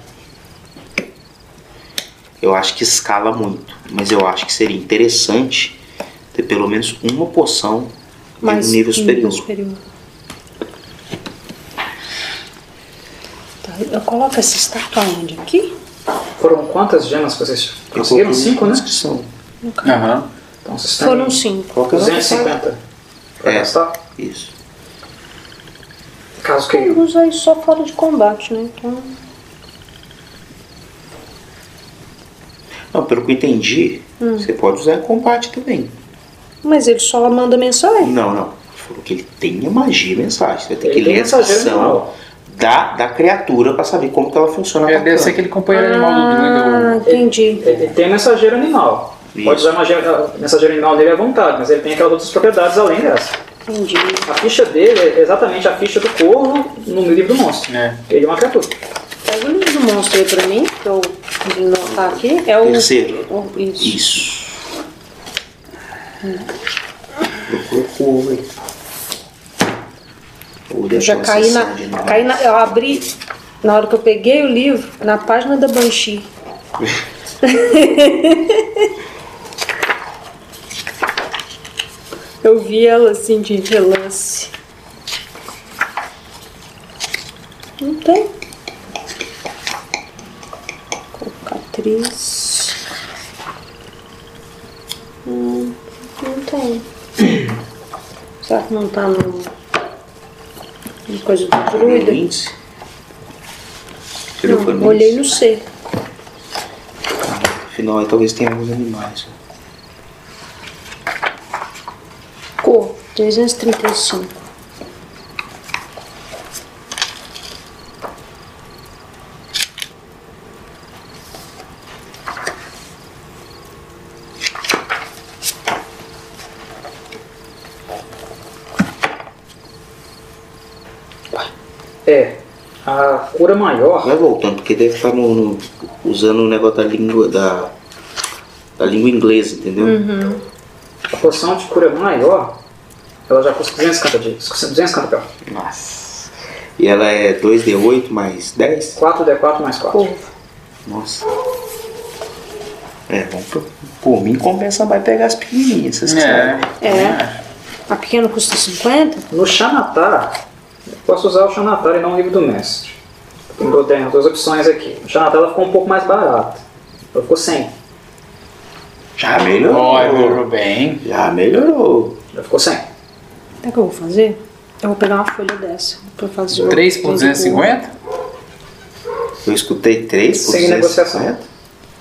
Eu acho que escala muito, mas eu acho que seria interessante ter pelo menos uma poção de nível superior. Tá, eu coloco essa estátua onde? Aqui? Foram quantas gemas que vocês conseguiram? 5, né? Aham. Então vocês têm Foram 5. Qual que é o 250 pra gastar. Isso. Caso que Eu uso aí só fora de combate, né? Então... Não, pelo que eu entendi, você pode usar em combate também. Mas ele só manda mensagem. Não. Ele falou que ele tem a magia mensagem. Você vai ter Ele que tem ler a mensageiro descrição animal. da criatura pra saber como que ela funciona. Deve ser aquele companheiro animal do druida. Entendi. ele tem mensageiro animal. Isso. Pode usar o mensageiro animal dele à vontade, mas ele tem aquelas outras propriedades além dessa. Entendi. A ficha dele é exatamente a ficha do corvo no livro do monstro. É. Ele é uma criatura. Pega o livro do monstro aí pra mim, que eu vou notar aqui. É o Terceiro. Isso. Isso. Procura o corvo aí. Eu já caí na. Eu abri, na hora que eu peguei o livro, na página da Banshee. Eu vi ela assim de relance. Não tem. Colocatriz. Não tem. Será que não tá no coisa do druida? Índice. Tirou Não, olhei no C. Afinal, aí talvez tenha alguns animais. Cor 335. A cura maior. Vai voltando, porque deve estar usando o negócio da língua da língua inglesa, entendeu? A poção de cura maior, ela já custa 250 PO. Nossa. E ela é 2d8 mais 10? 4d4 mais 4. Corvo. Nossa. Por mim compensa mais pegar as pequenininhas, essas que sabem. É. A pequena custa 50? No Xanatar, eu posso usar o Xanatar e não o livro do mestre. Eu tenho duas opções aqui. O Xanatar ela ficou um pouco mais barato. Ela ficou 100. Já melhorou. Ó, melhorou bem. Já melhorou. Já ficou 100. Sabe o que eu vou fazer? Eu vou pegar uma folha dessa pra fazer 3 por 250? Eu escutei 3 por Sem negociação. 250.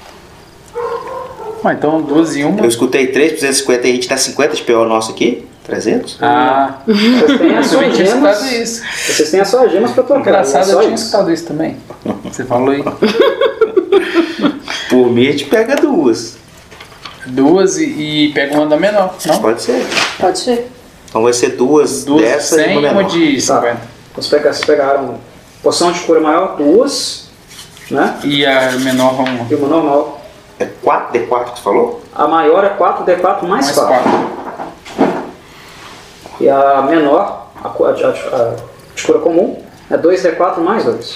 Então 12 e 1. Eu escutei 3 por 250 e a gente dá 50 de PO nosso aqui? 300? Ah, Vocês têm as eu suas tinha gemas. escutado isso. Vocês têm as suas gemas pra trocar. Engraçado, é só eu tinha isso. escutado isso também. Você falou aí. Por mim a gente pega 2. 2 e pega uma da menor, não? Pode ser. Pode ser. Então vai ser 2 2 de dessa e 100 uma e uma menor. de 50. Tá. Vocês pegaram poção de cura maior, 2, né? E a menor uma. E uma normal. É 4d4 que você falou? A maior é 4d4 mais Mais 4. 4. E a menor, a de cura comum, é 2d4 mais 2.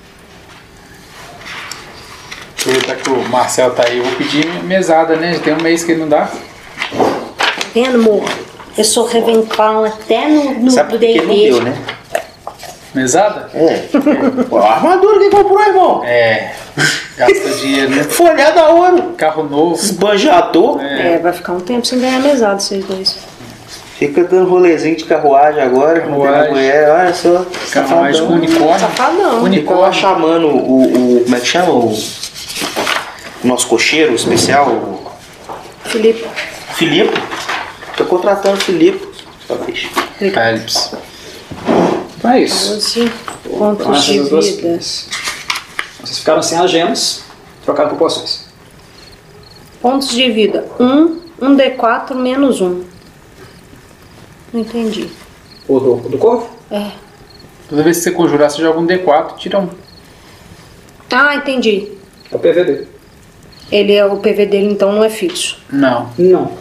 Aproveitar que o Marcel tá aí, eu vou pedir mesada, né? Já tem um mês que ele não dá. Tá vendo, amor? Eu sou revencão até no Sabe por que ele não D&D. deu, né? Mesada? É. Pô, a armadura que comprou, irmão. É. Gasta dinheiro, né? Folhada a ouro. Carro novo. Esbanjador. É, vai ficar um tempo sem ganhar mesada vocês dois. Fica dando rolezinho de carruagem agora, com mulher, olha só. Carruagem com unicórnio. Safadão. Fica lá chamando o. Como é que chama? O nosso cocheiro especial, Filipe. Filipe. Tô contratando o Filipe. Phillips. Então é isso. 12 Então, pontos essas de as duas vida. pilhas. Vocês ficaram sem as gemas, trocaram por poções. Pontos de vida. 1 D4 menos 1. Não entendi. O do corvo? É. Toda vez que você conjurar, você joga um D4, tira um. Ah, entendi. É o PV dele. O PV dele então não é fixo. Não. Não.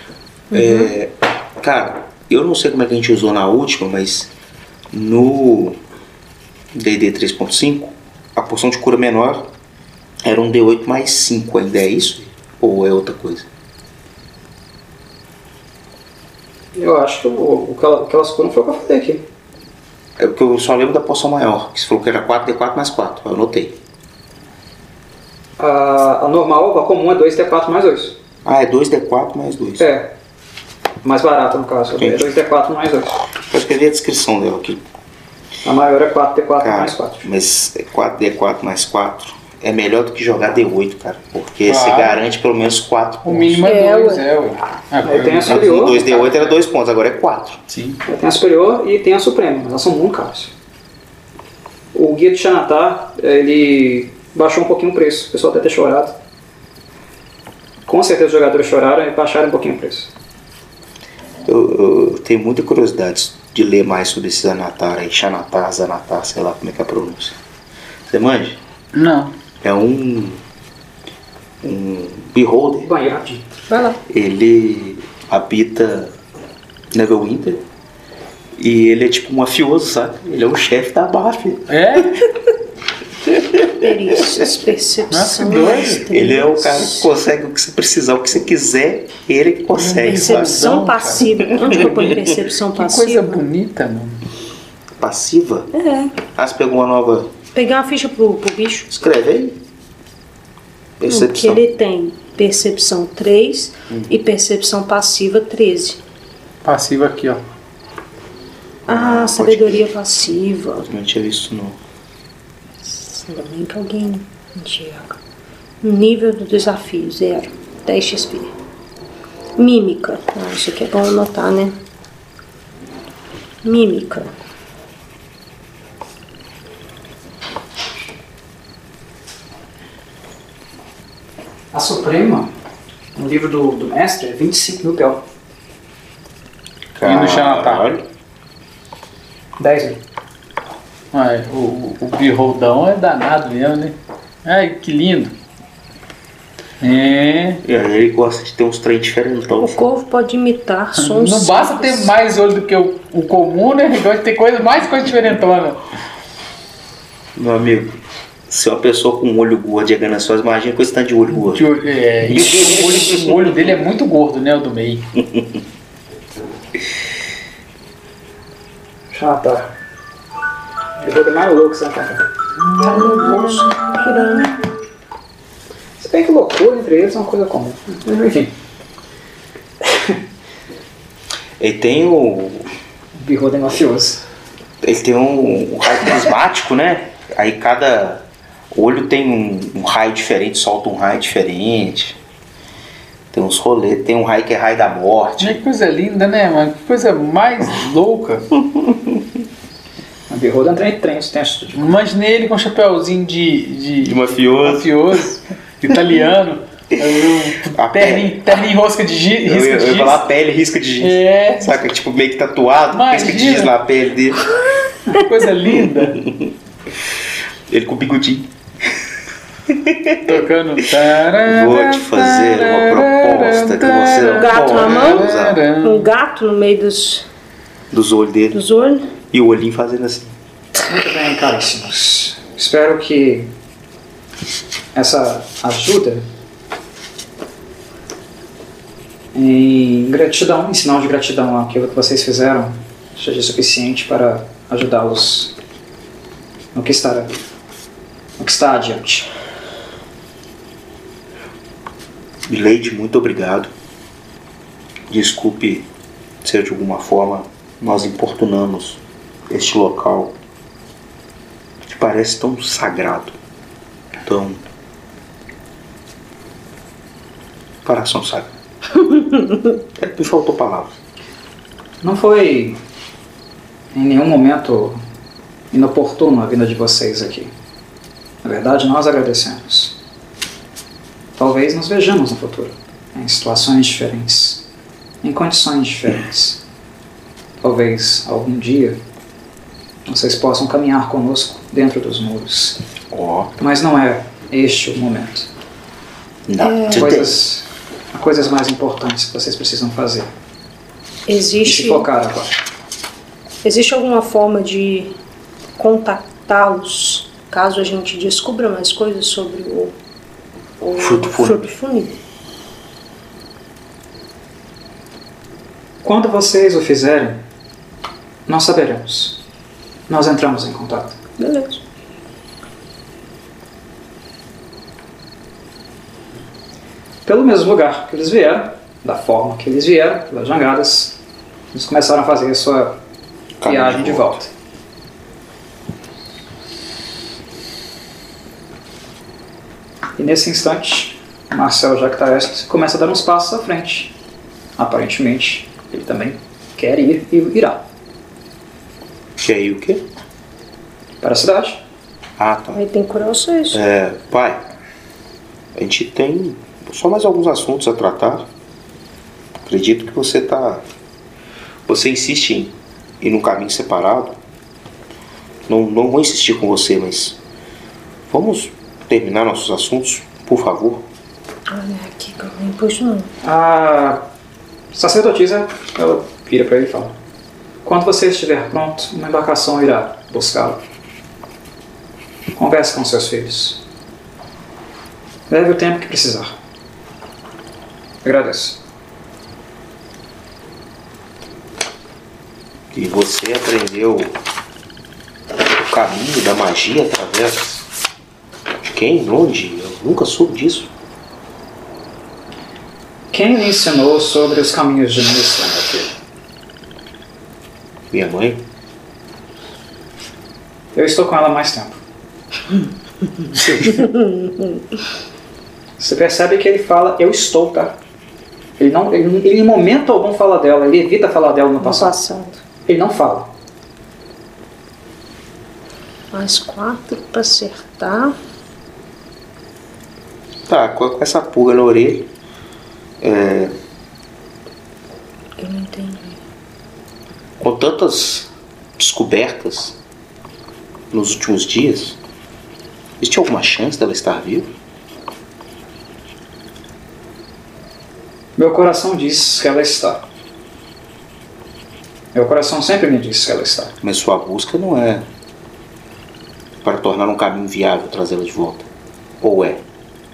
Cara, eu não sei como é que a gente usou na última, mas no D&D 3.5, a porção de cura menor era um D8 mais 5 ainda, é isso? Ou é outra coisa? Eu acho que o que elas curam foi o que eu falei aqui. É porque eu só lembro da porção maior, que você falou que era 4D4 mais 4, eu anotei. A normal, a comum é 2D4 mais 2. Ah, é 2D4 mais 2. É. Mais barata no caso. É 2D4 mais 2. Eu escrevi a descrição dela aqui. A maior é 4D4 Cara, mais 4. mas 4D4 mais 4 é melhor do que jogar D8, cara. Porque Claro. você garante pelo menos 4 O pontos. mínimo é 2, ué. ué. Aí tem a No superior. 2D8 era 2 pontos, agora é 4. Sim. Tem a superior e tem a suprema, mas elas são muito caras. O guia de Xanatar, ele baixou um pouquinho o preço. O pessoal deve ter chorado. Com certeza os jogadores choraram e baixaram um pouquinho o preço. Eu tenho muita curiosidade de ler mais sobre esses Anatar aí. Xanatar, Zanatar, sei lá como é que é a pronúncia. Você manja? Não. É um Beholder. Banheiro rapidinho. Vai lá. Ele habita Neverwinter. E ele é tipo um mafioso, sabe? Ele é o chefe da máfia. É? Perícias, percepção. Nossa, que doido. Ele é o cara que consegue o que você precisar, o que você quiser, ele que consegue, sabe? Percepção Não, cara. passiva. Onde que eu ponho percepção Que coisa passiva? bonita, mano. Passiva? É. Ah, você pegou uma nova... Pegar uma ficha pro bicho. Escreve aí. Que Percepção. ele tem percepção 3 e percepção passiva 13. Passivo aqui, ó. Ah, sabedoria passiva. Eu não tinha visto, não. Ainda bem que alguém enxerga. Nível do desafio, 0. 10 XP. Mímica. Ah, isso aqui é bom anotar, né? Mímica. A suprema, no livro do mestre, é 25 mil pel. E no Xanatar? Caralho. 10 mil. Ai, o birroldão é danado mesmo, né? Ai, que lindo. É. E aí ele gosta de ter uns trem diferentão. O corvo pode imitar sons. Não basta ter simples. mais olho do que o comum, né? Ele gosta de ter mais coisa diferentona. Meu amigo, se uma pessoa com um olho gordo é gananciosa, imagina com esse tanto de olho gordo. E o olho dele é muito gordo, né? O do meio. Xanatar. Eu vou ter mais louco essa cara. Se bem que loucura entre eles é uma coisa comum. Mas enfim. Ele tem O birrodo é mafioso. Ele tem um raio prismático, né? Aí cada olho tem um raio diferente, solta um raio diferente. Tem uns rolês, tem um raio que é raio da morte. Que coisa linda, né, mano? Que coisa mais louca. O birrodo entra em trens, tem Imaginei ele com um chapéuzinho de mafioso. italiano. A Terno em rosca de giz. Eu ia falar pele, risca de giz. É. Saca? Tipo, meio que tatuado, Imagina. risca de giz na pele dele. Que coisa linda. Ele com o bigodinho. Tocando. Vou te fazer uma proposta que você não Um gato na pode mão? usar. Um gato no meio Dos olhos dele. dos olhos. E o olhinho fazendo assim. Muito bem, caríssimos. Espero que essa ajuda em gratidão, em sinal de gratidão àquilo que vocês fizeram, seja suficiente para ajudá-los no que está adiante. Lady, muito obrigado. Desculpe se de alguma forma nós importunamos este local que parece tão sagrado, tão... coração sabe. Me faltou palavras. Não foi em nenhum momento inoportuno a vinda de vocês aqui. Na verdade, nós agradecemos. Talvez nos vejamos no futuro, em situações diferentes, em condições diferentes. Talvez algum dia vocês possam caminhar conosco dentro dos muros. Mas não é este o momento. Há coisas mais importantes que vocês precisam fazer. E se focar agora. Existe alguma forma de contactá-los caso a gente descubra mais coisas sobre o fruto fúnebre? Quando vocês o fizerem, nós saberemos. Nós entramos em contato. Beleza. Pelo mesmo lugar que eles vieram, da forma que eles vieram, pelas jangadas, eles começaram a fazer a sua viagem de volta. E nesse instante, Marcel Jactaest começa a dar uns passos à frente. Aparentemente, ele também quer ir e irá. Quer ir o quê? Para a cidade. Ah, tá. Aí tem que curar vocês. Pai, a gente tem só mais alguns assuntos a tratar. Acredito que você insiste em ir num caminho separado. Não vou insistir com você, mas vamos terminar nossos assuntos, por favor. Olha aqui que eu não puxo não. A sacerdotisa, ela vira para ele e fala: quando você estiver pronto, uma embarcação irá buscá-lo. Converse com seus filhos. Leve o tempo que precisar. Agradeço. E você aprendeu o caminho da magia através de quem? Onde? Eu nunca soube disso. Quem lhe ensinou sobre os caminhos de Nissa, meu filho? Minha mãe? Eu estou com ela há mais tempo. Você percebe que ele fala, eu estou, tá? Ele em momento algum fala dela, ele evita falar dela no passado. Ele não fala. Mais 4 para acertar. Tá, com essa pulga na orelha. Eu não entendi. Com tantas descobertas nos últimos dias, existe alguma chance dela estar viva? Meu coração diz que ela está. Meu coração sempre me diz que ela está. Mas sua busca não é para tornar um caminho viável trazê-la de volta. Ou é?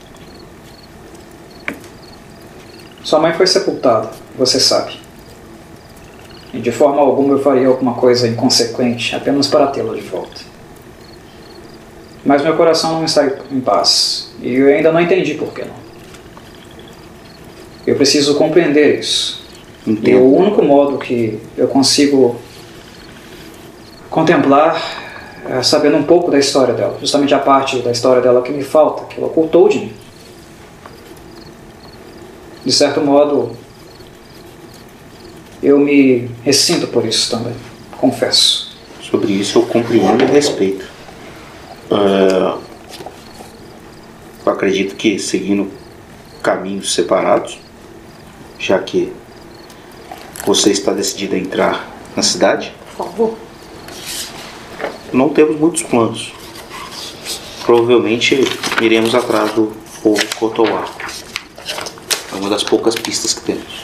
Sua mãe foi sepultada, você sabe. E de forma alguma eu faria alguma coisa inconsequente apenas para tê-la de volta. Mas meu coração não está em paz. E eu ainda não entendi por que não. Eu preciso compreender isso. Entendo. E o único modo que eu consigo contemplar é sabendo um pouco da história dela. Justamente a parte da história dela que me falta, que ela ocultou de mim. De certo modo, eu me ressinto por isso também, confesso. Sobre isso eu compreendo e respeito. Eu acredito que seguindo caminhos separados, já que você está decidido a entrar na cidade, Por favor. não temos muitos planos. Provavelmente iremos atrás do povo Kotowar. É uma das poucas pistas que temos.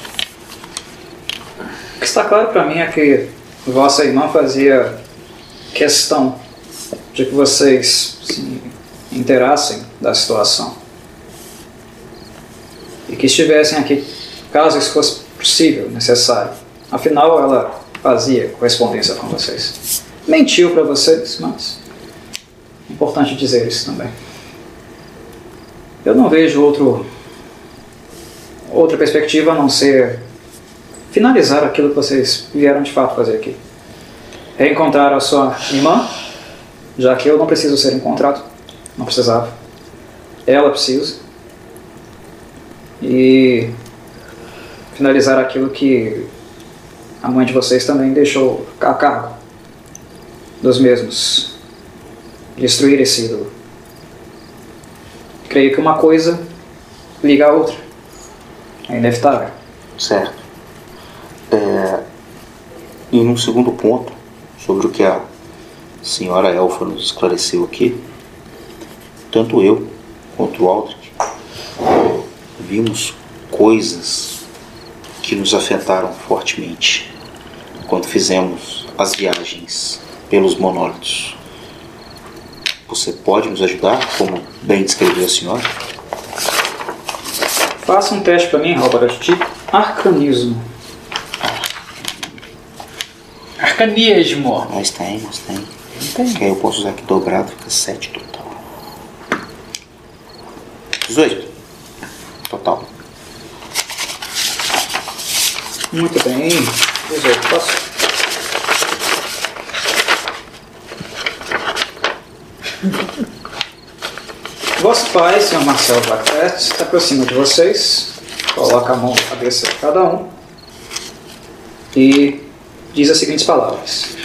O que está claro para mim é que vossa irmã fazia questão de que vocês se inteirassem da situação. E que estivessem aqui, caso isso fosse possível, necessário. Afinal, ela fazia correspondência com vocês. Mentiu para vocês, mas é importante dizer isso também. Eu não vejo outra perspectiva a não ser finalizar aquilo que vocês vieram de fato fazer aqui. Reencontrar a sua irmã, já que eu não preciso ser encontrado, não precisava. Ela precisa. E finalizar aquilo que a mãe de vocês também deixou a cargo dos mesmos. Destruir esse ídolo. Creio que uma coisa liga a outra. É inevitável. Certo. E num segundo ponto, sobre o que a senhora Elfa nos esclareceu aqui, tanto eu quanto o Aldrich vimos coisas que nos afetaram fortemente quando fizemos as viagens pelos monólitos. Você pode nos ajudar, como bem descreveu a senhora? Faça um teste para mim, Robert, de arcanismo. Arcanismo. Nós tem. Que aí eu posso usar aqui dobrado, fica 7 total. 18 total. Muito bem. 18, posso? Vosso pai, Sr. Marcelo Blackfest, se aproxima de vocês, coloca a mão na cabeça de cada um e diz as seguintes palavras: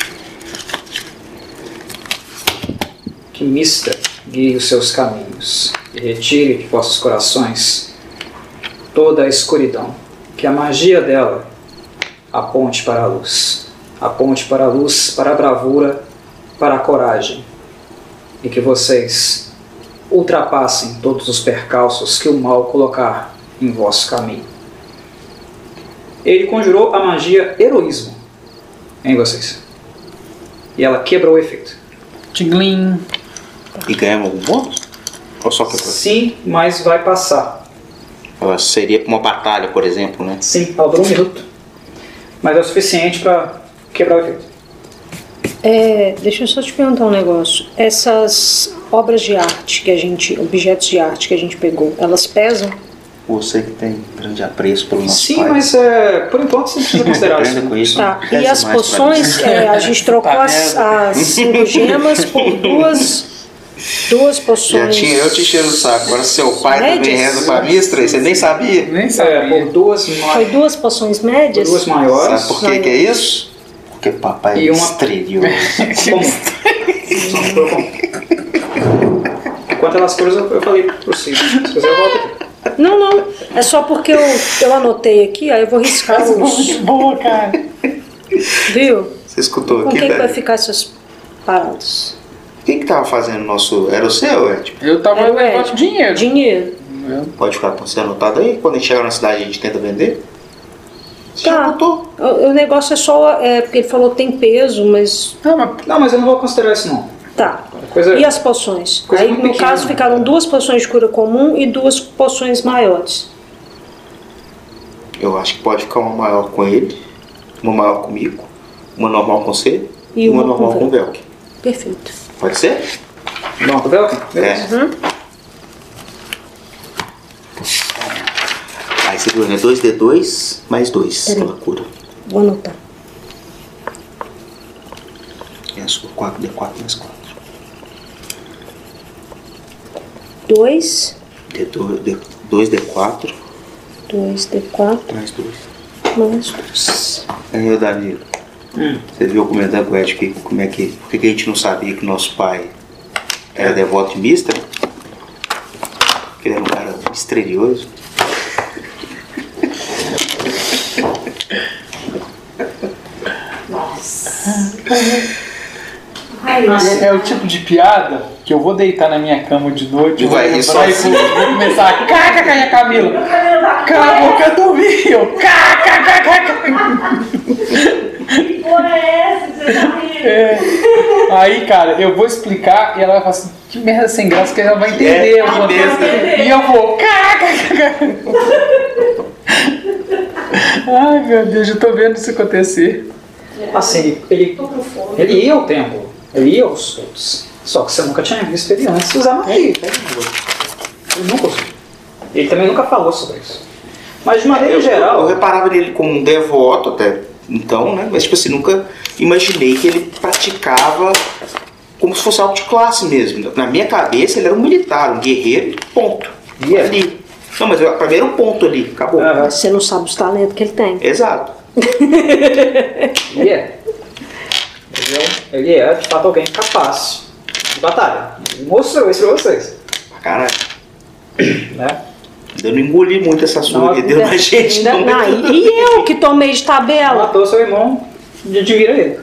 que Mista guie os seus caminhos e retire de vossos corações toda a escuridão, que a magia dela aponte para a luz, aponte para a luz, para a bravura, para a coragem, e que vocês ultrapassem todos os percalços que o mal colocar em vosso caminho. Ele conjurou a magia heroísmo em vocês. E ela quebrou o efeito. Tiglim. E ganhamos algum bônus? Ou só quebrou? Sim, mas vai passar. Ela seria uma batalha, por exemplo, né? Sim, ela durou 1 minuto. Mas é o suficiente para quebrar o efeito. Deixa eu só te perguntar um negócio. Essas obras de arte que a gente, objetos de arte que a gente pegou, elas pesam? Você que tem grande apreço pelo nosso Sim, pai. mas por enquanto você precisa considerar isso. Aprenda com isso. Tá. Não E as pese mais pra poções, mim. a gente trocou as 5 gemas por duas poções. Já tinha eu te enchendo o saco. Agora seu pai também médias? reza pra mistra, você nem sabia. Nem sabia. Por duas Foi 2 poções médias? duas maiores. Sabe por que é isso? Porque papai E é uma- misterioso. Enquanto elas foram, eu falei por si. Se quiser, eu volto aqui. Não. É só porque eu anotei aqui, aí eu vou riscar os. Muito boa, cara. Viu? Você escutou Com aqui, quem que vai velho? ficar essas paradas? Quem que tava fazendo o nosso... Era o seu, Ed? Eu tava levando dinheiro. Dinheiro. Pode ficar com você anotado aí. Quando a gente chegar na cidade, a gente tenta vender. Você já Tá. anotou? O negócio é só. Porque ele falou que tem peso, mas. Não, mas eu não vou considerar isso não. Tá. Coisa- E as poções? coisa Aí, muito no pequena. caso, ficaram 2 poções de cura comum e 2 poções maiores. Eu acho que pode ficar uma maior com ele, uma maior comigo, uma normal com você E e uma uma com normal com o Velk. Velk. Perfeito. Pode ser? Não, tá vendo? Beleza. Aí você viu, né? 2d2 mais 2 Peraí. pela cura. Vou anotar. É a sua 4d4 mais 4. 2, 2d4 2d4 mais 2. mais 2. Aí, ô Danilo, você viu comentando com o Ed aqui como é que... Por que a gente não sabia que nosso pai era devoto de Mistra? Porque ele era um cara misterioso. É o tipo de piada que eu vou deitar na minha cama de noite, Vai rir vou lembrar e sozinho. vou começar a caca, Camila. Cala a boca, eu dormi. Eu caca. Que porra é essa? Você tá rindo? Aí, cara, eu vou explicar e ela vai falar assim, que merda sem graça que ela vai entender. que o contexto. merda. E eu vou caca. Ai, meu Deus, eu tô vendo isso acontecer. Assim, ele ia ao templo, ele ia aos cultos. Só que você nunca tinha visto ele antes usar magia. Ele nunca usou. Ele também nunca falou sobre isso. Mas de maneira Eu geral, reparava nele como um devoto até então, né? Mas tipo assim, nunca imaginei que ele praticava como se fosse algo de classe mesmo. Na minha cabeça ele era um militar, um guerreiro, ponto. E ali. Não, mas pra mim era um ponto ali, acabou. Você não sabe os talentos que ele tem. Exato. ele é. Ele é, de fato, alguém capaz de batalha. Ele mostrou isso pra vocês. Pra caralho. Né? Eu não engoli muito essa sua que deu na gente. Não, e eu que tomei de tabela? Matou seu irmão, admira ele.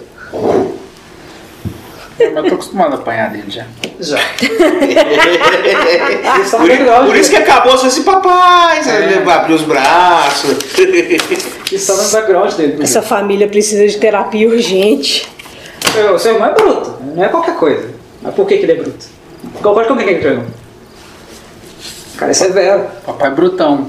Mas eu tô acostumado a apanhar dele já. Já. Por isso que acabou assim, papai, ele abriu os braços. Está no background dele. Essa família precisa de terapia urgente. O seu irmão é bruto, não é qualquer coisa. Mas por que ele é bruto? Concorda com quem é irmão? O cara é severo. Papai é brutão.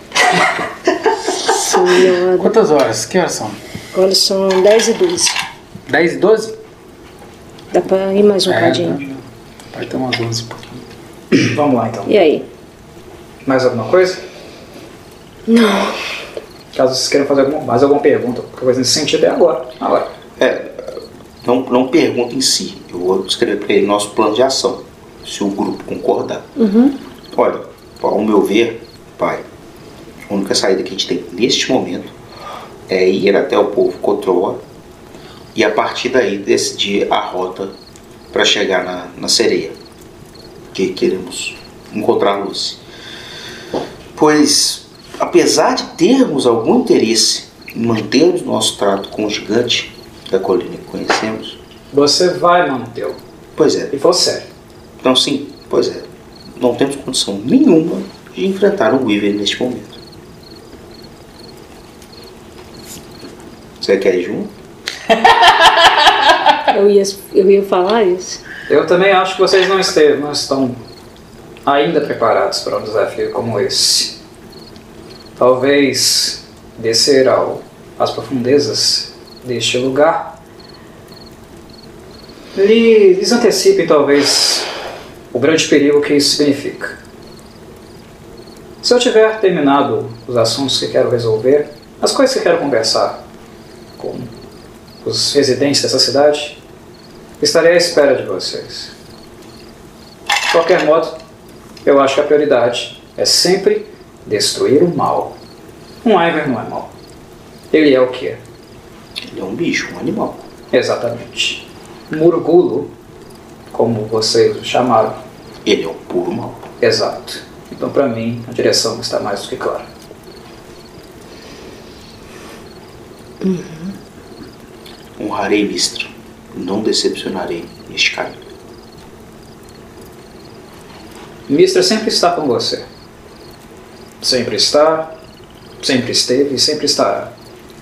Senhora. Quantas horas? Que horas são? Agora são 10h12. 10 e 12? Dá pra ir mais um bocadinho. Vai ter umas 11 e pouquinho. Vamos lá então. E aí? Mais alguma coisa? Não. Caso vocês queiram fazer mais alguma pergunta, qualquer coisa nesse sentido, é agora. Não pergunta em si. Eu vou escrever para ele nosso plano de ação, se o grupo concordar. Olha, ao meu ver, pai, a única saída que a gente tem neste momento é ir até o povo Cotroa e a partir daí decidir a rota para chegar na sereia, que queremos encontrar a Lucy. Pois, apesar de termos algum interesse em mantermos nosso trato com o gigante da colina que conhecemos, você vai mantê-lo. Pois é. E for sério. Então sim, pois é. Não temos condição nenhuma de enfrentar o Weaver neste momento. Você quer ir junto? Eu ia falar isso. Eu também acho que vocês não estão ainda preparados para um desafio como esse. Talvez descer às profundezas deste lugar lhes antecipe talvez o grande perigo que isso significa. Se eu tiver terminado os assuntos que quero resolver, as coisas que quero conversar com os residentes dessa cidade, estarei à espera de vocês. De qualquer modo, eu acho que a prioridade é sempre destruir o mal. Um Iver não é mal. Ele é o que é. Ele é um bicho, um animal. Exatamente. Murgulo, como vocês o chamaram. Ele é o puro mal. Exato. Então, para mim, a direção está mais do que clara. Honrarei Mistra. Não decepcionarei neste caminho. Mistra sempre está com você. Sempre está, sempre esteve e sempre estará.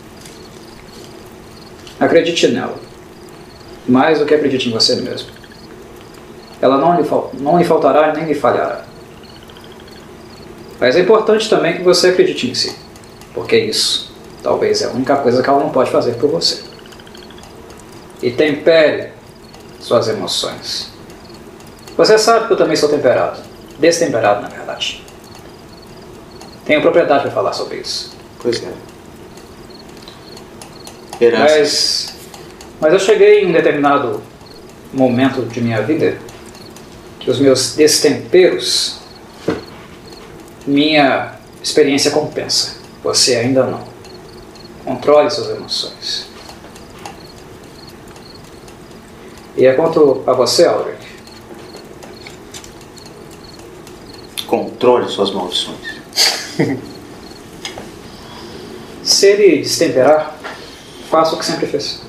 Acredite nela. Mais do que acredite em você mesmo. Ela não lhe faltará nem lhe falhará. Mas é importante também que você acredite em si. Porque isso, talvez, é a única coisa que ela não pode fazer por você. E tempere suas emoções. Você sabe que eu também sou temperado. Destemperado, na verdade. Tenho propriedade para falar sobre isso. Pois é. Herança. Mas eu cheguei em um determinado momento de minha vida que os meus destemperos, minha experiência compensa. Você ainda não. Controle suas emoções. E é quanto a você, Alric. Controle suas maldições. Se ele destemperar, faça o que sempre fez.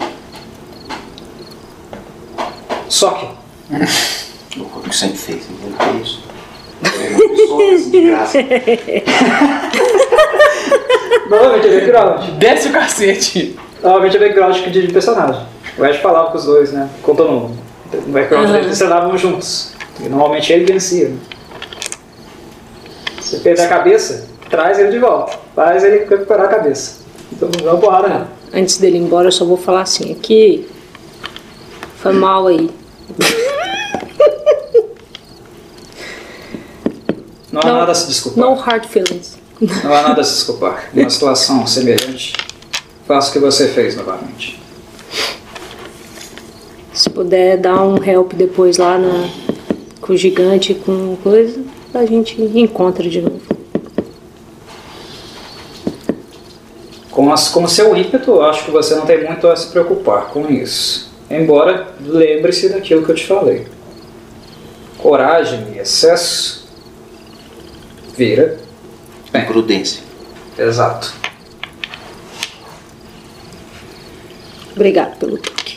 Só que O que sempre fez, não é isso? De graça. normalmente é background. Desce o cacete. Normalmente é background de personagem. O Ed falava com os dois, né? Contando no background eles treinavam juntos. E normalmente ele vencia. Se perder a cabeça, traz ele de volta. Faz ele recuperar a cabeça. Então não dá uma porrada, não. Antes dele ir embora, eu só vou falar assim, aqui foi mal aí. Não há nada a se desculpar. No hard feelings. Não há nada a se desculpar. Numa situação semelhante, faça o que você fez novamente. Se puder dar um help depois lá com o gigante, com coisa, a gente encontra de novo. Com o seu ímpeto, eu acho que você não tem muito a se preocupar com isso. Embora, lembre-se daquilo que eu te falei. Coragem e excesso vira... Bem, Prudência. exato. Obrigado pelo toque.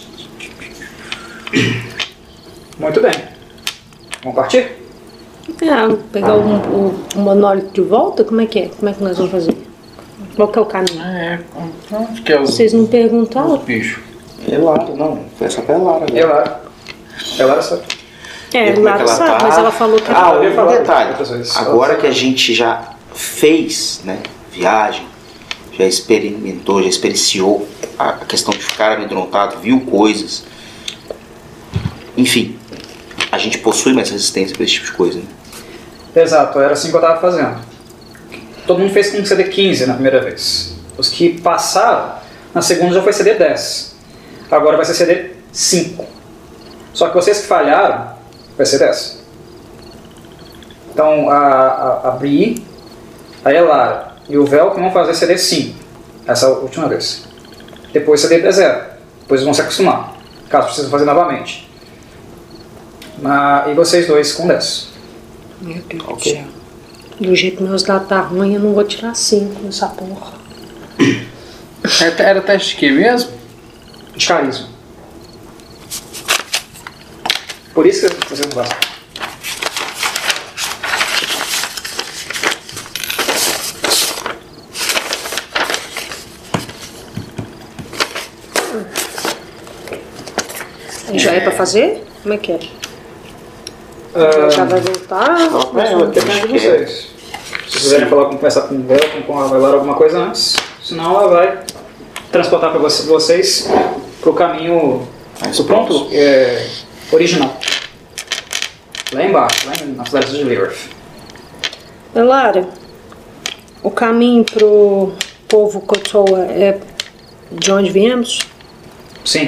Muito bem. Vamos partir? Pegar o monólito de volta? Como é que é? Como é que nós vamos fazer? Qual que é o caminho? Onde que é os Vocês não perguntaram? bichos? Elara, não. Foi essa pra Elara. né? Ela sabe. É, Como é que Lara sabe, tá? mas ela falou que... Ah, eu ia um falar detalhe. outras vezes. Agora que a gente já fez, né, viagem, já experimentou, já experienciou a questão de ficar amedrontado, viu coisas. Enfim, a gente possui mais resistência para esse tipo de coisa, né? Exato, era assim que eu estava fazendo. Todo mundo fez com CD15 na primeira vez. Os que passaram, na segunda já foi CD10. Agora vai ser CD5. Só que vocês que falharam, vai ser 10. Então a Bri, a Elara e o Vel que vão fazer CD5. Essa última vez. Depois CD0. Depois vão se acostumar. Caso precisem fazer novamente. E vocês dois com 10. Meu Deus do céu. Do jeito que meus dados tá ruim, eu não vou tirar 5 nessa porra. Era teste de quê mesmo? De carisma. Por isso que vocês não gostam. Já é pra fazer? Como é que é? Já vai voltar? Depende de vocês. Se quiserem conversar com o Vel, com a Elara alguma coisa antes, senão ela vai transportar para vocês para o caminho pronto, original. Lá embaixo, lá na floresta de Lirith. Lara, o caminho pro povo Kotoa é de onde viemos? Sim.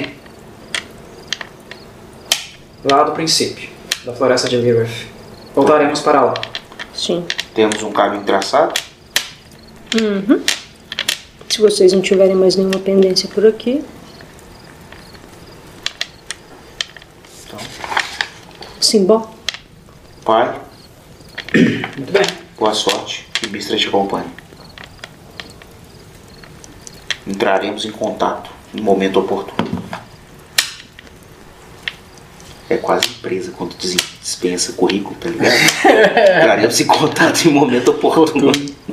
Lá do princípio, da floresta de Lirith. Voltaremos para lá. Sim. Temos um caminho traçado. Uhum. Se vocês não tiverem mais nenhuma pendência por aqui. Então, Simbó. pai, Muito bem. boa sorte. Que Bistra te acompanhe. Entraremos em contato no momento oportuno. É quase empresa quando dispensa currículo, tá ligado? Entraremos em contato em momento oportuno.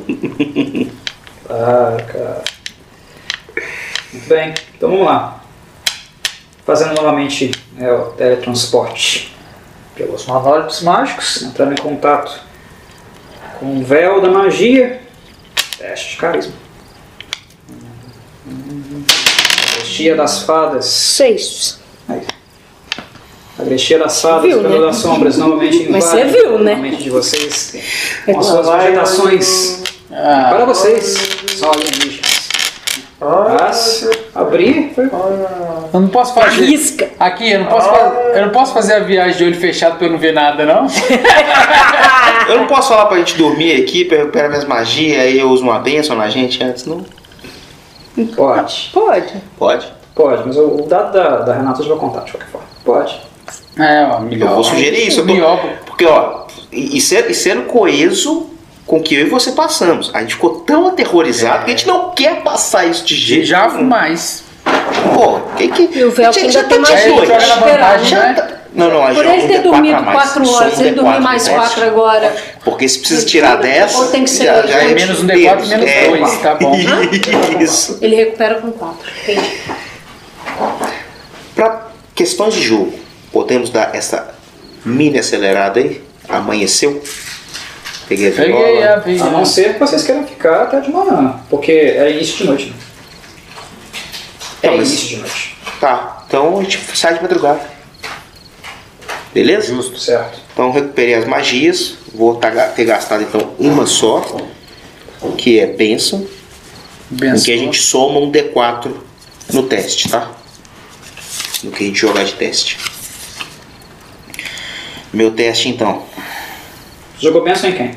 Cara. Muito bem, então vamos lá. Fazendo novamente o teletransporte pelos monólitos mágicos, entrando em contato com o véu da magia. Teste de carisma. Agrestia das fadas. 6. A agrestia das fadas, Viu, pelo né? das sombras, novamente Mas invade você viu, né? a mente de vocês com as suas vegetações. Para vocês, são alienígenas. Mas abrir foi. Eu não posso fazer. Arrisca. Aqui, eu não posso fazer a viagem de olho fechado pra eu não ver nada, não? Eu não posso falar pra gente dormir aqui, pra recuperar minhas magias, aí eu uso uma bênção na gente antes, não? Pode. Pode. Pode? Pode, mas o dado da Renata eu já vou contar de qualquer forma. Pode. Melhor. Eu vou sugerir isso. Porque, ó, e sendo coeso com o que eu e você passamos. A gente ficou tão aterrorizado que a gente não quer passar isso de jeito Já nenhum. mais. Pô, que... E o véu que ainda tem mais Aí dois. joga na vantagem, né? Não, a Por gente ele ter dormido 4 horas, Só um ele dormiu D4 mais no teste. 4 agora. Porque se precisa tirar 10... Ou tem que ser já dois, é menos um D4 e menos 2, tá bom. Isso. Ele recupera com 4. Entendi. Para questões de jogo, podemos dar essa mini acelerada aí? Amanheceu? Peguei a Peguei a A não ser que vocês queiram ficar até de manhã, porque é início de noite. Né? É Não, mas- início de noite. Tá, então a gente sai de madrugada. Beleza? Justo. Certo. Então recuperei as magias. Vou ter gastado então uma só. que é bênção, em que a gente soma um D4 no teste, tá? No que a gente jogar de teste. Meu teste, então. Jogou bênção em quem?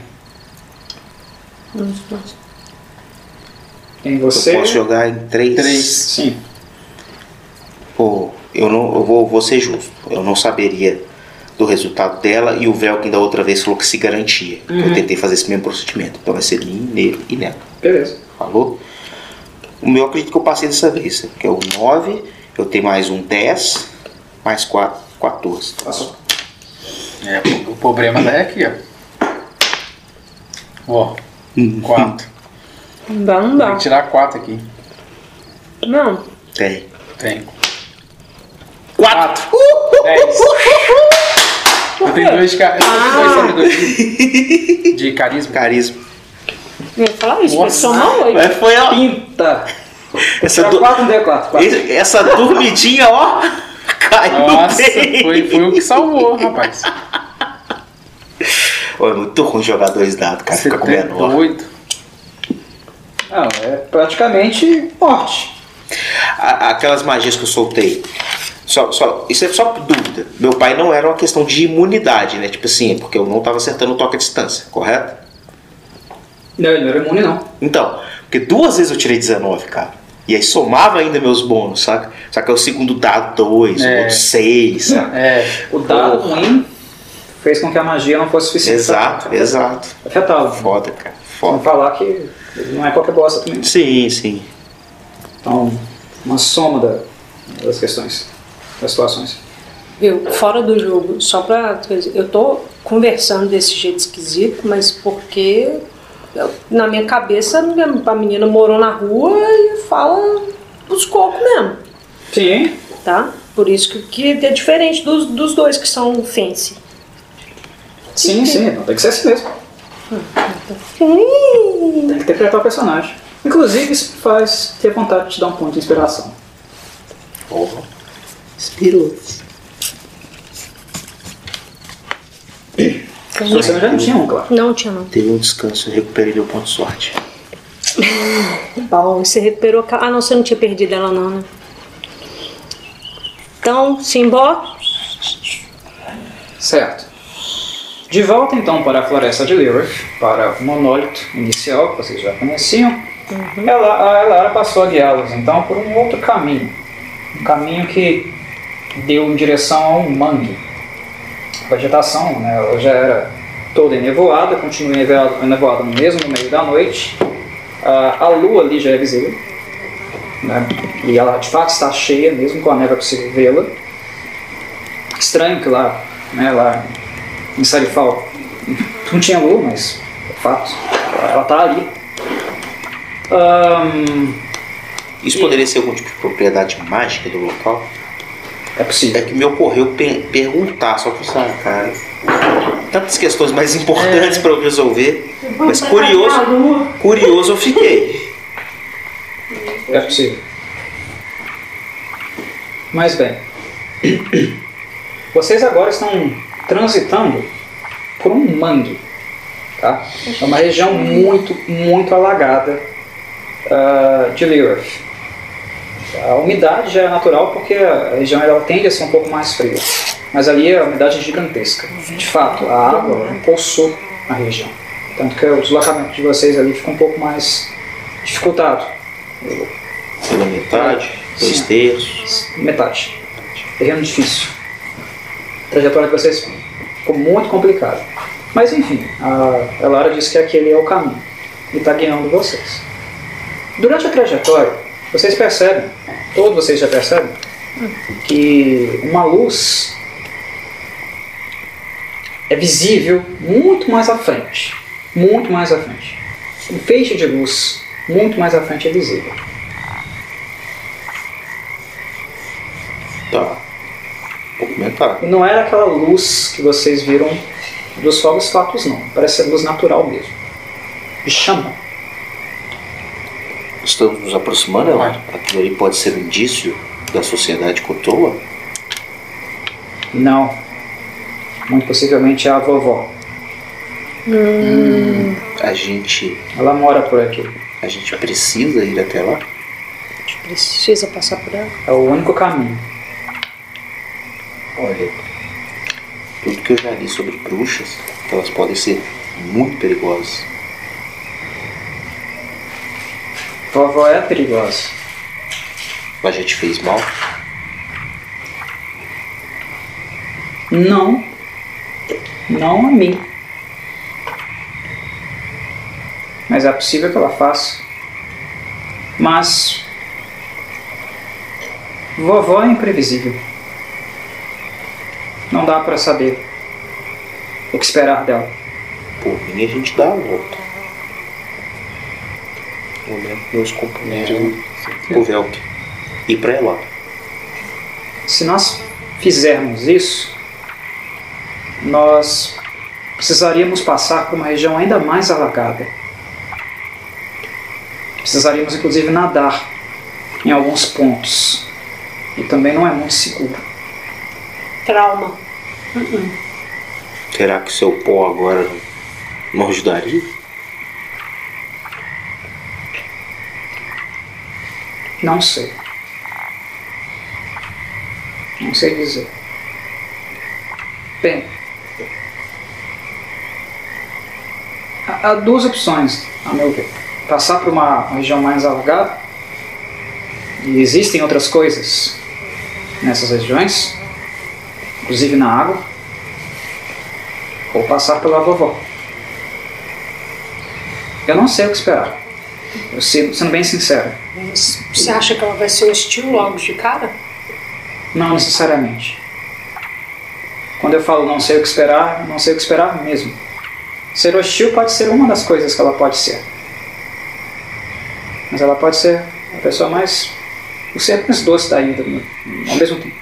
Em você? Eu posso jogar em 3. Sim. Pô, eu vou ser justo. Eu não saberia do resultado dela e o Velkin da outra vez falou que se garantia. Eu tentei fazer esse mesmo procedimento. Então vai ser mim, nele e nela. Beleza. Falou? O meu eu acredito que eu passei dessa vez. Que é o 9, eu tenho mais um 10, mais 4, 14. Passou. O problema é aqui, ó. 4. Não dá, não Tem dá. que tirar 4 aqui. Não. Tem. 4. 10. Eu tenho 2 sabedoria de carisma. Carisma. Eu ia falar isso, Nossa. foi só uma 8. Mas foi, ó. Pinta. Essa, Tira 4 no D4. 4. essa dormidinha, ó. Caiu Nossa, bem. foi o que salvou, rapaz. Ó, é muito ruim jogar 2 dados, cara. Fica com menor. 8. Não, é praticamente morte. Aquelas magias que eu soltei. Isso é só dúvida. Meu pai não era uma questão de imunidade, né? Tipo assim, porque eu não estava acertando o toque à distância, correto? Não, ele não era imune, não. Então, porque 2 vezes eu tirei 19, cara. E aí somava ainda meus bônus, saca? Só que é o segundo dado 2, o outro 6, saca? O dado ruim fez com que a magia não fosse suficiente. Exato. Afetá-lo. Foda, cara. Vamos Foda. falar que ele não é qualquer bosta também. Sim. Então, uma soma das questões, das situações. Viu, fora do jogo, só pra... Eu tô conversando desse jeito esquisito, mas porque na minha cabeça a menina morou na rua e fala os cocos mesmo, Sim. tá? Por isso que é diferente dos dois que são fancy. Sim. Não, tem que ser assim mesmo. Tem que interpretar o personagem. Inclusive, isso faz ter vontade de te dar um ponto de inspiração. Porra. Inspirou. Você já não tinha um, claro. Não tinha, não. Teve um descanso, eu recuperei meu ponto de sorte. Bom, você recuperou... Ah, não, você não tinha perdido ela não, né? Então, simbora. Certo. De volta então para a floresta de Lirith, para o monólito inicial que vocês já conheciam, a Elara passou a guiá-los então por um outro caminho. Um caminho que deu em direção a um mangue. A vegetação, né, ela já era toda enevoada, continua enevoada mesmo no meio da noite. A lua ali já é visível, né, e ela de fato está cheia, mesmo com a neve é possível vê-la. Estranho que lá em Sarifal não tinha lua, mas é fato, ela está ali. Isso poderia ser algum tipo de propriedade mágica do local? É possível. É que me ocorreu perguntar, só que sabe, cara. Tantas questões mais importantes para eu resolver, mas curioso eu fiquei. É possível. Mas bem, vocês agora estão transitando por um mangue, tá? É uma região muito alagada de Lirith. A umidade já é natural porque a região ela tende a ser um pouco mais fria, mas ali a umidade é gigantesca. De fato, a água é um poço na região, tanto que o deslocamento de vocês ali fica um pouco mais dificultado. Pela metade, 2/3. Metade. Terreno difícil. A trajetória de vocês ficou muito complicada. Mas enfim, a Elara disse que aquele é o caminho e está guiando vocês. Durante a trajetória, vocês percebem, todos vocês já percebem, que uma luz é visível muito mais à frente. Muito mais à frente. Um feixe de luz muito mais à frente é visível. Tá. Vou comentar. E não era aquela luz que vocês viram dos fogos fatos, não. Parece ser luz natural mesmo. De chama. Estamos nos aproximando, Elara? Aquilo ali pode ser um indício da sociedade Kotoa? Não. Muito possivelmente é a vovó. Ela mora por aqui. A gente precisa ir até lá? A gente precisa passar por ela. É o único caminho. Olha, tudo que eu já li sobre bruxas, elas podem ser muito perigosas. Vovó é perigosa. Mas já te fez mal? Não. Não a mim. Mas é possível que ela faça. Mas vovó é imprevisível. Não dá pra saber o que esperar dela. Por mim a gente dá a volta. Olhando meus companheiros o Velk. E pra lá. Se nós fizermos isso, nós precisaríamos passar por uma região ainda mais alagada. Precisaríamos inclusive nadar em alguns pontos. E também não é muito seguro. Trauma. Será que seu pó agora não ajudaria? Não sei. Não sei dizer. Bem, há duas opções, a meu ver. Passar por uma região mais alagada, e existem outras coisas nessas regiões, inclusive na água, ou passar pela vovó. Eu não sei o que esperar. Eu sendo bem sincero. Mas você acha que ela vai ser hostil logo de cara? Não necessariamente. Quando eu falo não sei o que esperar, não sei o que esperar mesmo. Ser hostil pode ser uma das coisas que ela pode ser. Mas ela pode ser a pessoa mais... o ser mais doce da ida, ao mesmo tempo.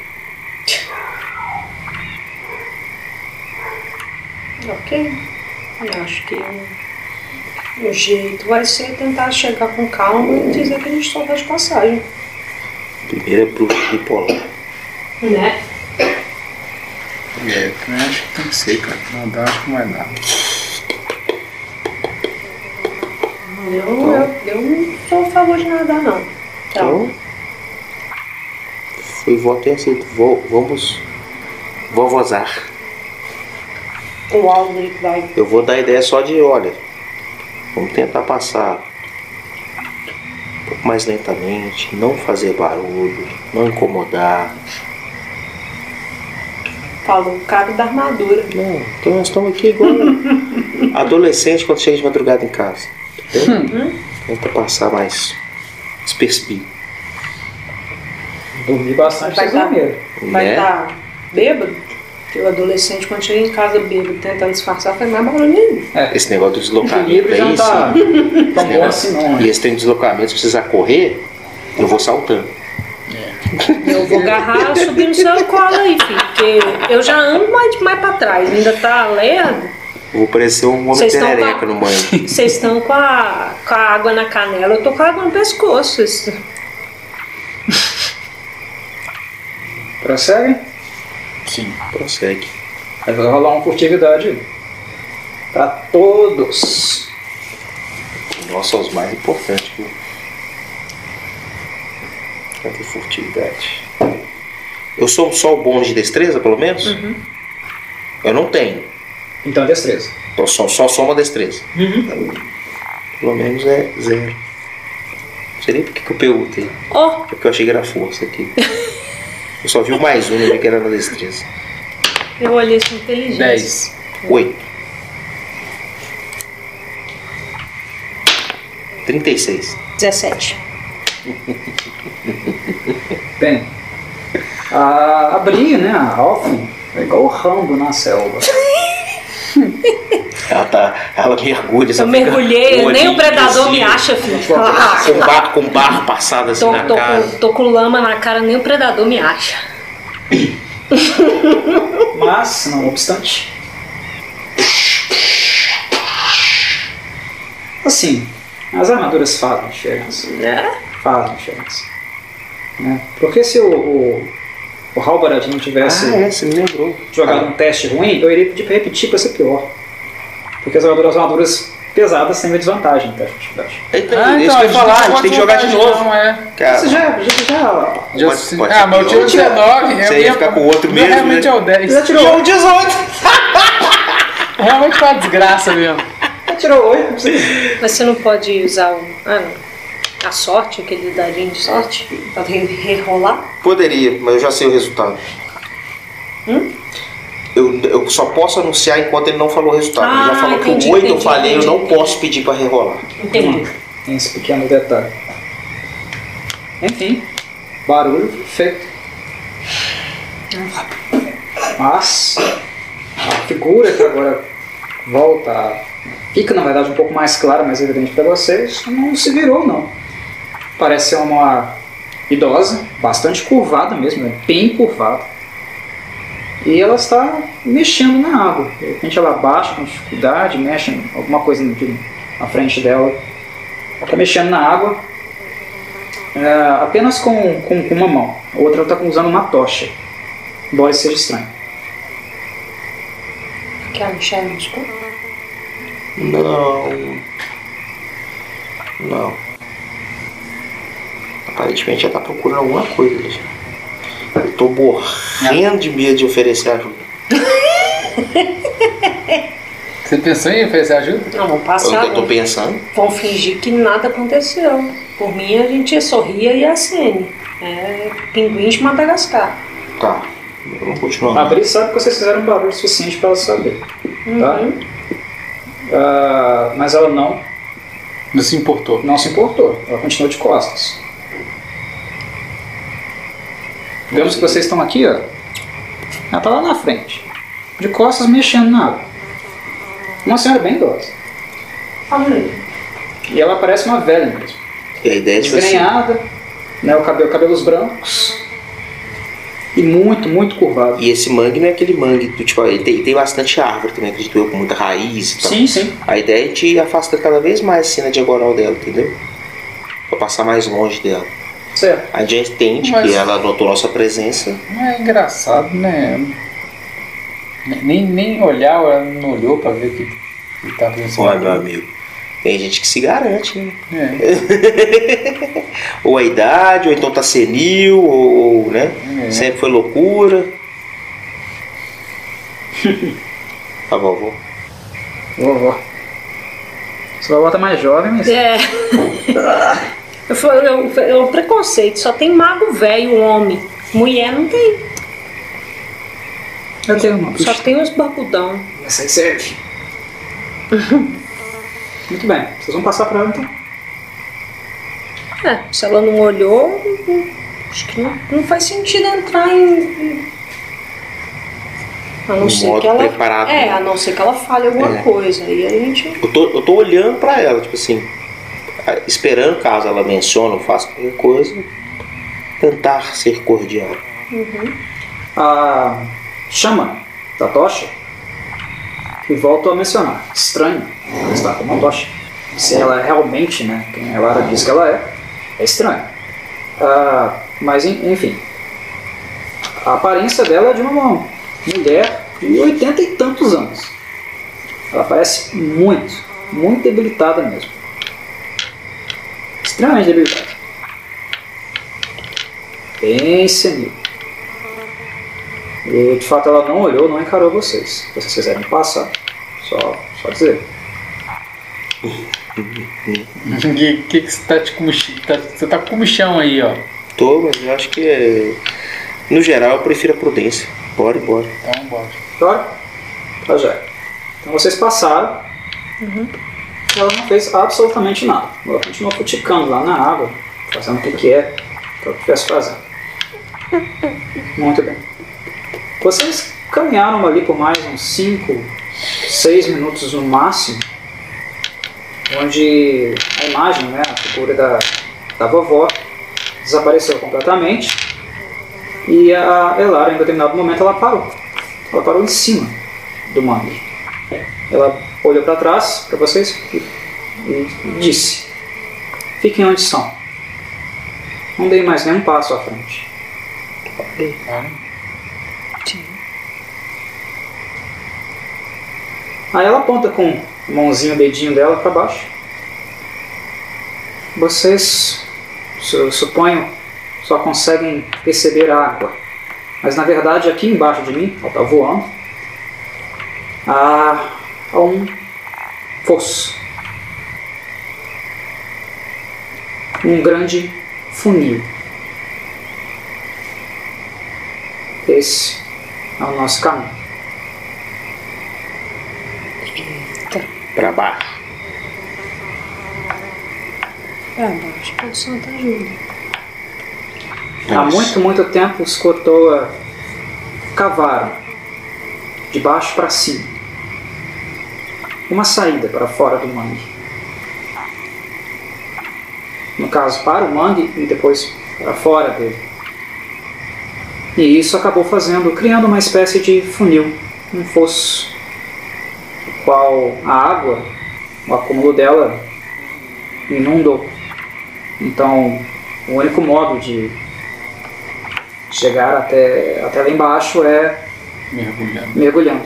Ok. Eu acho que o jeito vai ser tentar chegar com calma e dizer que a gente só vai de passagem. Primeiro é bruxa bipolar. Né? Eu também acho que tem que ser, cara. Nadar acho que não vai dar. Eu não sou a favor de nadar, não. Então, foi voto e aceito. Vamos vovozar. O Aldrich vai. Eu vou dar a ideia só de, olha, vamos tentar passar um pouco mais lentamente, não fazer barulho, não incomodar. Falou o cara da armadura. Não, então nós estamos aqui igual adolescente quando chega de madrugada em casa. Entendeu? Tenta passar mais despercebido. Dormi bastante Vai sem dar. dormir. Vai Né? estar bêbado? Porque o adolescente, quando chega em casa bêbado, tentando disfarçar, faz mais barulho ainda. Esse negócio do O deslocamento equilíbrio já aí, não tá sim. tão bom assim não. E Né? esse tem deslocamento, se precisar correr, eu vou saltando. Eu vou agarrar, subir no seu colo aí, filho. Porque eu já ando mais pra trás. Ainda tá lerdo. Eu vou parecer um homem Vocês estão perereca com a- no banho. Vocês estão com a água na canela. Eu tô com a água no pescoço. Prossegue? Sim. Prossegue. Aí vai rolar uma furtividade pra todos. Nós somos os mais importantes, viu? Cadê furtividade? Eu sou só o bônus de destreza, pelo menos? Eu não tenho. Então é destreza. Então só soma destreza. Pelo menos é 0. Não sei nem porque que eu perguntei. Ó, É porque eu achei que era força aqui. Eu só vi o mais um e vi que era na destreza. eu olhei com inteligência. 10. 8. 36. 17. Bem, a Bri, né, a Alfin, é igual o Rambo na selva. Ela mergulha. só Eu fica mergulhei, um nem o olhinho predador assim, me acha, filho. Com barro passado assim na cara. Tô com lama na cara, nem o predador me acha. Mas, não obstante, assim, as armaduras fazem diferença. Né? Fazem diferença. Né? Porque se o Halbarad não tivesse Você me lembrou. jogado um teste ruim, eu iria pedir para repetir para ser pior. Porque as armaduras pesada, sem desvantagem, tá? Dificuldade. Eita, isso que eu ia falar, a gente tem que jogar de novo. Não, é. Cara, Você já pode ser mas eu tiro 19. Você ia ficar com o outro mesmo, Realmente né? é o 10. já tirou E o 18! Realmente foi uma desgraça mesmo. Já tirou 8, não precisa. Mas você não pode usar a sorte, aquele dadinho de sorte, pra rerolar? Poderia, mas eu já sei o resultado. Eu só posso anunciar enquanto ele não falou o resultado. Ele já falou que o 8 eu falei, eu não posso pedir pra rerolar. Entendi. Tem esse pequeno detalhe. Enfim, barulho feito. Mas a figura que agora volta, fica na verdade um pouco mais clara, mais evidente para vocês, não se virou não. Parece ser uma idosa, bastante curvada mesmo, né? Bem curvada. E ela está mexendo na água. De repente ela baixa com dificuldade, mexe em alguma coisa na frente dela. Ela está mexendo na água apenas com uma mão. A outra ela está usando uma tocha. Embora isso seja estranho. Quer mexer no escuro? Não. Aparentemente ela está procurando alguma coisa. Eu tô morrendo de medo de oferecer ajuda. Você pensou em oferecer ajuda? Não, vamos passar. Eu tô pensando. Vão fingir que nada aconteceu. Por mim, a gente sorria e acene. É pinguins de Madagascar. Tá, vamos continuar. A Bri sabe que vocês fizeram um barulho suficiente para ela saber. Tá? Mas ela não se importou. Não se importou. Ela continuou de costas. Digamos que vocês estão aqui, ó. Ela tá lá na frente. De costas mexendo na água. Uma senhora bem idosa. E ela parece uma velha mesmo. E a ideia é tipo assim, desgrenhada, né, cabelos brancos. E muito, muito curvado. e esse mangue não é aquele mangue do tipo, ele tem bastante árvore também, acredito eu, com muita raiz e tal. Sim. A ideia é te afastar cada vez mais assim na diagonal dela, entendeu? Pra passar mais longe dela. Certo. A gente entende Mas- que ela notou nossa presença. É engraçado, né? Nem olhar, ela não olhou pra ver o que tá acontecendo. Olha, meu amigo, tem gente que se garante, né? É. Ou a idade, ou então tá senil, ou né? É. Sempre foi loucura. A vovó. Vovó. Sua vovó tá mais jovem, mas... É um preconceito. Só tem mago velho, homem. Mulher não tem. Eu tenho uma. Só tem os barbudão. Essa aí serve. Muito bem. Vocês vão passar pra ela então. Se ela não olhou, acho que não faz sentido entrar em. A não Um ser modo que ela. preparado, né? A não ser que ela fale alguma É. coisa. Aí a gente. Eu tô olhando pra ela, tipo assim, esperando caso ela mencione ou faça qualquer coisa, tentar ser cordial. A chama da tocha e volto a mencionar. Estranho ela estar com uma tocha. Se ela é realmente, né, quem a Lara diz que ela é estranho. Mas enfim, a aparência dela é de uma mulher de 80 e tantos anos. Ela parece muito debilitada mesmo. Extremamente debilitada. Bem senil. E de fato ela não olhou, não encarou vocês. Se vocês quiserem passar, só dizer. Que você tá de comichão? Você tá com comichão aí, ó. Tô, mas eu acho que no geral eu prefiro a prudência. Bora. Então, bora. Bora? Tá já. Então vocês passaram. Ela não fez absolutamente nada. Ela continuou futicando lá na água, fazendo o que é que eu estivesse fazendo. Muito bem. Vocês caminharam ali por mais uns 5, 6 minutos no máximo, onde a imagem, né, a figura da vovó desapareceu completamente e a Elara, em determinado momento, ela parou. Ela parou em cima do mangue. Ela olhou para trás, para vocês, e disse: fiquem onde estão. Não deem mais nenhum passo à frente. Aí ela aponta com mãozinha, o dedinho dela para baixo. Vocês, suponho, só conseguem perceber a água. Mas na verdade aqui embaixo de mim, ela está voando, há um fosso. Um grande funil. Esse é o nosso caminho. Para baixo. Pra baixo, pode Santa ajuda. Há muito tempo os Kotoa cavaram de baixo para cima uma saída para fora do mangue. No caso, para o mangue e depois para fora dele. E isso acabou criando uma espécie de funil, um fosso, o qual a água, o acúmulo dela, inundou. Então, o único modo de chegar até lá embaixo é mergulhando.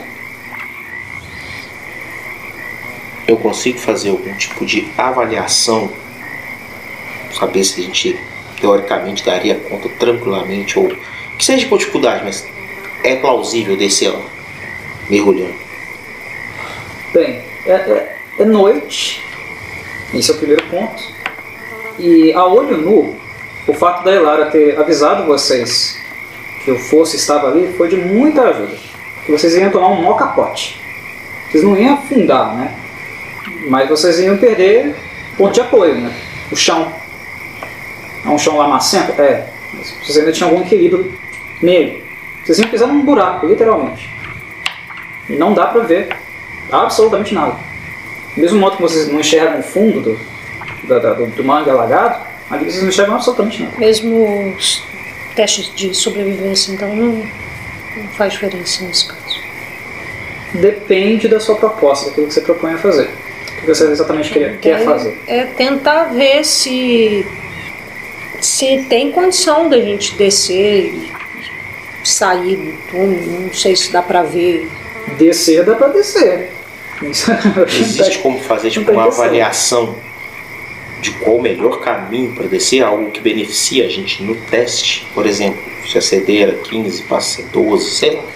Eu consigo fazer algum tipo de avaliação, saber se a gente teoricamente daria conta tranquilamente, ou que seja com dificuldade, mas é plausível descer lá, mergulhando. Bem, é noite, esse é o primeiro ponto, e a olho nu, o fato da Elara ter avisado vocês que o fosso estava ali foi de muita ajuda, que vocês iam tomar um mau capote. Vocês não iam afundar, né? Mas vocês iam perder ponto de apoio, né? O chão. É um chão lamacento? É. Mas vocês ainda tinham algum equilíbrio nele. Vocês iam pisar num buraco, literalmente. E não dá pra ver absolutamente nada. Do mesmo modo que vocês não enxergam o fundo do mangue alagado, ali vocês não enxergam absolutamente nada. Mesmo os testes de sobrevivência, então, não faz diferença nesse caso. Depende da sua proposta, daquilo que você propõe a fazer. O que você exatamente quer fazer? É tentar ver se tem condição da gente descer e sair do túnel. Não sei se dá pra ver. Descer dá pra descer. Existe como fazer tipo uma avaliação de qual o melhor caminho para descer, algo que beneficia a gente no teste? Por exemplo, se a CD era 15, passa a ser 12, sei lá.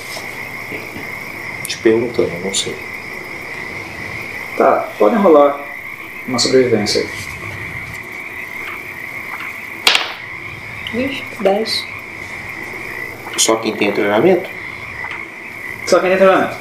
Te perguntando, eu não sei. Tá, podem rolar uma sobrevivência aí. Vixe, 10. Só quem tem treinamento? Só quem tem treinamento.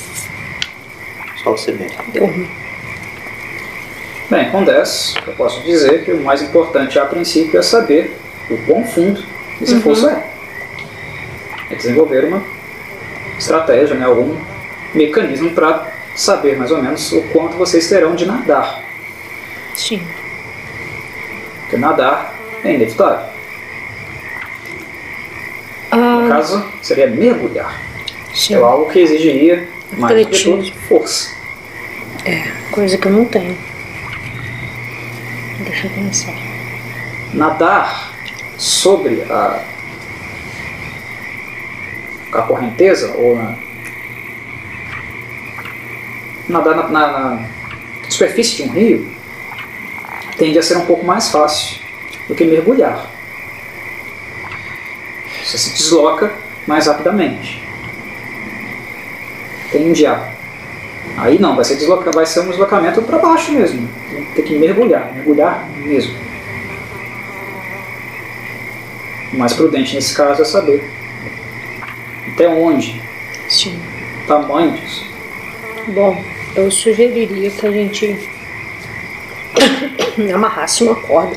Só você mesmo. Deu ruim. Bem, com 10, eu posso dizer que o mais importante a princípio é saber o quão fundo esse fosso é. É desenvolver uma estratégia, né, algum mecanismo para saber mais ou menos o quanto vocês terão de nadar. Sim. Porque nadar é inevitável. No caso, seria mergulhar. Sim. É algo que exigiria mais do que Atletismo. tudo, força. É, coisa que eu não tenho. Deixa eu pensar. Nadar sobre a correnteza ou nadar na superfície de um rio tende a ser um pouco mais fácil do que mergulhar. Você se desloca mais rapidamente. Tende a. Aí não, vai ser um deslocamento para baixo mesmo. Tem que mergulhar mesmo. O mais prudente nesse caso é saber até onde, Sim. o tamanho disso. Bom, eu sugeriria que a gente amarrasse uma corda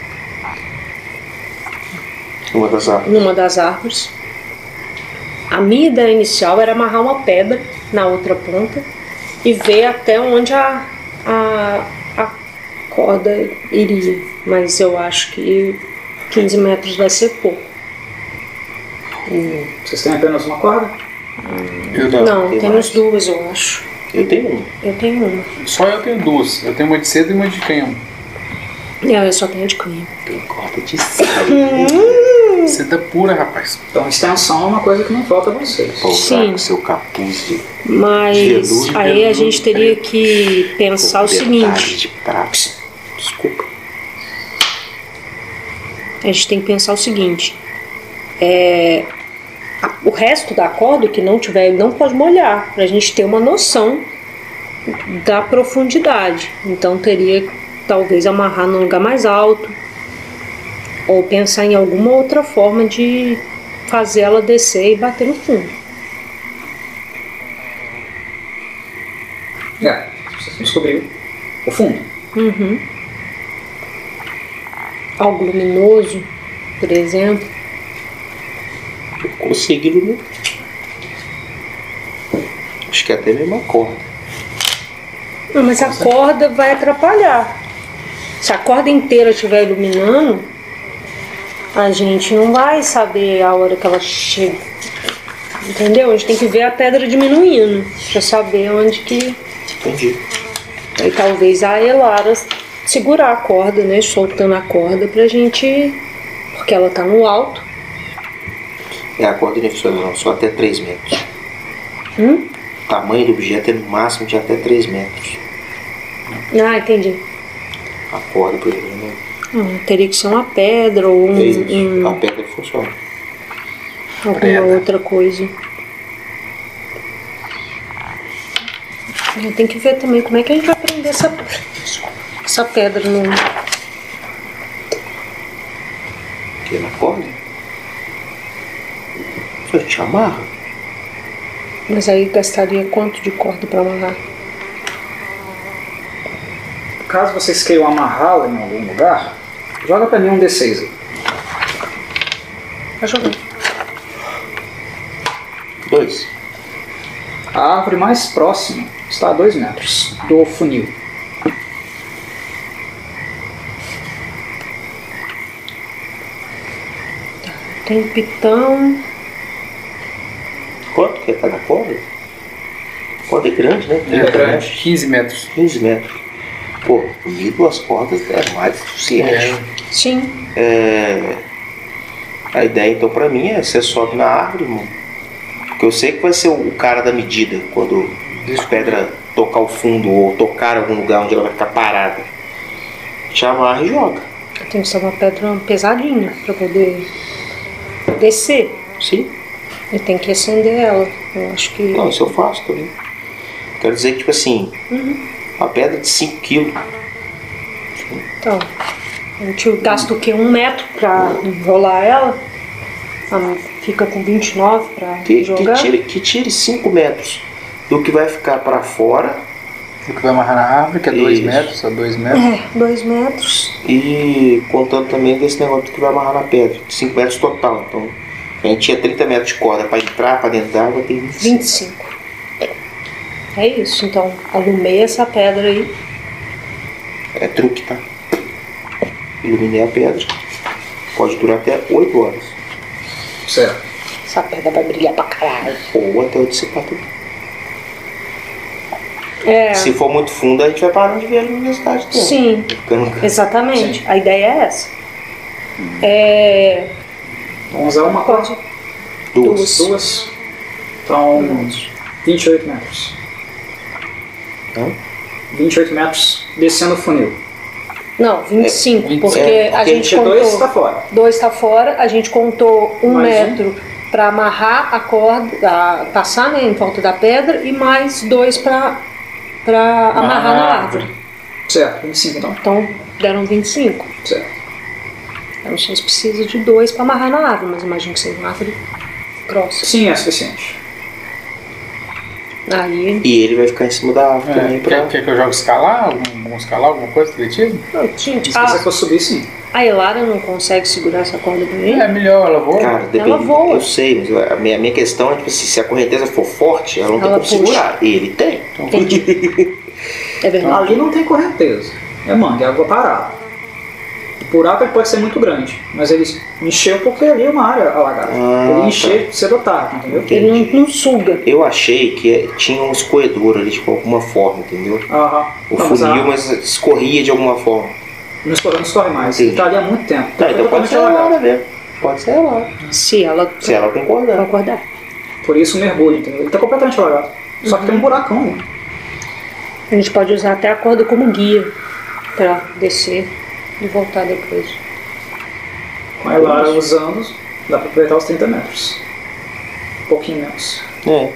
Uma das árvores. numa das árvores. A minha ideia inicial era amarrar uma pedra na outra ponta e ver até onde a corda iria. Mas eu acho que 15 metros vai ser pouco. Vocês têm apenas uma corda? Eu Não, tem temos mais. duas, eu acho. Eu tenho uma. Eu tenho uma. Só eu tenho duas. Eu tenho uma de cedo e uma de cânhamo. Eu só tenho a de cunha. Tem corda de sal. Seda pura, rapaz. Então extensão é uma coisa que não falta a vocês. Pra usar Sim. com seu capuz de Mas veludo, aí a gente teria que pensar o detalhes seguinte. de prata. Desculpa. A gente tem que pensar o seguinte. O resto da corda que não tiver, ele não pode molhar, pra gente ter uma noção da profundidade. Então teria talvez amarrar num lugar mais alto ou pensar em alguma outra forma de fazer ela descer e bater no fundo. Vocês descobriram o fundo. Algo luminoso, por exemplo. Eu consegui iluminar. Acho que é até mesmo a corda. Não, mas a corda vai atrapalhar. Se a corda inteira estiver iluminando, a gente não vai saber a hora que ela chega. Entendeu? A gente tem que ver a pedra diminuindo pra saber onde que. Entendi. Aí talvez a Elara segurar a corda, né? Soltando a corda pra gente. Porque ela tá no alto. A corda não funciona não, só até 3 metros. O tamanho do objeto é no máximo de até 3 metros. Ah, entendi. A corda, por exemplo, Teria que ser uma pedra ou é isso. A pedra funciona. alguma outra coisa. Tem que ver também como é que a gente vai prender essa pedra no. Aqui na corda. Você te amarra? Mas aí gastaria quanto de corda para amarrar? Caso vocês queiram amarrá-la em algum lugar, joga pra mim um D6 aí. Vai jogar. 2. A árvore mais próxima está a 2 metros do funil. Tem pitão. Quanto que é cada corda? A corda é grande, né? É grande. 15 metros. 15 metros. Pô, comigo 2 cordas é mais que suficiente. Sim. A ideia então pra mim é você sobe na árvore, irmão. Porque eu sei que vai ser o cara da medida quando a pedra tocar o fundo ou tocar em algum lugar onde ela vai ficar parada. Te amarra e joga. Tem que ser uma pedra pesadinha para poder descer. Sim. E tem que acender ela. Eu acho que. Não, isso eu faço também. Quero dizer que, tipo assim, uma pedra de 5 kg. Então, a gente gasta o quê? 1 metro para enrolar ela. Fica com 29 para jogar. Que tire 5 metros do que vai ficar para fora. O que vai amarrar na árvore, que é 2 Isso. metros, só 2 metros. 2 metros. E contando também desse negócio do que vai amarrar na pedra. 5 metros total. Então, a gente tinha 30 metros de corda para entrar para dentro da água, tem 25. 25. É isso, então alumei essa pedra aí. É truque, tá? Iluminei a pedra. Pode durar até 8 horas. Certo. Essa pedra vai brilhar pra caralho. Ou até o dissipar tudo. É, Se for muito fundo, a gente vai parando de ver a luminosidade dela. sim, Ficando... exatamente. Sim. A ideia é essa. Vamos usar uma Pode. duas. Então, 28 metros. Hã? 28 metros descendo o funil. Não, 25, porque porque a gente contou. 22 está fora. 2 está fora, a gente contou 1 Mais metro para amarrar a corda, passar, né, em volta da pedra, e mais 2 para amarrar na árvore. Certo, 25 então. Então deram 25. Certo. Eu não sei se precisa de 2 para amarrar na árvore, mas imagino que seja uma árvore grossa. Sim, é suficiente. Aí, E ele vai ficar em cima da árvore também pra... Quer que eu jogue escalar? Vamos escalar alguma coisa atletismo? gente, Se quiser que eu subir, sim. a Elara não consegue segurar essa corda pra mim? É melhor, ela voa. Cara, depende. Ela voa. Eu sei, mas a minha questão é tipo assim, se a correnteza for forte, ela não tem Ela como puxa. segurar. Ele tem. Entendi. É verdade. Ali não tem correnteza. É mangue, é água parada. O buraco ele pode ser muito grande, mas ele encheu porque ali é uma área alagada. Ah, ele encheu cedo ou tarde, entendeu? Ele não suga. Eu achei que tinha um escorredor ali de alguma forma, entendeu? Aham. O Não, funil, mas escorria de alguma forma. Não escorre mais. Entendi. Ele tá ali há muito tempo. Tá, então pode ser totalmente uma alagado. hora mesmo. Pode ser ela. Se ela concordar. concordar. Por isso o mergulho, entendeu? Ele tá completamente alagado. Só que tem um buracão, né? A gente pode usar até a corda como guia pra descer e voltar depois. Com a Elara usando, dá pra aproveitar os 30 metros. Um pouquinho menos. É.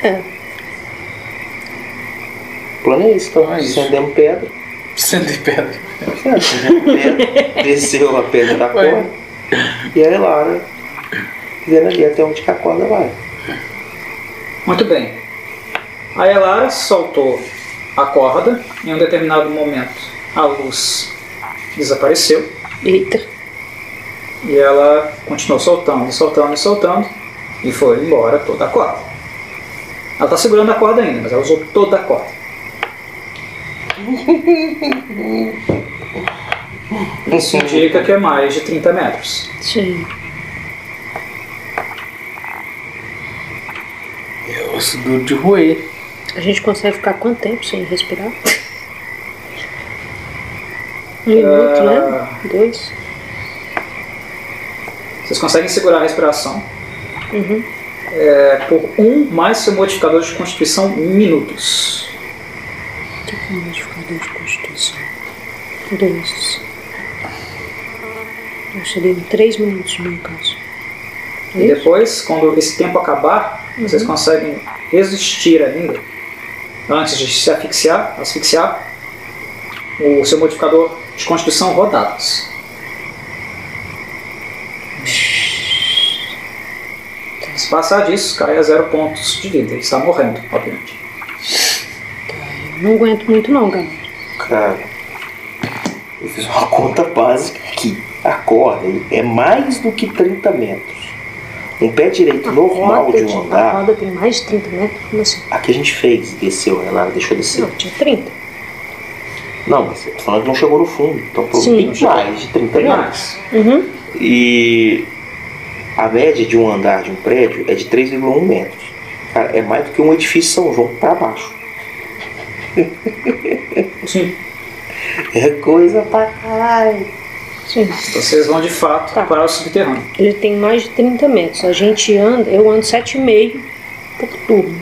O plano é isso, então. Acendemos pedra. Acender pedra. Desceu a pedra da corda. E a Elara vendo ali até onde que a corda vai. Muito bem. A Elara soltou a corda. Em um determinado momento, a luz desapareceu. Eita. E ela continuou soltando, soltando, soltando. E foi embora toda a corda. Ela está segurando a corda ainda, mas ela usou toda a corda. Isso indica que é mais de 30 metros. Sim. É osso duro de roer. A gente consegue ficar quanto tempo sem respirar? 1 minuto, né? 2. Vocês conseguem segurar a respiração por 1 mais seu modificador de constituição minutos. O que é modificador de constituição? 2. Então seriam 3 minutos no meu caso. E depois, quando esse tempo acabar, vocês conseguem resistir ainda. Antes de se asfixiar, o seu modificador de constituição rodados. Se passar disso, cai a 0 pontos de vida. Ele está morrendo, obviamente. Não aguento muito não, galera. Cara, eu fiz uma conta básica aqui. A corda é mais do que 30 metros. Um pé direito normal de um A andar. roda tem mais de 30 metros? Como assim? A que a gente fez, desceu, ela deixou descer. Não, tinha 30. Não, mas eu tô falando que não chegou no fundo. Então Sim. tem mais de 30 Tem metros. mais. E a média de um andar de um prédio é de 3,1 metros. Cara, é mais do que um edifício São João para baixo. Sim. É coisa pra caralho. Sim. Vocês vão de fato para o subterrâneo. Ele tem mais de 30 metros. A gente anda, eu ando 7,5 por turno.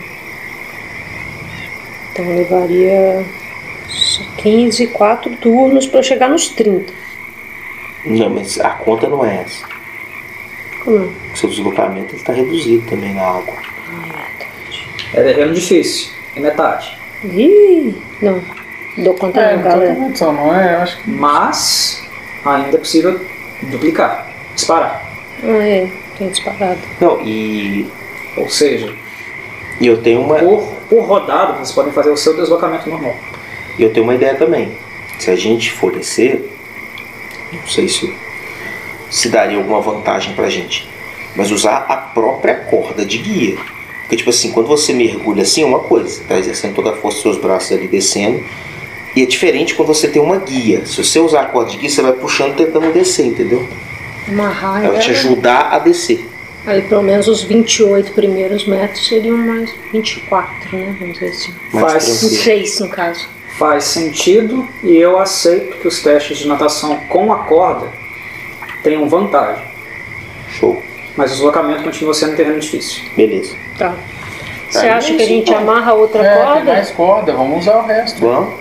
Então levaria 15, 4 turnos para chegar nos 30. Não, mas a conta não é essa. Como é? O seu deslocamento está reduzido também na água. É terreno difícil, é metade. Ih, não. Dou conta não, galera. Não é, eu acho que... Mas ainda é possível duplicar, disparar. Ah, é. Tem disparado. Não, e Ou seja, eu tenho uma. por rodada vocês podem fazer o seu deslocamento normal. E eu tenho uma ideia também. Se a gente for descer, não sei se daria alguma vantagem pra gente, mas usar a própria corda de guia. Porque, tipo assim, quando você mergulha assim, é uma coisa, você tá exercendo toda a força dos seus braços ali descendo, e é diferente quando você tem uma guia. Se você usar a corda de guia, você vai puxando tentando descer, entendeu? Amarrar Ela vai te ela. ajudar a descer. Aí pelo menos os 28 primeiros metros seriam mais 24, né? Vamos dizer assim. Mais Faz. tranquilo. 26 no caso. Faz sentido e eu aceito que os testes de natação com a corda tenham vantagem. Show. Mas o deslocamento continua sendo um terreno difícil. Beleza. Tá. Você Aí acha é que a isso, gente então. amarra outra tem corda? mais corda, vamos usar o resto. Vamos?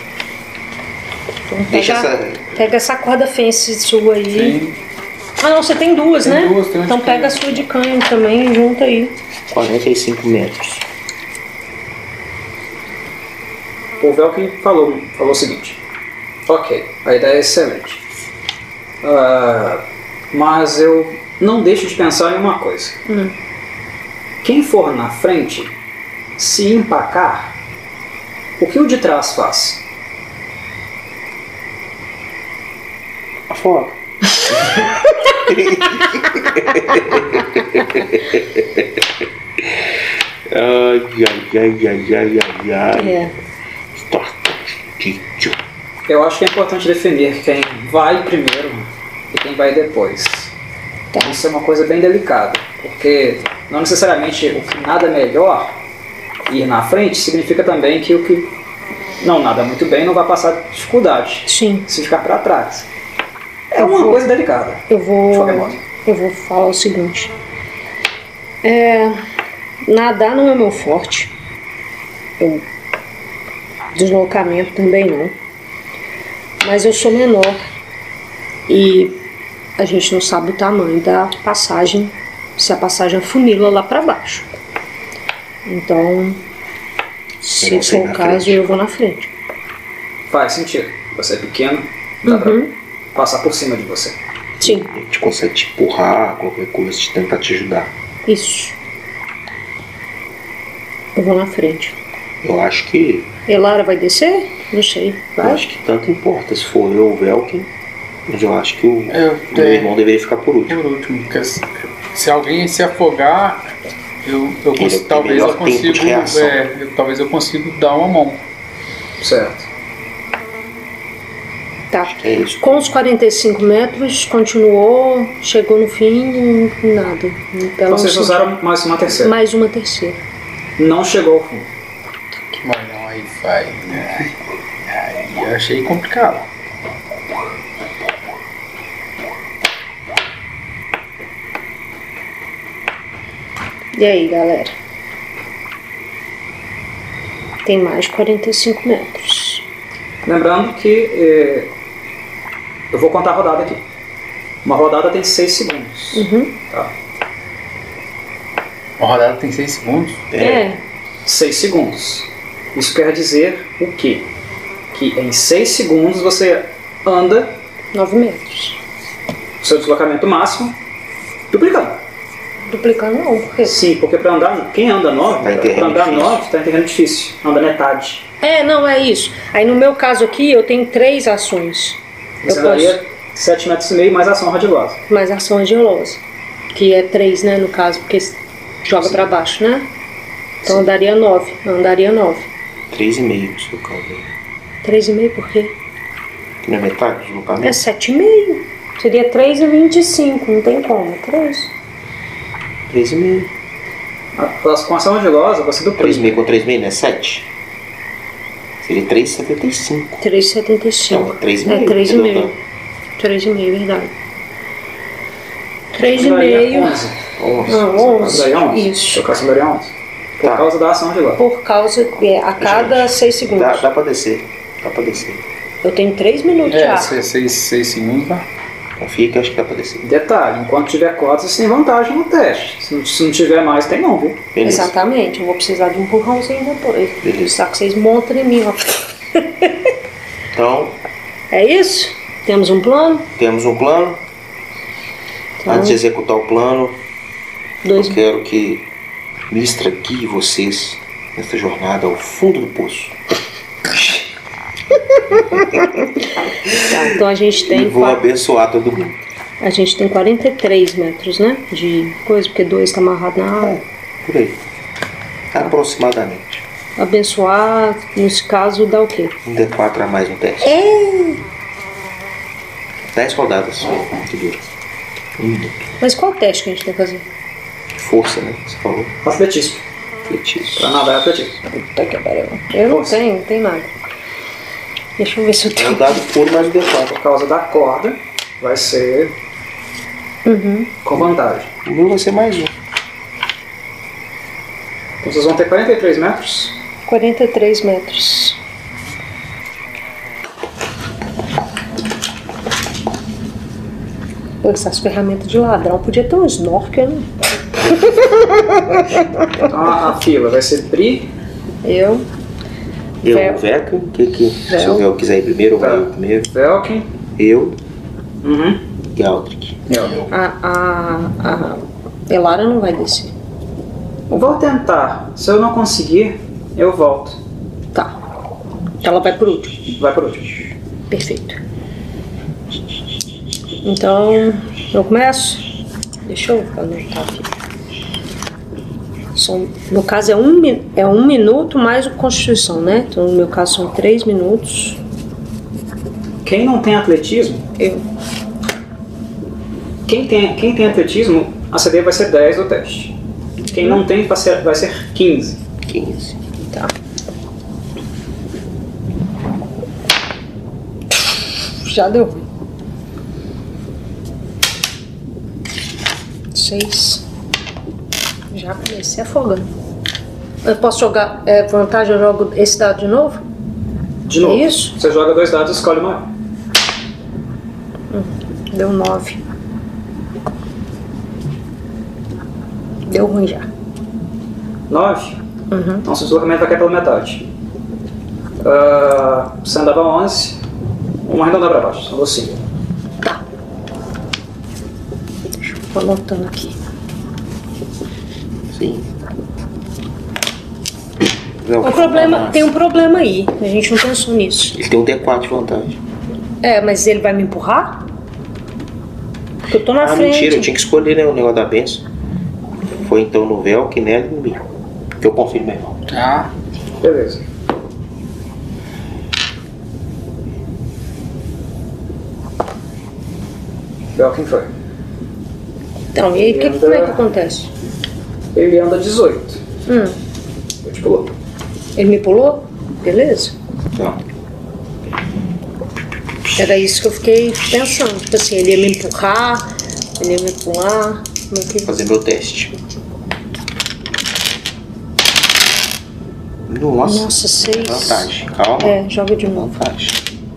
Então Deixa pega essa corda fence sua aí. Sim. Ah não, você tem duas, Tem né? duas, tem uma então de pega a sua de canho também e junta aí. 45 metros. O Velkin falou o seguinte: ok, a ideia é excelente. Mas eu não deixo de pensar em uma coisa. Quem for na frente, se empacar, o que o de trás faz? Afoga. Ai. É. Eu acho que é importante definir quem vai primeiro e quem vai depois. Tá. Isso é uma coisa bem delicada, porque não necessariamente o que nada melhor ir na frente significa também que o que não nada muito bem não vai passar dificuldade Sim. se ficar para trás. É uma coisa delicada. Eu vou. De qualquer modo. eu vou falar o seguinte. Nadar não é meu forte. Deslocamento também não. Mas eu sou menor. E a gente não sabe o tamanho da passagem, se a passagem afunila lá para baixo. Então, se for o caso, eu vou na frente. Faz sentido. Você é pequeno, dá pra passar por cima de você. Sim. A gente consegue te empurrar, qualquer coisa, tentar te ajudar. Isso. Eu vou na frente. Eu acho que. Elara vai descer? Não sei. Eu Vai? acho que tanto importa se for eu ou o Velkin. Mas eu acho que o Eu meu irmão deveria ficar por último. Por último, porque se alguém se afogar, talvez eu consiga. Talvez eu consiga dar uma mão. Certo. Tá. É isso. Com os 45 metros, continuou, chegou no fim e nada. Ela Vocês não usaram mais uma terceira. sentiu. Mais uma terceira. Não chegou ao fundo. Mas não, aí vai, né? Aí eu achei complicado. E aí, galera? Tem mais de 45 metros. Lembrando que eu vou contar a rodada aqui. Uma rodada tem 6 segundos. Tá? Uma rodada tem 6 segundos? 6 segundos. Isso quer dizer o quê? Que em 6 segundos você anda 9 metros. o seu deslocamento máximo duplicando. Duplicando não, por quê? Sim, porque para andar, quem anda 9, Tá em terreno para andar difícil. 9 está em terreno difícil. Anda metade. Não, é isso. Aí no meu caso aqui, eu tenho 3 ações. Você Eu posso... andaria 7,5 metros mais ação radilosa. Mais ação angelosa. Que é 3, né, no caso, porque joga pra baixo, né? Então eu andaria 9. Eu andaria 9. 3,5 no seu caso. 3,5 por quê? Que não é metade do deslocamento? É 7,5. Seria 3,25. Não tem como. 3. 3,5. Com ação radilosa, você duplica. 3,5 com 3,5 não é 7? Seria 3,75. 3,75. Não, 3,5. É 3,5. 3,5, verdade. 3,5. 11. Não, 11. Andaria 11. Isso. Seu caso andaria 11. Por Tá. causa da ação radilosa. Por causa. A cada 6 segundos. Dá pra descer. Dá pra descer. Eu tenho 3 minutos já. 6 segundos, tá? Confia que eu acho que dá pra descer. Detalhe, enquanto tiver cotas, você tem vantagem no teste. Se não tiver mais, tem não, viu? Beleza. Exatamente. Eu vou precisar de um empurrãozinho depois. Beleza. Só que vocês montam em mim, ó. Então, É isso? Temos um plano? temos um plano. Então, Antes de executar o plano, 2. eu quero que Mistra guie vocês nesta jornada ao fundo do poço. Tá, então a gente E tem vou abençoar todo mundo. a gente tem 43 metros, né? De coisa, porque 2 tá amarrado na água. Por aí. Aproximadamente. Abençoar, nesse caso, dá o quê? Um D4 a mais no teste. 10 rodadas que dura. 1 minuto. Mas qual teste que a gente tem que fazer? Força, né? Você falou. Atletismo. Atletismo. Pra nadar é atletismo. Puta que pariu. Eu não tenho, não tenho nada. Deixa eu ver se eu É tenho. um dado puro mais o D4. Por causa da corda, vai ser com vantagem. O meu vai ser mais um. Então vocês vão ter 43 metros. 43 metros. Pô, essas ferramentas de ladrão podia ter um snorkel, né? Então a fila vai ser Pri, Eu, Eu, Veca, se o Vel quiser ir primeiro, ou vai eu primeiro. Velkin. Eu Uhum. e Aldrich. a Elara não vai descer. Vou tentar. Se eu não conseguir, eu volto. Tá. Ela vai por último. Vai por último. Perfeito. Então, eu começo. Deixa eu anotar aqui. No caso é um minuto mais o Constituição, né? Então no meu caso são 3 minutos. Quem não tem atletismo, Eu. quem tem atletismo, a CD vai ser 10 do teste. Quem não tem, vai ser 15. 15. Tá. Já deu ruim. 6. Já comecei afogando. Eu posso jogar vantagem, eu jogo esse dado de novo? De novo. É isso? Você joga 2 dados e escolhe o maior. Deu 9. Deu ruim já. 9? Uhum. Então seu deslocamento vai cair pela metade. Você andava 11, vamos arredondar pra baixo, andou 5. Tá. Deixa eu vou anotando aqui. Sim. O problema, tem um problema aí, a gente não pensou nisso. Ele tem um D4 de vantagem. Mas ele vai me empurrar? Porque eu tô na frente. Mentira, eu tinha que escolher, né, o negócio da benção. Foi então no Velk, nela e no mim. Que eu confio no meu irmão. Ah, Beleza. Quem foi? Então, e aí, como é que acontece? Ele anda 18. Ele te pulou. Ele me pulou? Beleza. Não. Era isso que eu fiquei pensando. Tipo assim, ele ia me empurrar, ele ia me pular. Como é que... Fazer meu teste. Nossa. Nossa, 6. Vantagem. Calma. Joga de novo. Vantagem.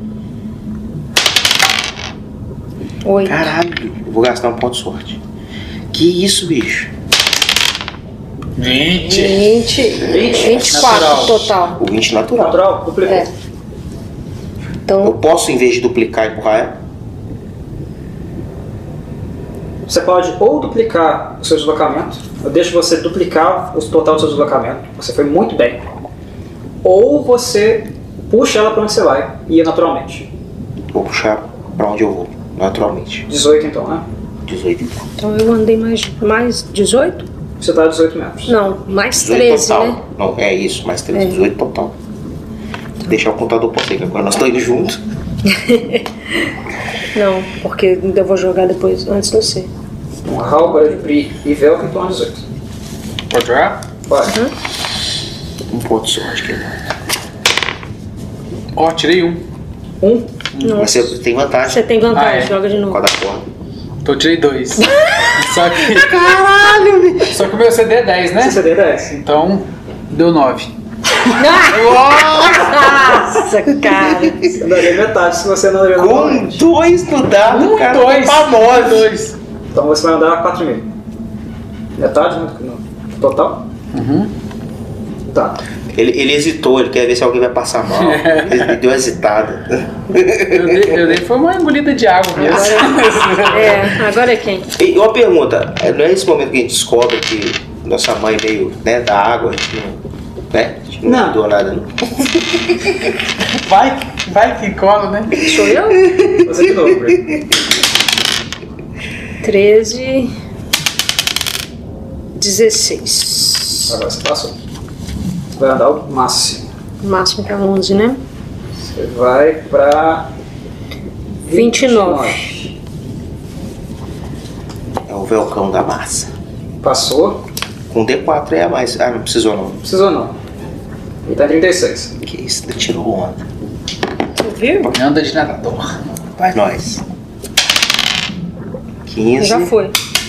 8. Caralho. Eu vou gastar um ponto de sorte. Que isso, bicho? 24 Natural. total. O 20 natural. Natural, duplicou. É. Eu Então, posso, em vez de duplicar, empurrar ela? Você pode ou duplicar o seu deslocamento, eu deixo você duplicar o total do seu deslocamento, você foi muito bem, ou você puxa ela para onde você vai e ia naturalmente. Vou puxar pra onde eu vou, naturalmente. 18 então, né? 18 então. então eu andei mais 18? Você está a 18 metros. Não, mais 18 13, total. né? Não, é isso, mais 13, 18 total. Vou deixar o contador pra você, que agora nós estamos indo junto. Não, porque ainda vou jogar depois, antes de você. Halberd de Pri e Velkin estão a 18. pode jogar? Pode. Um ponto de sorte que Ó, tirei um. Mas você tem vantagem. Você tem vantagem, Ah, é? joga de Com novo. a da corda. Então eu tirei 2. Só que. Caralho! Só que o meu CD é 10, né? Você CD 10. Então, deu 9. Nossa, cara. Você daria metade se você não daria Com normalmente. 2 no dado, cara, dois. tá 9. 2. Então você vai andar 4,5. Metade no total? Tá. Ele hesitou, ele quer ver se alguém vai passar mal. Ele deu uma hesitada. Eu dei foi uma engolida de água mesmo. Agora é quem? E uma pergunta, não é esse momento que a gente descobre que nossa mãe veio, né, da água, a gente não, né? A gente não Não. mudou nada, não. Vai que cola, né? Sou eu? Você de novo, Pri. 13. 16. Agora você passou. Você vai andar o máximo. O máximo que é 11, né? Você vai pra 29. É o velcão da massa. Passou. Com D4 é a mais. Ah, não precisou não. Não precisou não. Ele tá em 36. Que isso, tirou onda. Tu viu? Anda de nadador. Vai nós. 15. Já foi.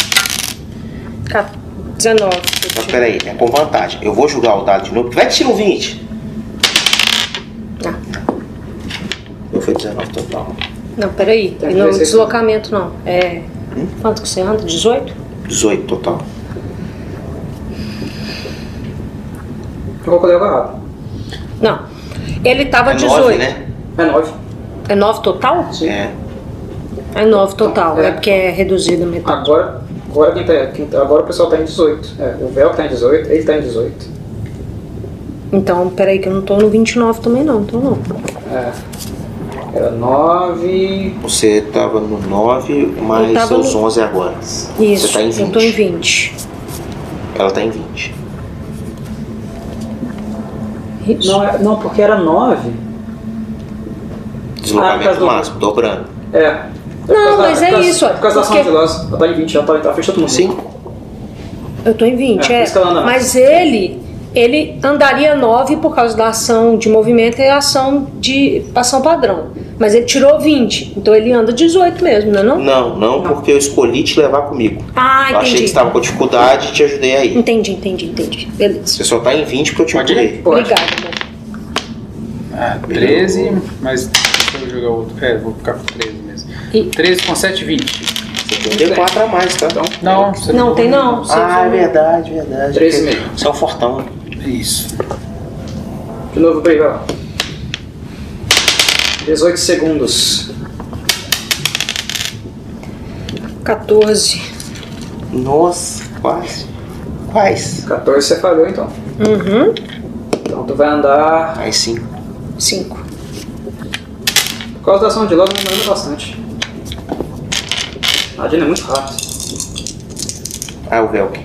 19. Mas peraí, é com vantagem. Eu vou jogar o dado de novo. Vai tirar um 20. Ah. Eu fui 19 total. Não, peraí. Tem E no 16. deslocamento não. Quanto que você anda? 18? 18 total. Eu vou poder errado. Não. Ele tava É 18. 9, né? É 9. É 9 total? É. É 9 total. É. É porque é reduzido a metade. Agora o pessoal tá em 18. O Velk tá em 18, ele tá em 18. Então, peraí que eu não tô no 29 também não. Então não. Era 9. Você tava no 9, mais Eu tava seus no- 11 agora. Isso. Você tá em 20. Eu tô em 20. Ela tá em 20. Isso. Não, porque era 9. Deslocamento por causa do- máximo, dobrando. Não, mas é isso, Por causa da ação porque- de veloz. Ela tá em 20, ela tá à frente de todo mundo. Sim. Eu tô em 20, por isso que ela anda mais. Mas ele andaria 9 por causa da ação de movimento e a ação padrão. Mas ele tirou 20, então ele anda 18 mesmo, não é não? Não, porque eu escolhi te levar comigo. Ah, Eu achei que entendi. você estava com dificuldade e te ajudei aí. Entendi. Beleza. Você só tá em 20 porque eu te Pode ir? empurrei. Pode. Obrigada, amor. Ah, 13, mas deixa eu jogar outro. É, vou ficar com 13 mesmo. E- 13 com 7, 20. Você tem 4 a mais, tá? Não, você Não, tem não. Você Ah, é viu? verdade. 13,5. Você é um fortão, né? Isso. De novo, Bri, vai lá. 18 segundos. 14. Nossa, quase. 14 você falhou, então. Uhum. Então tu vai andar... Mais 5. 5. Por causa da ação de logo, não anda bastante. A Dina é muito rápido. Ah, o Velk.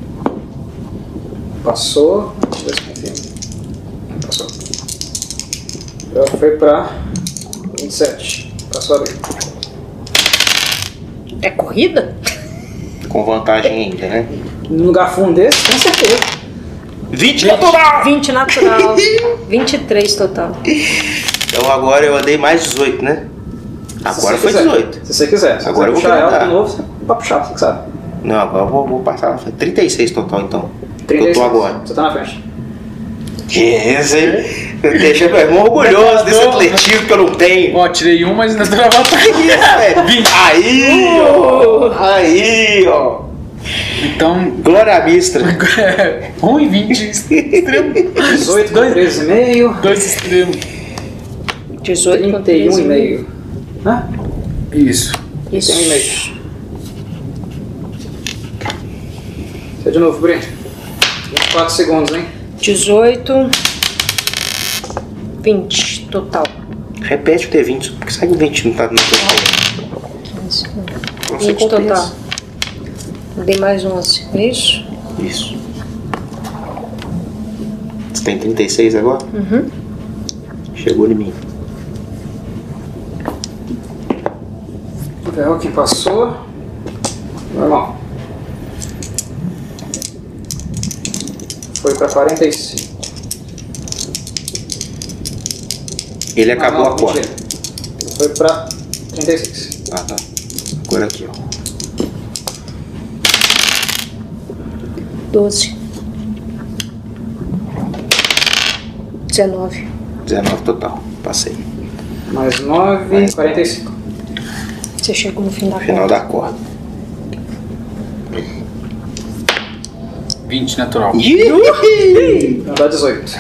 Passou. Deixa eu ver se confirma. Passou. Já foi pra 27. Passou a Bri. É corrida? Com vantagem ainda, né? Num lugar fundo desse, com certeza. 20 natural! 20 natural. 23 total. Então agora eu andei mais 18, né? Agora Se foi você quiser. 18. Se você quiser. Se Agora eu você vou puxar ela andar. de novo, você vai puxar, você que sabe. Não, agora eu vou passar. Foi 36 total então. 36. Eu tô agora. Você tá na frente. Isso, hein? Deixa meu irmão orgulhoso desse atletismo que eu não tenho. Ó, tirei um, mas ainda tô na vantagem. Aí, ó. Então, Glória à mistra. 1 e 20 extremo. 18 com 13,5. 2 extremos. 18 com 13. 31,5. Né? Isso. 31,5. Você de novo, Bri. 24 segundos, hein? 18. 20 total. Repete o T20, porque sai o 20 não tá no teu 15, Você 20 total. compensa. Dei mais 11, é isso? Isso. Você tem 36 agora? Uhum. Chegou em mim. O Velkin passou. Normal. Foi pra 45. Ele acabou Não, a corda. mentira. Foi pra 36. Ah, tá. Agora aqui, ó. 12. 19. 19 total. Passei. Mais 9, 45. Você chegou no fim da Final conta. da corda. 20 natural. Não dá 18.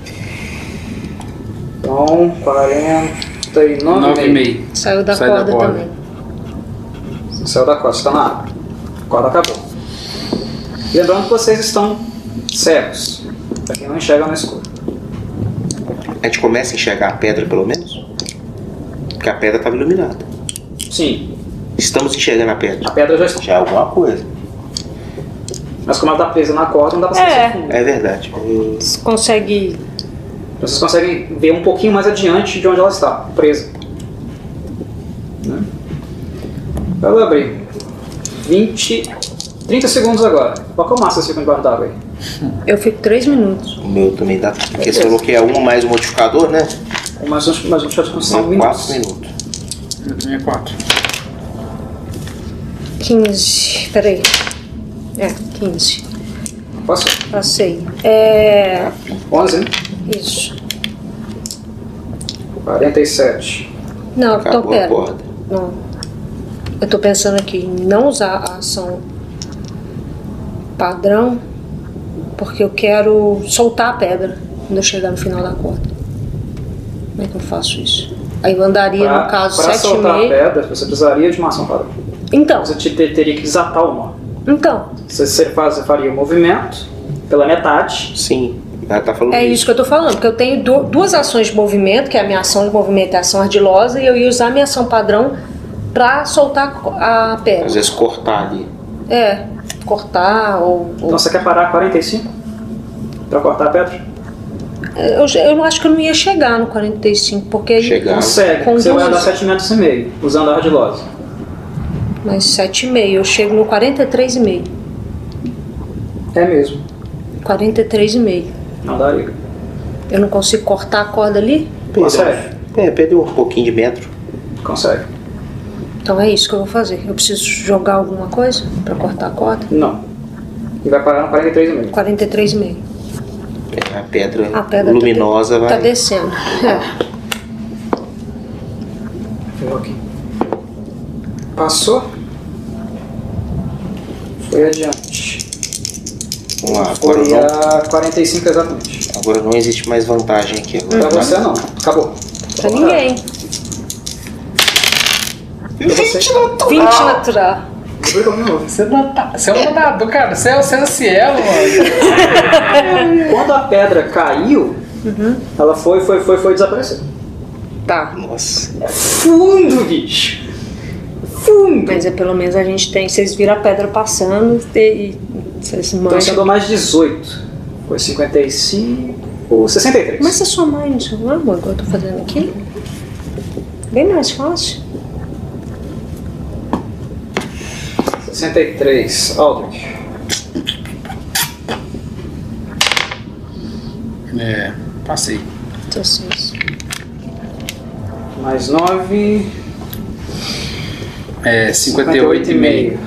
Então, 49,5. 9,5. Saiu da Sai da corda corda. também. Você saiu da corda, você tá na água. A corda acabou. Lembrando que vocês estão cegos. Pra quem não enxerga no escuro. A gente começa a enxergar a pedra, pelo menos? Porque a pedra estava iluminada. Sim, Estamos enxergando a pedra. a pedra já está. Já é alguma coisa. Mas como ela tá presa na corda, não dá pra saber É. se fundo. É verdade. Você consegue. Vocês conseguem ver um pouquinho mais adiante de onde ela está, presa. Né? Vai lá abrir. 30 segundos agora. Qual que é o máximo que vocês ficam debaixo d'água aí? Eu fico 3 minutos. O meu também dá. Porque você falou que é 1 mais o modificador, né? Mais um chat de São minutos. 4 minutos. Eu também é 4. 15. Peraí. 15. Passou. Passei. 11, né? Isso. 47. Não, então Acabou a pera. corda. Não. Eu tô pensando aqui em não usar a ação padrão, porque eu quero soltar a pedra quando eu chegar no final da corda. Como é que eu faço isso? Aí eu andaria, no caso, Para soltar a 7,5. pedra, você precisaria de uma ação padrão. Então, Você teria que desatar o nó. então, Você faria o movimento pela metade. Sim. Ela tá falando é isso que eu tô falando, porque eu tenho duas ações de movimento, que é a minha ação de movimento e a ação ardilosa, e eu ia usar a minha ação padrão pra soltar a pedra. Às vezes cortar ali. Cortar ou... Então você quer parar a 45? Pra cortar a pedra? Eu acho que eu não ia chegar no 45, porque aí Chegar. Consegue. Com Você vai duas- andar 7,5 metros, usando a ardilosa. mais 7,5, eu chego no 43,5. É mesmo. 43,5. Não daria. Eu não consigo cortar a corda ali? Consegue. Perdeu um pouquinho de metro. Consegue. Então é isso que eu vou fazer. Eu preciso jogar alguma coisa pra cortar a corda? Não. E vai parar no 43,5. 43,5. A pedra, A pedra luminosa tá vai. descendo. É. Vou aqui. Passou. Foi adiante. Vamos lá, agora Foi não, a 45 exatamente. agora não existe mais vantagem aqui. Pra você não. Acabou. Pra ninguém. 20 natural. 20 natural. Você é um danado, cara. Você é o Cielo, mano. Quando a pedra caiu, ela foi desaparecer. Tá. Nossa. É fundo, bicho. Fundo. Mas é pelo menos a gente tem. Vocês viram a pedra passando e vocês Então você manjam. andou mais 18. Foi 55. 63. Mas se somar no celular, amor, igual eu tô fazendo aqui, bem mais fácil. 63. Aldrich. É, passei. 16. Mais 9. É, 58,5.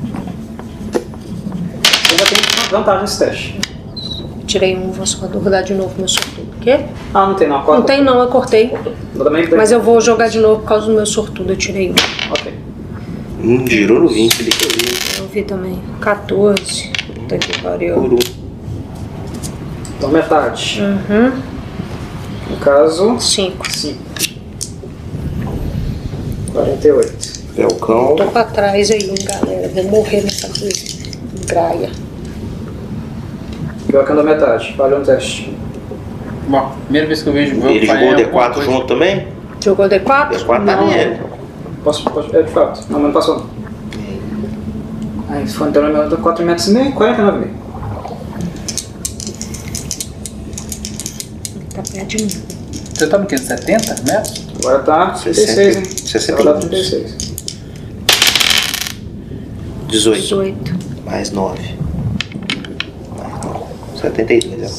Você ainda tem vantagem nesse teste. Tirei um, vou só rodar de novo meu sortudo. O quê? Ah, não tem não. Não tem não, eu cortei. Eu também Mas eu vou jogar de novo por causa do meu sortudo, eu tirei um. Ok. Girou no 20 ali que eu vi. Eu vi também. 14. Puta que pariu. Por um. Então metade. No caso, 5. 5. 48. Velcão. Tô pra trás aí, galera. Vou morrer nessa graia. Pior que andou metade. Falhou no teste. Bom, primeira vez que eu vejo Ele jogou o alguma D4 coisa. junto também? Jogou D4? D4 tá Não. nele. Posso, é de fato. Não, mas não passou não. Aí foi então no 4 metros e meio, 49,5. Tá perto de mim. Você tá no quê? 70 metros? Agora tá 36, hein? 60. Agora tá 36. 18. 18. Mais 9. Mais 9. 72 agora.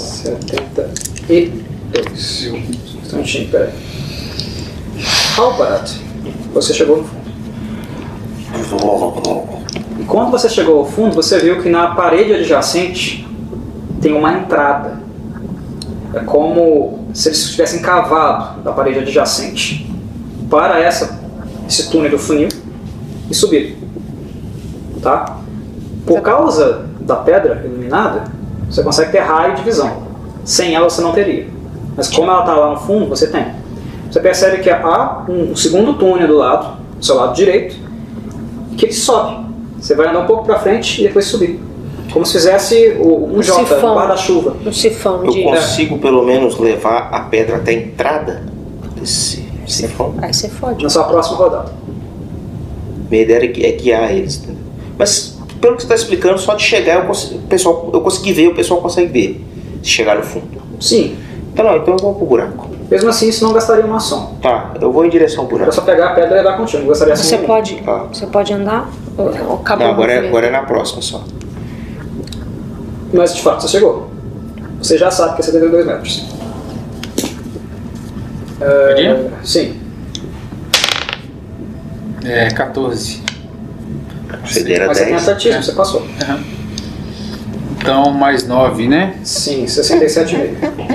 72. Instantinho, peraí. Halbart, você chegou no fundo. E quando você chegou ao fundo, você viu que na parede adjacente tem uma entrada. É como se eles tivessem cavado da parede adjacente para esse túnel do funil e subiram. Tá? Por causa da pedra iluminada, você consegue ter raio de visão. Sem ela você não teria. Mas como ela está lá no fundo, você tem. Você percebe que há um segundo túnel do lado, do seu lado direito, que ele sobe. Você vai andar um pouco para frente e depois subir. Como se fizesse um J, sifão. um guarda-chuva. Um sifão Eu de... consigo pelo menos levar a pedra até a entrada desse sifão. Aí você fode. Na sua próxima rodada. Minha ideia é guiar eles, entendeu? Mas pelo que você está explicando, só de chegar eu consegui ver, o pessoal consegue ver. Se chegar no fundo. Sim. Então não, então eu vou pro buraco. Mesmo assim, isso não gastaria uma ação. Tá, eu vou em direção ao Era buraco. só pegar a pedra e levar contigo. Não gastaria ação Você nenhuma. pode, Tá. você pode andar? Ou acabou Não, o movimento? agora é na próxima só. Mas de fato, você chegou. Você já sabe que é 72 metros. Podia? Sim. É, 14. Você era Mas você tem 10. atletismo, você passou. Então, mais 9, né? Sim, 67,5.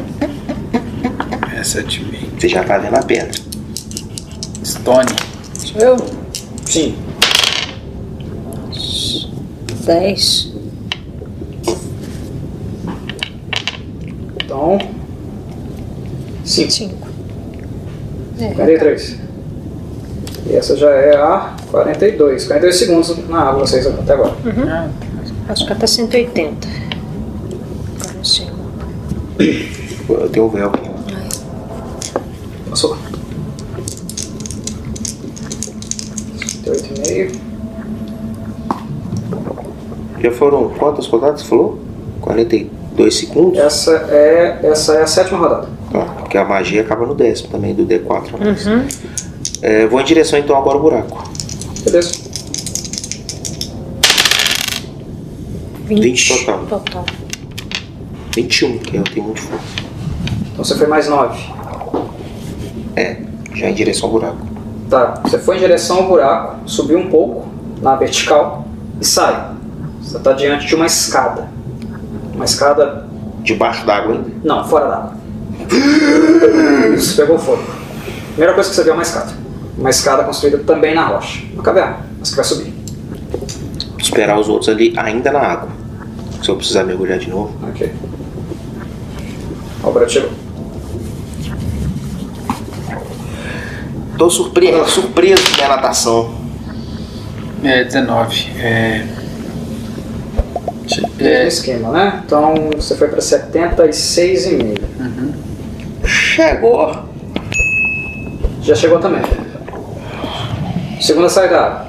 É 7,5. Você já tá vendo a pedra. Stone. Sou eu? Sim. 10. Então. 5. 5. 43. E essa já é a 42. 42 segundos na água, vocês até agora. Ah, Acho que até 180. Agora eu sei. Eu tenho o véu aqui. Passou. 58,5. Já foram quantas rodadas você falou? 42 segundos? Essa é a 7ª rodada. Tá, porque a magia acaba no 10º também, do D4. Vou em direção então agora ao buraco. Beleza. 20 total. Total. 21, que eu tenho muito força. Então você foi mais 9. Já em direção ao buraco. Tá, você foi em direção ao buraco, subiu um pouco na vertical e sai. Você está diante de uma escada. Uma escada... Debaixo d'água ainda? Não, fora d'água. Isso, pegou fogo. Primeira coisa que você vê é uma escada. Uma escada construída também na rocha. Uma caverna, mas que vai subir. Esperar os outros ali ainda na água. Se eu precisar mergulhar de novo. Ok. Albert chegou. Tô surpreso com minha natação. 19. Mesmo esquema, né? Então você foi para 76,5. Chegou. Já chegou também. Segunda saída.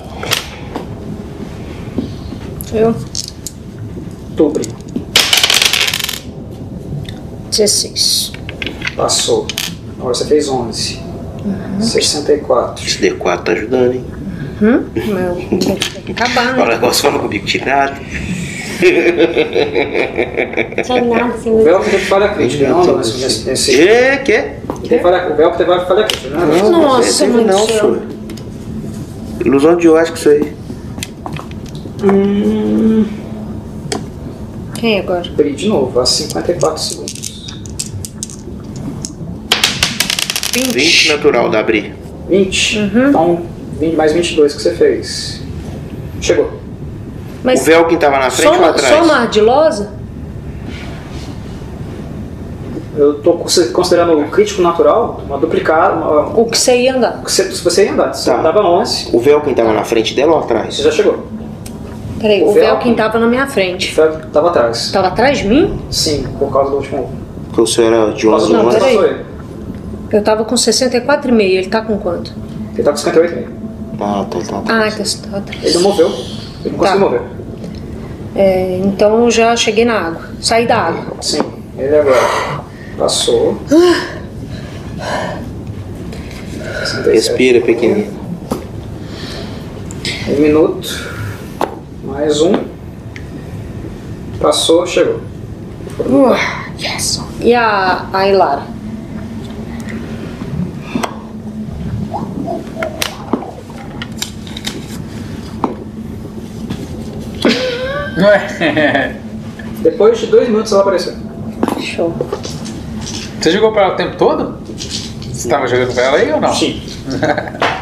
Eu? Tubre. 16. Passou. Agora você fez 11. 64. Esse D4 tá ajudando, hein? Meu, tem que acabar, O né? negócio fala comigo tirado. Sai nada, assim, O Velcro teve falha crítica, não? Nesse... Que? O Velcro teve falha crítica, né? Não, Nossa, teve mãe do não, céu. senhor. Ilusão de ótica isso aí. Quem agora? Abri de novo, a 54 segundos. 20 natural da abrir. 20? Então, 20 mais 22 que você fez. Chegou. Mas O Velkin tava na frente ou atrás? só uma ardilosa? Eu tô considerando o crítico natural, uma duplicada. O que você ia andar? Se você ia andar, você Tá. dava 11, O Velkin tava na frente dela ou atrás? você já chegou. Peraí, O o Velkin Velkin tava na minha frente. Tava atrás. Tava atrás de mim? Sim, por causa do último. Porque o senhor era de Por causa 11 do Não, anos. último peraí. passou ele. Eu tava com 64,5. Ele tá com quanto? Ele tá com 58,5. Ah, tá. Ah, que você tá atrás. Ele não moveu. Ele não conseguiu mover. Então eu já cheguei na água. Saí da água. Sim, ele agora passou. 67. Respira, pequenininho. 1 minuto. Mais um. Passou, chegou. Yes. E a Ilara? Depois de 2 minutos ela apareceu. Show. Você jogou pra ela o tempo todo? Você tava jogando pra ela aí ou não? Sim.